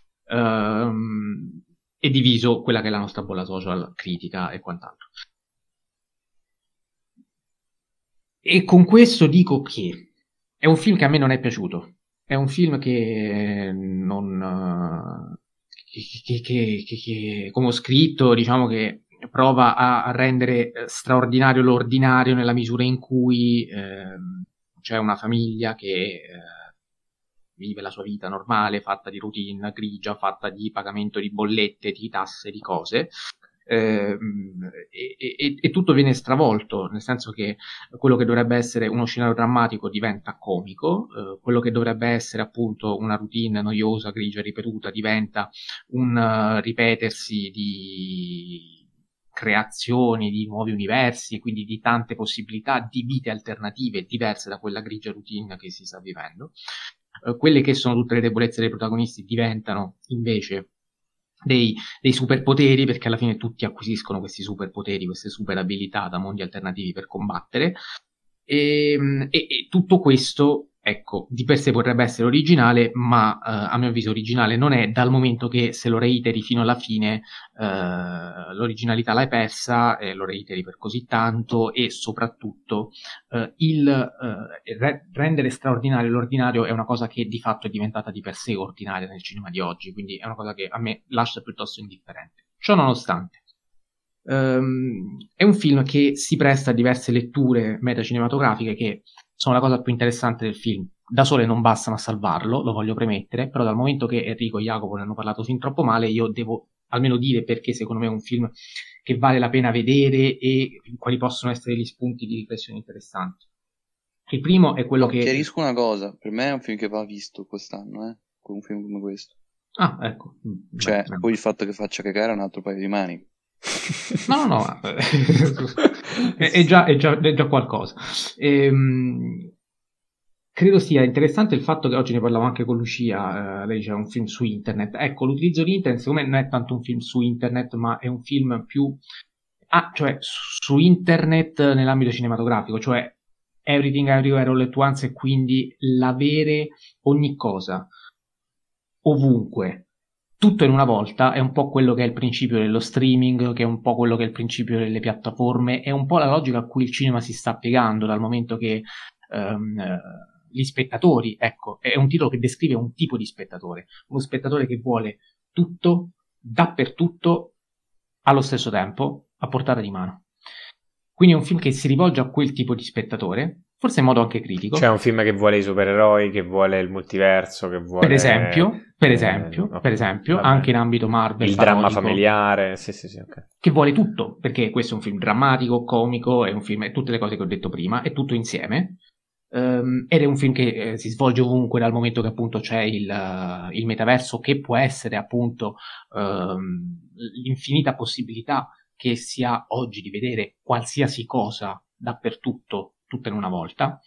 S1: e diviso quella che è la nostra bolla social, critica e quant'altro. E con questo dico che è un film che a me non è piaciuto, è un film che non... Che, come ho scritto, diciamo che prova a rendere straordinario l'ordinario nella misura in cui c'è una famiglia che vive la sua vita normale, fatta di routine grigia, fatta di pagamento di bollette, di tasse, di cose, e tutto viene stravolto, nel senso che quello che dovrebbe essere uno scenario drammatico diventa comico, quello che dovrebbe essere appunto una routine noiosa, grigia, ripetuta, diventa un ripetersi di creazioni di nuovi universi, quindi di tante possibilità di vite alternative diverse da quella grigia routine che si sta vivendo. Quelle che sono tutte le debolezze dei protagonisti diventano invece dei superpoteri, perché alla fine tutti acquisiscono questi superpoteri, queste super abilità da mondi alternativi per combattere, e tutto questo, ecco, di per sé potrebbe essere originale, ma a mio avviso originale non è, dal momento che se lo reiteri fino alla fine l'originalità l'hai persa, lo reiteri per così tanto, e soprattutto rendere straordinario l'ordinario è una cosa che di fatto è diventata di per sé ordinaria nel cinema di oggi, quindi è una cosa che a me lascia piuttosto indifferente. Ciò nonostante, è un film che si presta a diverse letture metacinematografiche che sono la cosa più interessante del film. Da sole non bastano a salvarlo, lo voglio premettere, però dal momento che Enrico e Jacopo ne hanno parlato fin troppo male, io devo almeno dire perché secondo me è un film che vale la pena vedere e quali possono essere gli spunti di riflessione interessanti. Il primo è quello che...
S3: Chiarisco una cosa, per me è un film che va visto quest'anno, un film come questo.
S1: Ah, ecco.
S3: Cioè, poi il fatto che faccia cagare è un altro paio di mani.
S1: No, è già qualcosa. Credo sia interessante il fatto che oggi ne parlavo anche con Lucia, lei diceva un film su internet. Ecco, l'utilizzo di internet secondo me non è tanto un film su internet, ma è un film più... cioè su internet nell'ambito cinematografico, cioè Everything Everywhere All at Once, e quindi l'avere ogni cosa, ovunque, tutto in una volta, è un po' quello che è il principio dello streaming, che è un po' quello che è il principio delle piattaforme, è un po' la logica a cui il cinema si sta piegando, dal momento che gli spettatori, ecco, è un titolo che descrive un tipo di spettatore, uno spettatore che vuole tutto, dappertutto, allo stesso tempo, a portata di mano. Quindi è un film che si rivolge a quel tipo di spettatore, forse in modo anche critico.
S2: C'è un film che vuole i supereroi, che vuole il multiverso, che vuole...
S1: Per esempio, anche in ambito Marvel.
S2: Il dramma familiare, sì, okay.
S1: Che vuole tutto, perché questo è un film drammatico, comico, è un film, è tutte le cose che ho detto prima, è tutto insieme. Ed è un film che si svolge ovunque, dal momento che appunto c'è il metaverso, che può essere appunto l'infinita possibilità che si ha oggi di vedere qualsiasi cosa dappertutto, tutta in una volta.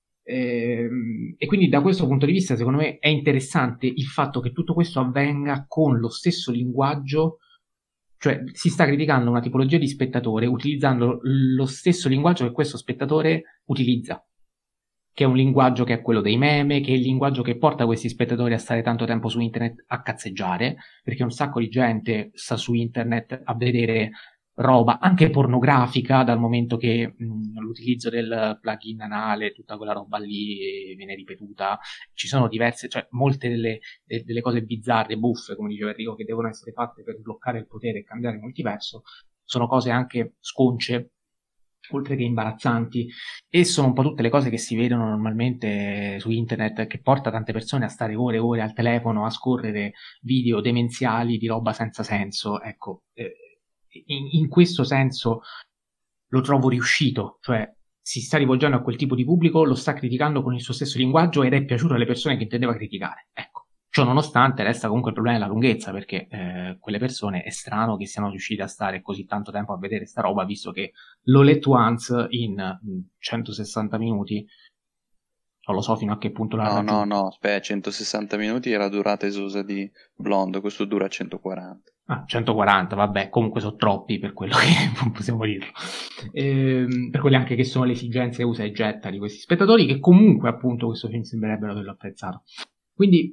S1: E quindi da questo punto di vista, secondo me, è interessante il fatto che tutto questo avvenga con lo stesso linguaggio, cioè si sta criticando una tipologia di spettatore utilizzando lo stesso linguaggio che questo spettatore utilizza, che è un linguaggio che è quello dei meme, che è il linguaggio che porta questi spettatori a stare tanto tempo su internet a cazzeggiare, perché un sacco di gente sta su internet a vedere roba anche pornografica, dal momento che l'utilizzo del plugin anale, tutta quella roba lì viene ripetuta. Ci sono diverse, cioè molte delle cose bizzarre, buffe, come diceva Enrico, che devono essere fatte per bloccare il potere e cambiare il multiverso, sono cose anche sconce, oltre che imbarazzanti, e sono un po' tutte le cose che si vedono normalmente su internet, che porta tante persone a stare ore e ore al telefono a scorrere video demenziali di roba senza senso. Ecco, in questo senso lo trovo riuscito, cioè si sta rivolgendo a quel tipo di pubblico, lo sta criticando con il suo stesso linguaggio ed è piaciuto alle persone che intendeva criticare. Ecco. Ciò nonostante resta comunque il problema della lunghezza, perché quelle persone è strano che siano riuscite a stare così tanto tempo a vedere sta roba, visto che l'ho letto once in 160 minuti, non lo so fino a che punto l'ha raggiunto.
S3: No, aspetta, 160 minuti era durata esosa di Blonde, questo dura 140.
S1: 140, vabbè, comunque sono troppi per quello che possiamo dirlo. Per quelle anche che sono le esigenze usa e getta di questi spettatori, che comunque appunto questo film sembrerebbero averlo apprezzato. Quindi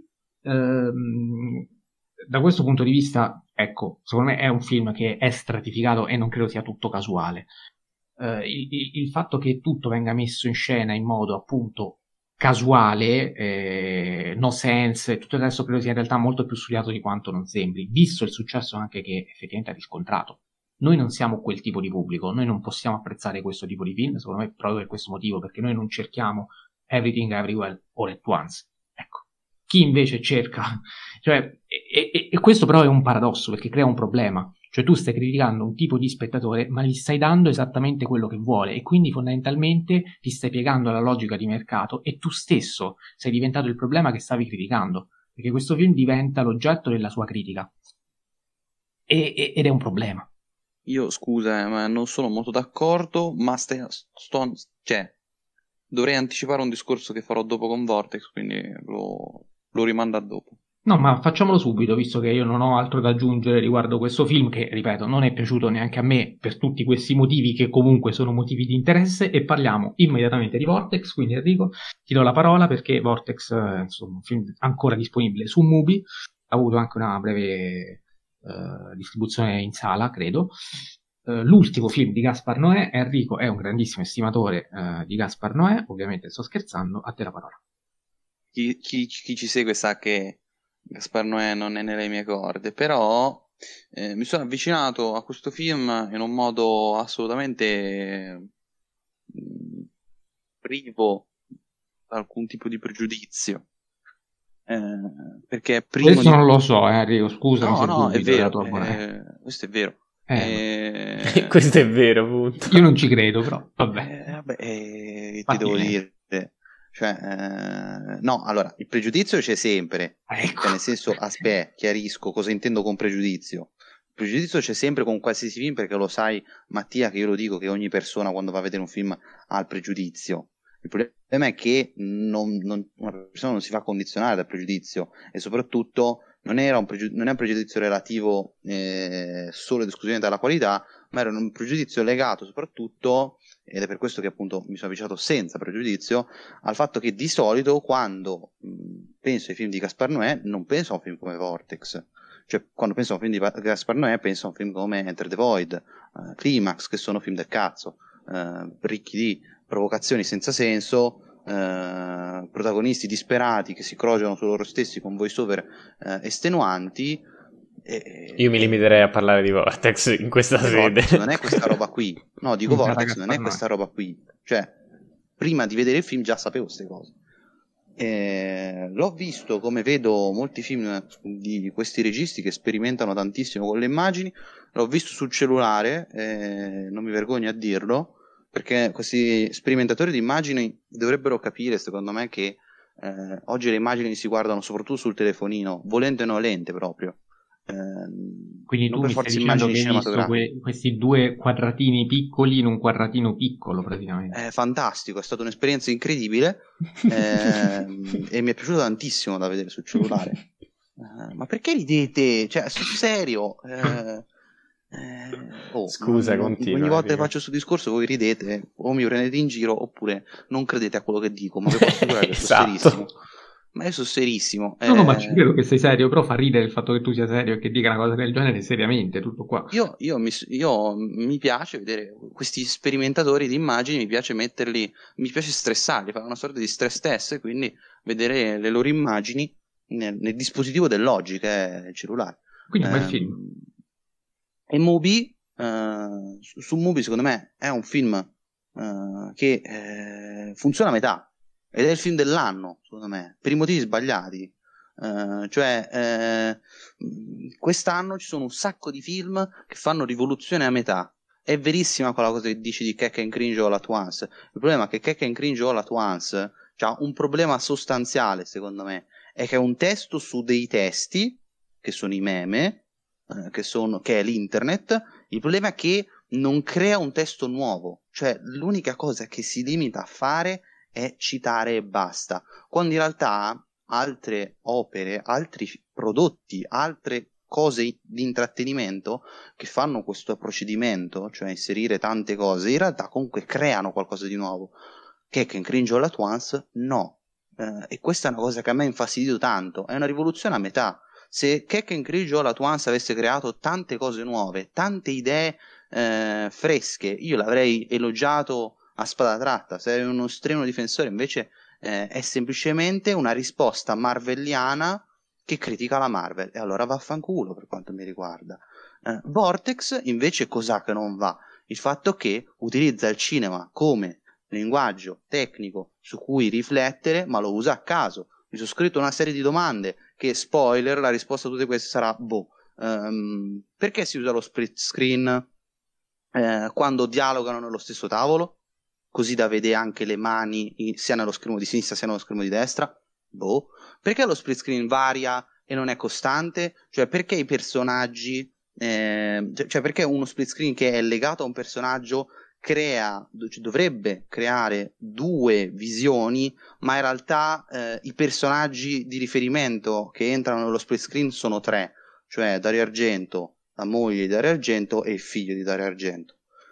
S1: da questo punto di vista, ecco, secondo me è un film che è stratificato e non credo sia tutto casuale. Il fatto che tutto venga messo in scena in modo appunto casuale, no sense, tutto il resto credo sia in realtà molto più studiato di quanto non sembri, visto il successo anche che effettivamente ha riscontrato. Noi non siamo quel tipo di pubblico, noi non possiamo apprezzare questo tipo di film, secondo me proprio per questo motivo, perché noi non cerchiamo everything everywhere all at once. Ecco. Chi invece cerca, cioè, e questo però è un paradosso, perché crea un problema. Cioè tu stai criticando un tipo di spettatore, ma gli stai dando esattamente quello che vuole, e quindi fondamentalmente ti stai piegando alla logica di mercato e tu stesso sei diventato il problema che stavi criticando, perché questo film diventa l'oggetto della sua critica. Ed è un problema.
S3: Io, scusa, ma non sono molto d'accordo, ma dovrei anticipare un discorso che farò dopo con Vortex, quindi lo rimando a dopo.
S1: No, ma facciamolo subito, visto che io non ho altro da aggiungere riguardo questo film, che, ripeto, non è piaciuto neanche a me per tutti questi motivi, che comunque sono motivi di interesse, e parliamo immediatamente di Vortex. Quindi Enrico, ti do la parola, perché Vortex è un film ancora disponibile su Mubi, ha avuto anche una breve distribuzione in sala, credo. L'ultimo film di Gaspar Noè. Enrico è un grandissimo estimatore di Gaspar Noè, ovviamente sto scherzando, a te la parola.
S3: Chi ci segue sa che Gaspar Noè non è nelle mie corde, però mi sono avvicinato a questo film in un modo assolutamente privo da alcun tipo di pregiudizio, perché prima
S1: questo non lo so, Enrico, scusami se
S3: no, è
S1: dubito della
S3: vero,
S1: tua
S3: questo è vero.
S2: Questo è vero, appunto.
S1: Io non ci credo, però vabbè.
S3: Ti devo dire, cioè, no, allora, il pregiudizio c'è sempre,
S1: ecco.
S3: Cioè, nel senso, aspetta, chiarisco cosa intendo con pregiudizio. Il pregiudizio c'è sempre con qualsiasi film, perché lo sai, Mattia, che io lo dico, che ogni persona quando va a vedere un film ha il pregiudizio. Il problema è che una persona non si fa condizionare dal pregiudizio, e soprattutto non è un pregiudizio relativo solo ed esclusivamente alla qualità, ma era un pregiudizio legato soprattutto, ed è per questo che appunto mi sono avvicinato senza pregiudizio, al fatto che di solito quando penso ai film di Gaspar Noè non penso a un film come Vortex. Cioè, quando penso a un film di Gaspar Noè penso a un film come Enter the Void, Climax, che sono film del cazzo, ricchi di provocazioni senza senso, protagonisti disperati che si crogiano su loro stessi con voice over estenuanti.
S2: Io mi limiterei a parlare di Vortex in questa sede.
S3: Vortex non è questa roba qui. No, dico Vortex non è questa roba qui. Cioè, prima di vedere il film già sapevo queste cose. L'ho visto, come vedo molti film di questi registi che sperimentano tantissimo con le immagini, l'ho visto sul cellulare, non mi vergogno a dirlo, perché questi sperimentatori di immagini dovrebbero capire, secondo me, che oggi le immagini si guardano soprattutto sul telefonino, volente o nolente proprio,
S1: Quindi
S3: non
S1: tu
S3: per
S1: mi stai
S3: forza
S1: dicendo
S3: immagini
S1: che hai visto
S3: cinematografiche.
S1: questi due quadratini piccoli in un quadratino piccolo, praticamente.
S3: È fantastico, è stata un'esperienza incredibile, e mi è piaciuto tantissimo da vedere sul cellulare. Ma perché ridete? Cioè, sul serio?
S2: Scusa,
S3: Ogni
S2: continua
S3: volta che
S2: Enrico.
S3: faccio questo discorso voi ridete, o mi prendete in giro, oppure non credete a quello che dico, ma vi posso assicurare che sono serissimo.
S2: Esatto.
S3: Ma io sono serissimo.
S1: No, ma ci credo che sei serio, però fa ridere il fatto che tu sia serio e che dica una cosa del genere seriamente, tutto qua.
S3: Mi piace vedere questi sperimentatori di immagini, mi piace metterli, mi piace stressarli, fare una sorta di stress test, e quindi vedere le loro immagini nel dispositivo dell'oggi, che è il cellulare.
S1: Quindi è un bel film.
S3: E Mubi, su Mubi secondo me è un film che funziona a metà, ed è il film dell'anno, secondo me, per i motivi sbagliati. Quest'anno ci sono un sacco di film che fanno rivoluzione a metà. È verissima quella cosa che dici di Keck and Cringe All at Once. Il problema è che Keck and Cringe All at Once ha un problema sostanziale, secondo me, è che è un testo su dei testi, che sono i meme, che è l'internet. Il problema è che non crea un testo nuovo, cioè l'unica cosa che si limita a fare è citare e basta, quando in realtà altre opere, altri prodotti, altre cose di intrattenimento che fanno questo procedimento, cioè inserire tante cose, in realtà comunque creano qualcosa di nuovo. Che in Cringe All at Once no. E questa è una cosa che a me ha infastidito tanto, è una rivoluzione a metà. Se Keck and Cringe All at Once avesse creato tante cose nuove, tante idee fresche, io l'avrei elogiato a spada tratta. Sei uno strenuo difensore, invece è semplicemente una risposta marvelliana che critica la Marvel, e allora vaffanculo per quanto mi riguarda. Vortex invece cos'ha che non va? Il fatto che utilizza il cinema come linguaggio tecnico su cui riflettere, ma lo usa a caso. Mi sono scritto una serie di domande che, spoiler, la risposta a tutte queste sarà perché si usa lo split screen quando dialogano nello stesso tavolo, così da vedere anche le mani sia nello schermo di sinistra sia nello schermo di destra? Perché lo split screen varia e non è costante? Cioè, perché i personaggi cioè perché uno split screen che è legato a un personaggio dovrebbe creare due visioni, ma in realtà i personaggi di riferimento che entrano nello split screen sono tre, cioè Dario Argento, la moglie di Dario Argento e il figlio di Dario Argento.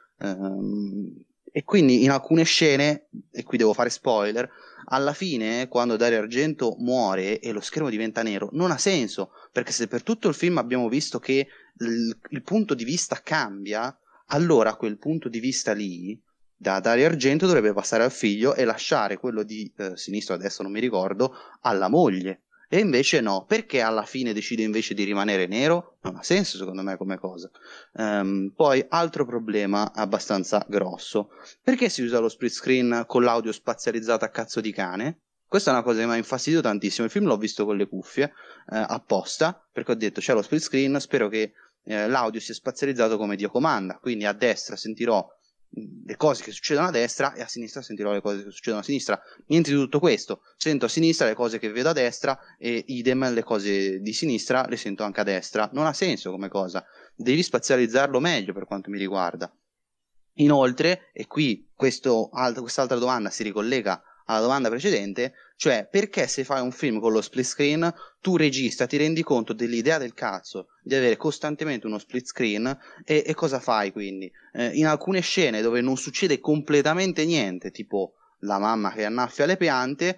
S3: E quindi in alcune scene, e qui devo fare spoiler, alla fine quando Dario Argento muore e lo schermo diventa nero non ha senso, perché se per tutto il film abbiamo visto che il punto di vista cambia, allora quel punto di vista lì da Dario Argento dovrebbe passare al figlio e lasciare quello di sinistra, adesso non mi ricordo, alla moglie. E invece no, perché alla fine decide invece di rimanere nero? Non ha senso secondo me come cosa. Poi altro problema abbastanza grosso: perché si usa lo split screen con l'audio spazializzato a cazzo di cane? Questa è una cosa che mi ha infastidito tantissimo. Il film l'ho visto con le cuffie apposta, perché ho detto c'è lo split screen, spero che l'audio sia spazializzato come Dio comanda, quindi a destra sentirò le cose che succedono a destra e a sinistra sentirò le cose che succedono a sinistra. Niente di tutto questo, sento a sinistra le cose che vedo a destra e idem le cose di sinistra le sento anche a destra. Non ha senso come cosa, devi spazializzarlo meglio per quanto mi riguarda. Inoltre, e qui quest'altra domanda si ricollega alla domanda precedente, cioè perché se fai un film con lo split screen, tu regista ti rendi conto dell'idea del cazzo di avere costantemente uno split screen e cosa fai quindi? In alcune scene dove non succede completamente niente, tipo la mamma che annaffia le piante,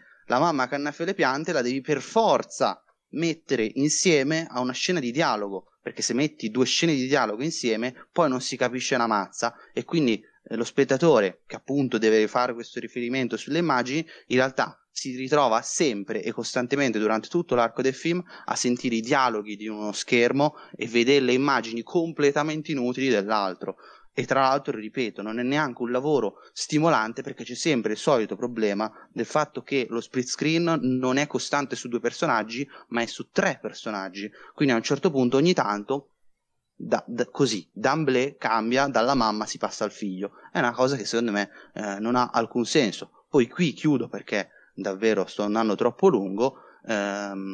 S3: la devi per forza mettere insieme a una scena di dialogo, perché se metti due scene di dialogo insieme poi non si capisce una mazza, e quindi lo spettatore, che appunto deve fare questo riferimento sulle immagini, in realtà si ritrova sempre e costantemente durante tutto l'arco del film a sentire i dialoghi di uno schermo e vedere le immagini completamente inutili dell'altro. E tra l'altro, ripeto, non è neanche un lavoro stimolante, perché c'è sempre il solito problema del fatto che lo split screen non è costante su due personaggi, ma è su tre personaggi. Quindi a un certo punto ogni tanto così d'emblée cambia, dalla mamma si passa al figlio. È una cosa che secondo me non ha alcun senso. Poi qui chiudo perché davvero sto andando troppo lungo.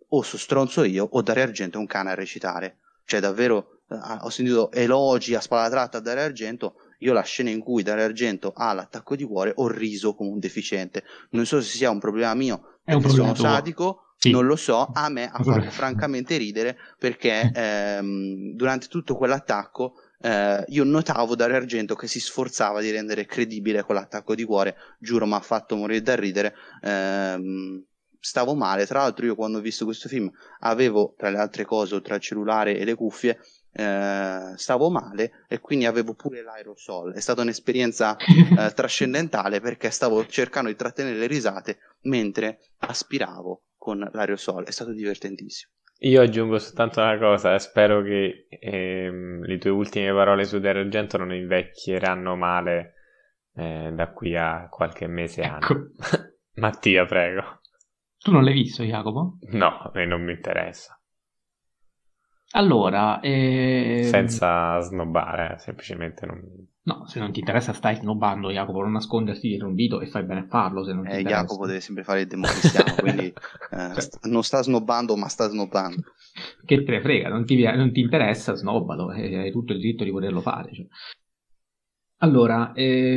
S3: o so stronzo io o Dario Argento è un cane a recitare. Cioè davvero ho sentito elogi a spalla tratta a Dario Argento. Io la scena in cui Dario Argento ha l'attacco di cuore ho riso come un deficiente. Non so se sia un problema mio
S1: È un
S3: perché
S1: problema
S3: sono
S1: tuo.
S3: sadico,
S1: Sì.
S3: non lo so, a me ha fatto francamente ridere perché durante tutto quell'attacco io notavo Dario Argento che si sforzava di rendere credibile quell'attacco di cuore. Giuro, mi ha fatto morire da ridere. Stavo male. Tra l'altro io quando ho visto questo film avevo, tra le altre cose, oltre al cellulare e le cuffie, stavo male e quindi avevo pure l'aerosol. È stata un'esperienza trascendentale perché stavo cercando di trattenere le risate mentre aspiravo con l'aerosol. È stato divertentissimo.
S2: Io aggiungo soltanto una cosa, spero che le tue ultime parole su Dario Argento non invecchieranno male da qui a qualche mese,
S1: Ecco.
S2: anno. Mattia, prego.
S1: Tu non l'hai visto, Jacopo?
S2: No, non mi interessa.
S1: Allora,
S2: Senza snobbare, semplicemente non...
S1: no, se non ti interessa stai snobbando, Jacopo, non nasconderti dietro un dito e fai bene a farlo se non ti interessa.
S3: Jacopo deve sempre fare il democristiano, quindi non sta snobbando, ma sta snobbando.
S1: Che te ne frega, non ti interessa, snobbalo, hai tutto il diritto di poterlo fare. Cioè. Allora,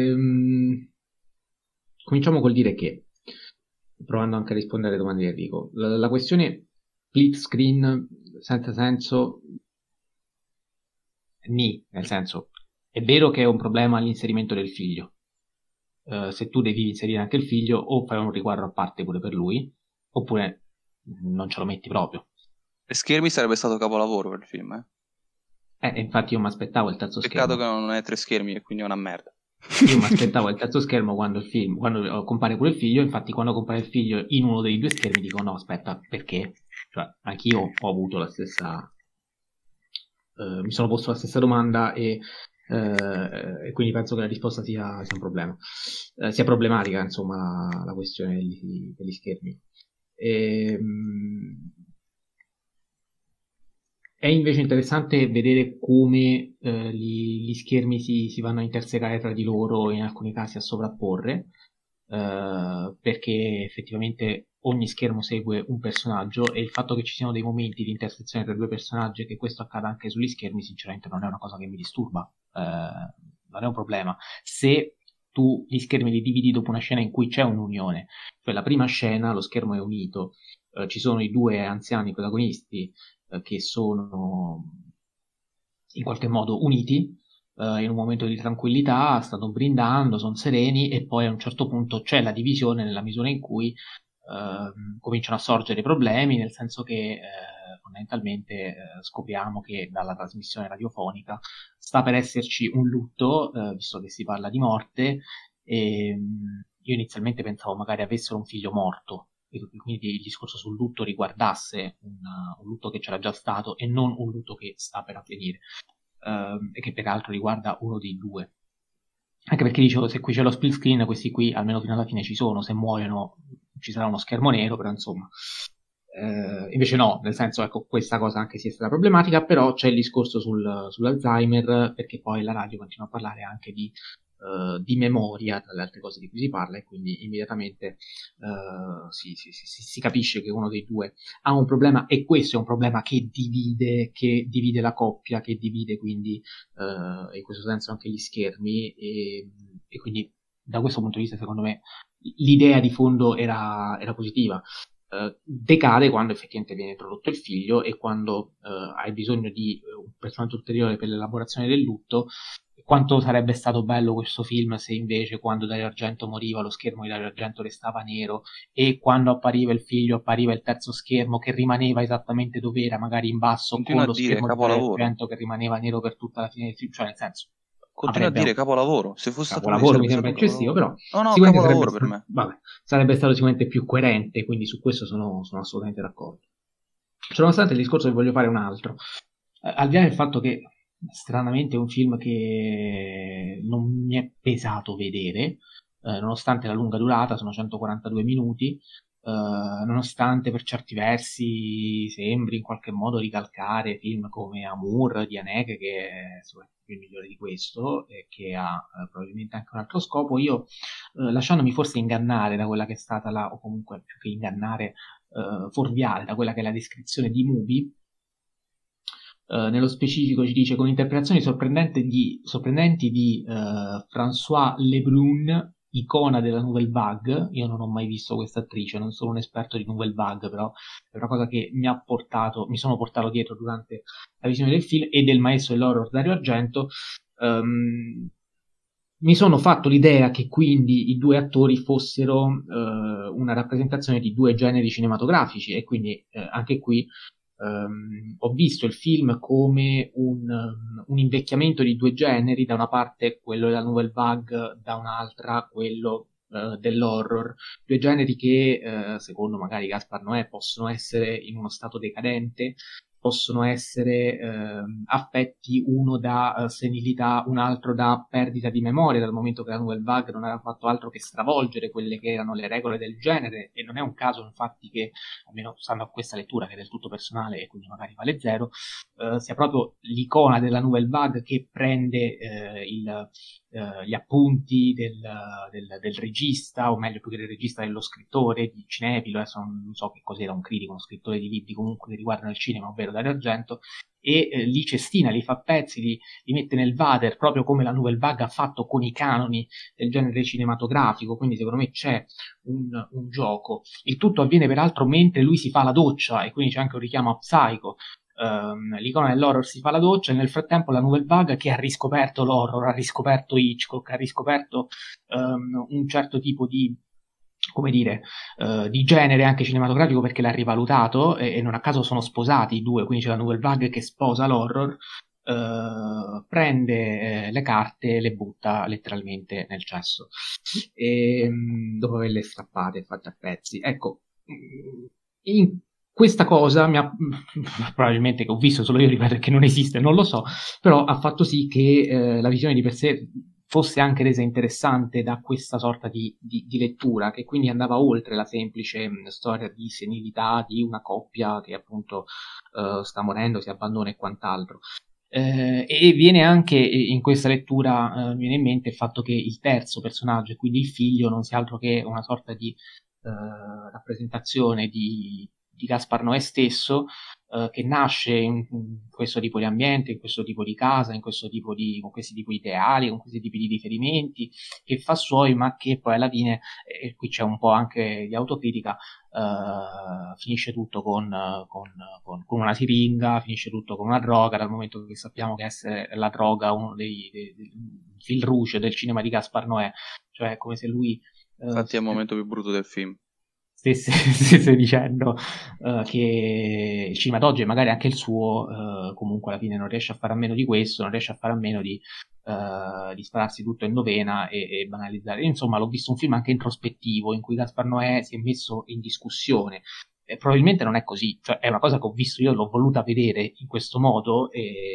S1: cominciamo col dire che, provando anche a rispondere alle domande di Enrico, la questione split screen senza senso, nel senso, è vero che è un problema l'inserimento del figlio. Se tu devi inserire anche il figlio, o fai un riguardo a parte pure per lui, oppure non ce lo metti proprio.
S3: Per schermi sarebbe stato capolavoro per il film,
S1: infatti io mi aspettavo il terzo
S3: Peccato
S1: schermo.
S3: che non è 3 schermi e quindi è una merda.
S1: Io mi aspettavo il terzo schermo quando compare pure il figlio. Infatti quando compare il figlio in uno dei due schermi dico no, aspetta, perché? Cioè, anch'io ho avuto la stessa mi sono posto la stessa domanda e quindi penso che la risposta sia un problema, sia problematica, insomma, la questione degli schermi. È invece interessante vedere come gli schermi si vanno a intersecare tra di loro e in alcuni casi a sovrapporre, perché effettivamente ogni schermo segue un personaggio e il fatto che ci siano dei momenti di intersezione tra due personaggi e che questo accada anche sugli schermi, sinceramente non è una cosa che mi disturba, non è un problema. Se tu gli schermi li dividi dopo una scena in cui c'è un'unione, cioè la prima scena, lo schermo è unito, ci sono i due anziani protagonisti che sono in qualche modo uniti in un momento di tranquillità, stanno brindando, sono sereni e poi a un certo punto c'è la divisione nella misura in cui cominciano a sorgere problemi, nel senso che fondamentalmente scopriamo che dalla trasmissione radiofonica sta per esserci un lutto, visto che si parla di morte, e io inizialmente pensavo magari avessero un figlio morto, e quindi il discorso sul lutto riguardasse un lutto che c'era già stato e non un lutto che sta per avvenire, e che peraltro riguarda uno dei due. Anche perché dicevo, se qui c'è lo split screen, questi qui almeno fino alla fine ci sono, se muoiono ci sarà uno schermo nero, però insomma. Invece no, nel senso, ecco, questa cosa anche se è stata problematica, però c'è il discorso sull'Alzheimer, perché poi la radio continua a parlare anche di memoria, tra le altre cose di cui si parla, e quindi immediatamente si capisce che uno dei due ha un problema, e questo è un problema che divide la coppia, che divide quindi in questo senso anche gli schermi, e quindi da questo punto di vista secondo me l'idea di fondo era positiva. Decade quando effettivamente viene introdotto il figlio e quando hai bisogno di un personaggio ulteriore per l'elaborazione del lutto. Quanto sarebbe stato bello questo film se invece quando Dario Argento moriva lo schermo di Dario Argento restava nero e quando appariva il figlio appariva il terzo schermo che rimaneva esattamente dove era, magari in basso,
S3: Continua
S1: con lo
S3: a dire
S1: schermo di Dario
S3: capolavoro.
S1: Argento che rimaneva nero per tutta la fine del film, cioè nel senso
S3: Continua a dire capolavoro. Se fosse stato
S1: capolavoro
S3: lui,
S1: mi sembra eccessivo, però
S3: no,
S1: sicuramente
S3: capolavoro per me.
S1: Sarebbe stato sicuramente più coerente, quindi su questo sono assolutamente d'accordo. Ciononostante il discorso che voglio fare è un altro, al di là del fatto che stranamente è un film che non mi è pesato vedere, nonostante la lunga durata, sono 142 minuti, nonostante per certi versi sembri in qualche modo ricalcare film come Amour di Haneke, che è il migliore di questo e che ha probabilmente anche un altro scopo, io lasciandomi forse ingannare da quella che è stata o comunque più che ingannare, fuorviare da quella che è la descrizione di Movie. Nello specifico ci dice: con interpretazioni sorprendenti di François Lebrun, icona della Nouvelle Vague. Io non ho mai visto questa attrice, non sono un esperto di Nouvelle Vague, però è una cosa che mi sono portato dietro durante la visione del film, e del maestro dell'horror Dario Argento. Mi sono fatto l'idea che quindi i due attori fossero una rappresentazione di due generi cinematografici, e quindi anche qui ho visto il film come un invecchiamento di due generi: da una parte quello della Nouvelle Vague, da un'altra quello dell'horror, due generi che secondo magari Gaspar Noè possono essere in uno stato decadente, possono essere affetti uno da senilità, un altro da perdita di memoria, dal momento che la Nouvelle Vague non aveva fatto altro che stravolgere quelle che erano le regole del genere. E non è un caso infatti che, almeno stando a questa lettura che è del tutto personale e quindi magari vale zero, sia proprio l'icona della Nouvelle Vague che prende gli appunti del regista, o meglio, più che del regista, dello scrittore, di cinefilo. Adesso non so che cos'era, un critico, uno scrittore di libri comunque che riguardano il cinema, ovvero Dario Argento, e li cestina, li fa pezzi, li mette nel water, proprio come la Nouvelle Vague ha fatto con i canoni del genere cinematografico. Quindi secondo me c'è un gioco. Il tutto avviene peraltro mentre lui si fa la doccia, e quindi c'è anche un richiamo a Psycho. L'icona dell'horror si fa la doccia, e nel frattempo la Nouvelle Vague, che ha riscoperto l'horror, ha riscoperto Hitchcock, ha riscoperto un certo tipo di, come dire, di genere anche cinematografico, perché l'ha rivalutato, e non a caso sono sposati i due. Quindi c'è la Nouvelle Vague che sposa l'horror, prende le carte e le butta letteralmente nel cesso, dopo averle strappate e fatte a pezzi. Ecco, in questa cosa probabilmente, che ho visto solo io, ripeto, che non esiste, non lo so, però ha fatto sì che la visione di per sé fosse anche resa interessante da questa sorta di lettura, che quindi andava oltre la semplice storia di senilità di una coppia che appunto sta morendo, si abbandona e quant'altro. E viene anche in questa lettura, mi viene in mente il fatto che il terzo personaggio, e quindi il figlio, non sia altro che una sorta di rappresentazione di Gaspar Noè stesso, che nasce in questo tipo di ambiente, in questo tipo di casa, con questi tipi di ideali, con questi tipi di riferimenti, che fa suoi, ma che poi alla fine, e qui c'è un po' anche di autocritica, finisce tutto con una siringa, finisce tutto con una droga, dal momento che sappiamo che essere la droga uno dei fil rouge del cinema di Gaspar Noè, cioè come se lui
S3: infatti è il momento più brutto del film.
S1: Stesse dicendo che il cinema d'oggi, e magari anche il suo, comunque alla fine non riesce a fare a meno di questo, non riesce a fare a meno di spararsi tutto in novena e banalizzare. Insomma, l'ho visto un film anche introspettivo, in cui Gaspar Noè si è messo in discussione. E probabilmente non è così, cioè è una cosa che ho visto io, l'ho voluta vedere in questo modo,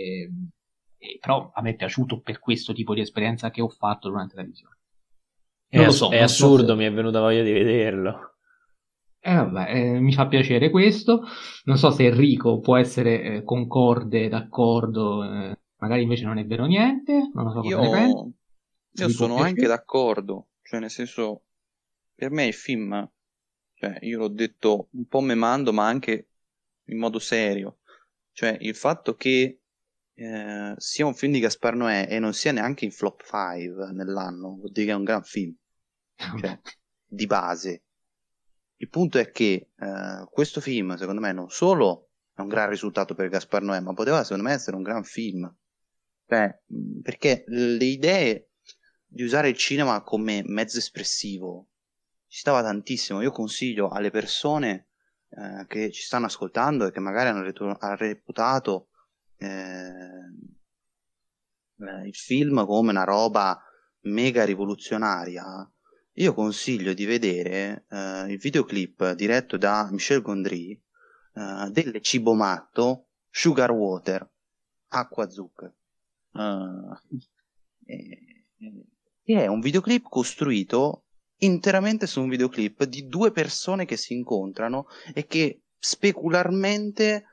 S1: però a me è piaciuto per questo tipo di esperienza che ho fatto durante la visione. Non lo so,
S2: è assurdo, mi è venuta voglia di vederlo.
S1: Vabbè, mi fa piacere questo. Non so se Enrico può essere concorde, d'accordo, magari invece non è vero niente. Non lo so cosa ne pensi.
S3: Io sono anche d'accordo, cioè nel senso, per me il film, cioè io l'ho detto un po' memando, ma anche in modo serio, cioè il fatto che sia un film di Gaspar Noè e non sia neanche in flop 5 nell'anno, vuol dire che è un gran film, cioè di base. Il punto è che questo film, secondo me, non solo è un gran risultato per Gaspar Noè, ma poteva, secondo me, essere un gran film. Perché le idee di usare il cinema come mezzo espressivo ci stava tantissimo. Io consiglio alle persone che ci stanno ascoltando e che magari hanno reputato il film come una roba mega rivoluzionaria, io consiglio di vedere il videoclip diretto da Michel Gondry delle Cibomatto Sugar Water, acqua zucchero, che è un videoclip costruito interamente su un videoclip di due persone che si incontrano e che specularmente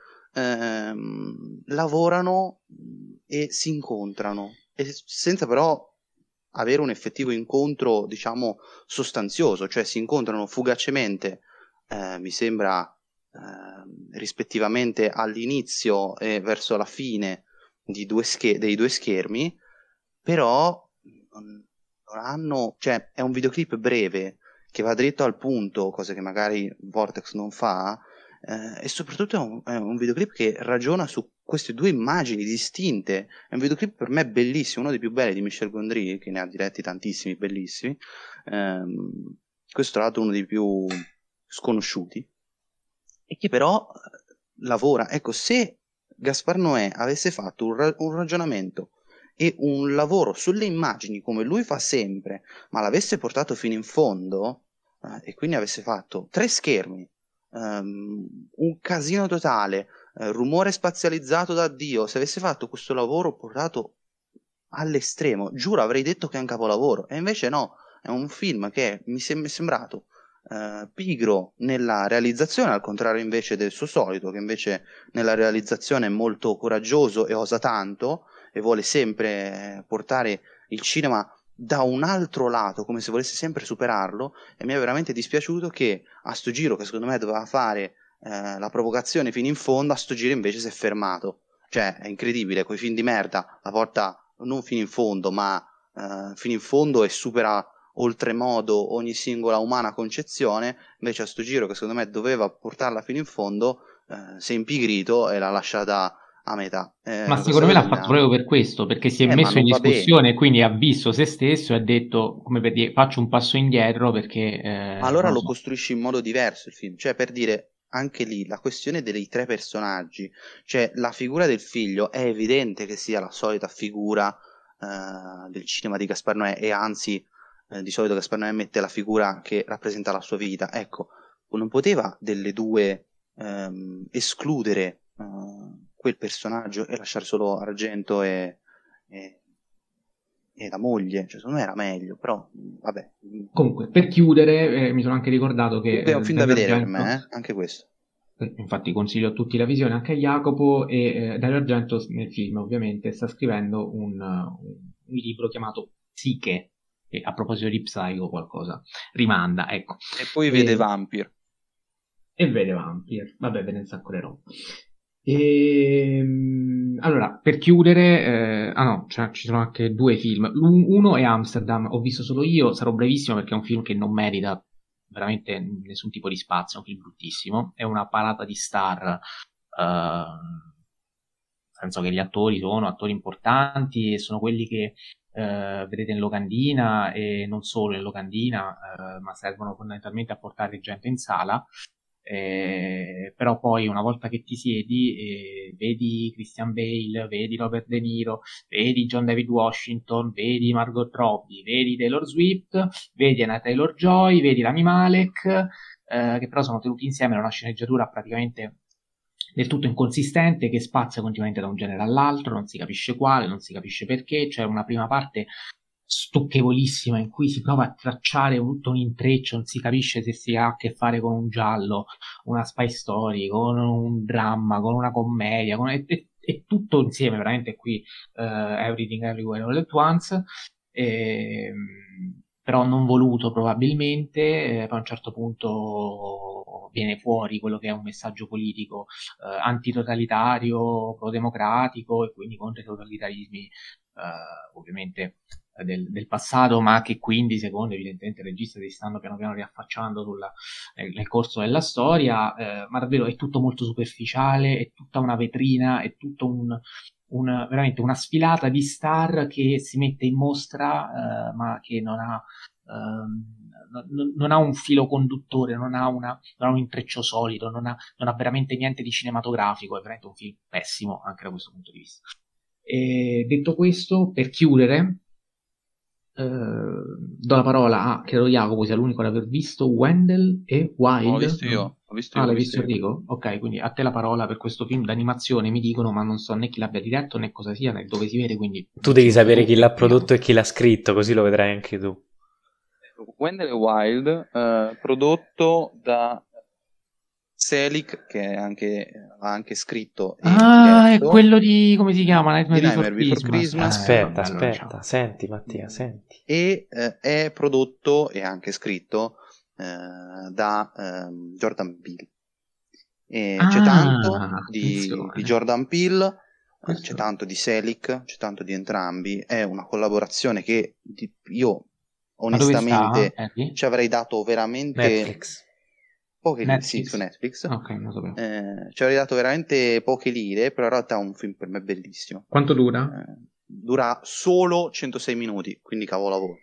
S3: lavorano e si incontrano, e senza però avere un effettivo incontro, diciamo, sostanzioso, cioè si incontrano fugacemente mi sembra rispettivamente all'inizio e verso la fine dei due schermi, però non hanno, cioè è un videoclip breve che va dritto al punto, cose che magari Vortex non fa, e soprattutto è un videoclip che ragiona su queste due immagini distinte. È un videoclip per me bellissimo, uno dei più belli di Michel Gondry, che ne ha diretti tantissimi bellissimi, questo tra l'altro uno dei più sconosciuti, e che però lavora. Ecco, se Gaspar Noè avesse fatto un ragionamento e un lavoro sulle immagini come lui fa sempre, ma l'avesse portato fino in fondo, e quindi avesse fatto 3 schermi, un casino totale, rumore spazializzato da Dio, se avesse fatto questo lavoro portato all'estremo, giuro avrei detto che è un capolavoro, e invece no, è un film che mi è sembrato pigro nella realizzazione, al contrario invece del suo solito, che invece nella realizzazione è molto coraggioso e osa tanto e vuole sempre portare il cinema da un altro lato, come se volesse sempre superarlo. E mi è veramente dispiaciuto che a sto giro, che secondo me doveva fare la provocazione fino in fondo, a sto giro invece si è fermato. Cioè è incredibile, coi film di merda la porta non fino in fondo, ma fino in fondo, e supera oltremodo ogni singola umana concezione. Invece a sto giro, che secondo me doveva portarla fino in fondo, si è impigrito e l'ha lasciata a metà.
S1: Ma secondo me l'ha fatto proprio per questo, perché si è
S3: ma
S1: messo in
S3: non va bene.
S1: discussione e quindi ha visto se stesso e ha detto, come per dire, faccio un passo indietro perché...
S3: Ma allora
S1: non
S3: lo
S1: so.
S3: costruisci in modo diverso il film, cioè per dire, anche lì la questione dei 3 personaggi, cioè la figura del figlio è evidente che sia la solita figura del cinema di Gaspar Noè, e anzi di solito Gaspar Noè mette la figura che rappresenta la sua vita. Ecco, non poteva delle due escludere quel personaggio e lasciare solo Argento e la moglie. Cioè, secondo me era meglio, però vabbè.
S1: Comunque, per chiudere, mi sono anche ricordato che
S3: È un film da
S1: Dario
S3: vedere per
S1: Argento,
S3: me, anche questo.
S1: infatti consiglio a tutti la visione, anche a Jacopo, e Dario Argento nel film ovviamente sta scrivendo un libro chiamato Psiche, che a proposito di Psycho qualcosa rimanda, ecco.
S3: E poi vede Vampire.
S1: E vede Vampire, vabbè, ve ne insaccolerò. Allora, per chiudere, no, cioè, ci sono anche 2 film. Uno è Amsterdam, ho visto solo io, sarò brevissimo perché è un film che non merita veramente nessun tipo di spazio, è un film bruttissimo, è una parata di star, nel senso che gli attori sono attori importanti e sono quelli che vedete in locandina, e non solo in locandina, ma servono fondamentalmente a portare gente in sala. Però poi una volta che ti siedi, vedi Christian Bale, vedi Robert De Niro, vedi John David Washington, vedi Margot Robbie, vedi Taylor Swift, vedi Anna Taylor-Joy, vedi Rami Malek, che però sono tenuti insieme in una sceneggiatura praticamente del tutto inconsistente, che spazia continuamente da un genere all'altro, non si capisce quale, non si capisce perché. C'è una prima parte stucchevolissima in cui si prova a tracciare tutto un intreccio, non si capisce se si ha a che fare con un giallo, una spy story, con un dramma, con una commedia, è tutto insieme, veramente qui Everything Everywhere All at Once, però non voluto probabilmente. Poi a un certo punto viene fuori quello che è un messaggio politico antitotalitario, pro-democratico, e quindi contro i totalitarismi ovviamente del passato, ma che quindi secondo evidentemente il regista si stanno piano piano riaffacciando nel corso della storia, ma davvero è tutto molto superficiale, è tutta una vetrina, è tutto veramente una sfilata di star che si mette in mostra, ma che non ha un filo conduttore, non ha un intreccio solido, non ha veramente niente di cinematografico, è veramente un film pessimo anche da questo punto di vista. E detto questo, per chiudere, do la parola a, credo Jacopo sia l'unico ad aver visto Wendell e Wild.
S3: L'ho visto io.
S1: L'hai visto Enrico? Ok, quindi a te la parola per questo film d'animazione, mi dicono, ma non so né chi l'abbia diretto né cosa sia né dove si vede, quindi
S2: tu devi sapere chi l'ha prodotto e chi l'ha scritto, così lo vedrai anche tu.
S3: Wendell e Wild, prodotto da Selig, che ha anche scritto e diretto.
S1: È quello di, come si chiama? Nightmare
S3: Before Christmas.
S2: Aspetta, senti Mattia, senti.
S3: E è prodotto e anche scritto da Jordan Peele. E c'è tanto di Jordan Peele, c'è tanto di Selick, c'è tanto di entrambi. È una collaborazione che io onestamente ci avrei dato veramente
S2: Netflix.
S3: Sì, su Netflix.
S1: Okay, non sapevo.
S3: Ci avrei dato veramente poche lire, però in realtà è un film per me bellissimo.
S1: Quanto dura?
S3: Dura solo 106 minuti, quindi cavolavooro.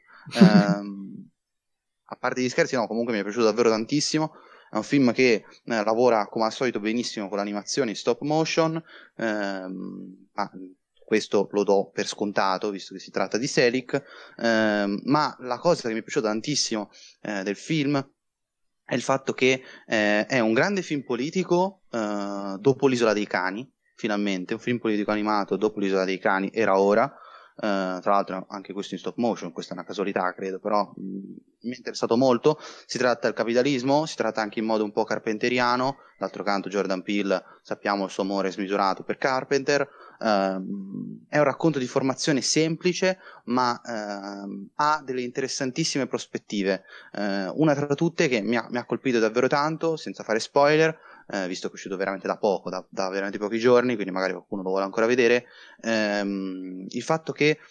S3: A parte gli scherzi, no, comunque mi è piaciuto davvero tantissimo. È un film che lavora come al solito benissimo con l'animazione in stop motion, ma questo lo do per scontato visto che si tratta di Selick, ma la cosa che mi è piaciuta tantissimo del film è il fatto che è un grande film politico dopo l'Isola dei Cani, finalmente, un film politico animato dopo l'Isola dei Cani, era ora. Tra l'altro anche questo in stop motion, questa è una casualità credo, però mi è interessato molto. Si tratta del capitalismo, si tratta anche in modo un po' carpenteriano. D'altro canto Jordan Peele, sappiamo il suo amore smisurato per Carpenter. È un racconto di formazione semplice, ma ha delle interessantissime prospettive. Una tra tutte che mi ha colpito davvero tanto, senza fare spoiler, visto che è uscito veramente da poco, da veramente pochi giorni, quindi magari qualcuno lo vuole ancora vedere, il fatto che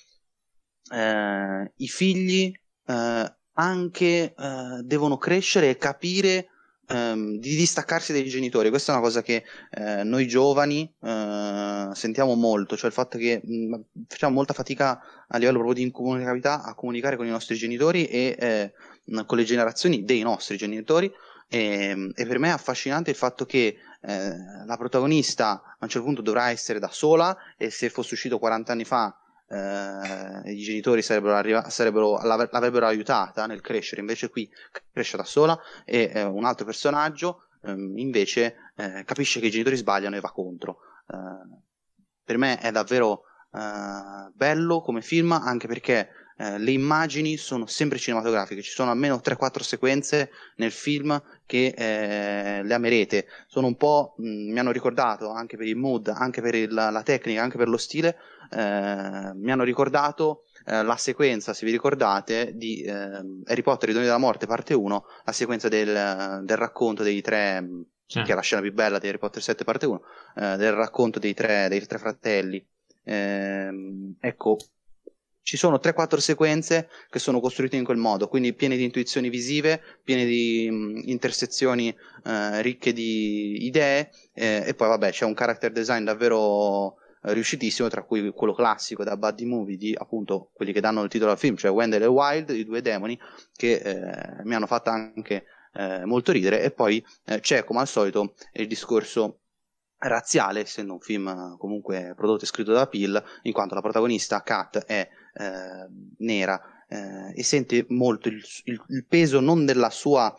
S3: i figli anche devono crescere e capire di distaccarsi dai genitori. Questa è una cosa che noi giovani sentiamo molto, cioè il fatto che facciamo molta fatica a livello proprio di incomunicabilità a comunicare con i nostri genitori e con le generazioni dei nostri genitori. E per me è affascinante il fatto che la protagonista a un certo punto dovrà essere da sola, e se fosse uscito 40 anni fa i genitori l'avrebbero aiutata nel crescere, invece qui cresce da sola, e un altro personaggio invece capisce che i genitori sbagliano e va contro. Per me è davvero bello come film, anche perché le immagini sono sempre cinematografiche. Ci sono almeno 3-4 sequenze nel film che le amerete. Sono un po', mi hanno ricordato, anche per il mood, anche per la tecnica, anche per lo stile, mi hanno ricordato la sequenza, se vi ricordate, di Harry Potter e i Doni della Morte parte 1, la sequenza del racconto dei tre, che è la scena più bella di Harry Potter 7 parte 1, del racconto dei tre fratelli. Ecco, ci sono 3-4 sequenze che sono costruite in quel modo, quindi piene di intuizioni visive, piene di intersezioni ricche di idee, e poi vabbè c'è un character design davvero riuscitissimo, tra cui quello classico da buddy movie di appunto quelli che danno il titolo al film, cioè Wendell e Wild, i due demoni, che mi hanno fatto anche molto ridere. E poi c'è come al solito il discorso razziale, essendo un film comunque prodotto e scritto da Peele, in quanto la protagonista Kat è nera, e sente molto il peso non della sua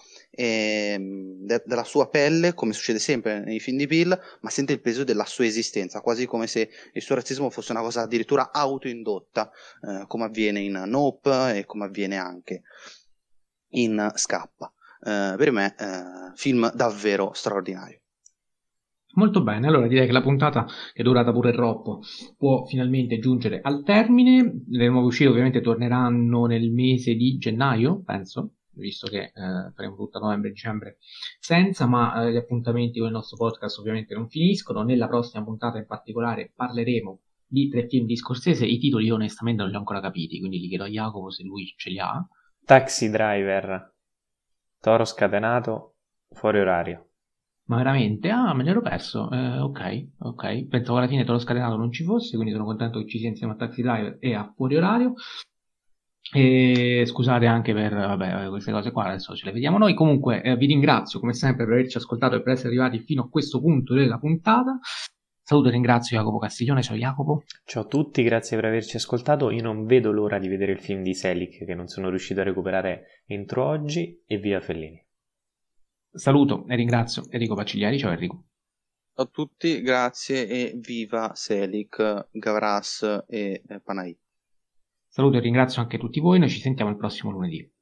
S3: pelle, come succede sempre nei film di Peele, ma sente il peso della sua esistenza, quasi come se il suo razzismo fosse una cosa addirittura autoindotta, come avviene in Nope e come avviene anche in Scappa. Per me film davvero straordinario.
S1: Molto bene, allora direi che la puntata, che è durata pure troppo, può finalmente giungere al termine. Le nuove uscite ovviamente torneranno nel mese di gennaio, penso, visto che faremo tutta novembre e dicembre senza, ma gli appuntamenti con il nostro podcast ovviamente non finiscono. Nella prossima puntata in particolare parleremo di 3 film di Scorsese. I titoli io onestamente non li ho ancora capiti, quindi li chiedo a Jacopo se lui ce li ha.
S2: Taxi Driver, Toro Scatenato, Fuori Orario.
S1: Ma veramente? Ah, me l'ero perso. Ok. Pensavo alla fine Toro Scatenato non ci fosse, quindi sono contento che ci sia insieme a Taxi Driver e a Fuori Orario. E scusate anche per queste cose qua, adesso ce le vediamo noi. Comunque vi ringrazio come sempre per averci ascoltato e per essere arrivati fino a questo punto della puntata. Saluto e ringrazio Jacopo Castiglione. Ciao Jacopo.
S2: Ciao a tutti, grazie per averci ascoltato. Io non vedo l'ora di vedere il film di Selick che non sono riuscito a recuperare entro oggi, e via Fellini.
S1: Saluto e ringrazio Enrico Pacigliari. Ciao Enrico.
S3: Ciao a tutti, grazie e viva Selick, Gavras e Panahi.
S1: Saluto e ringrazio anche tutti voi, noi ci sentiamo il prossimo lunedì.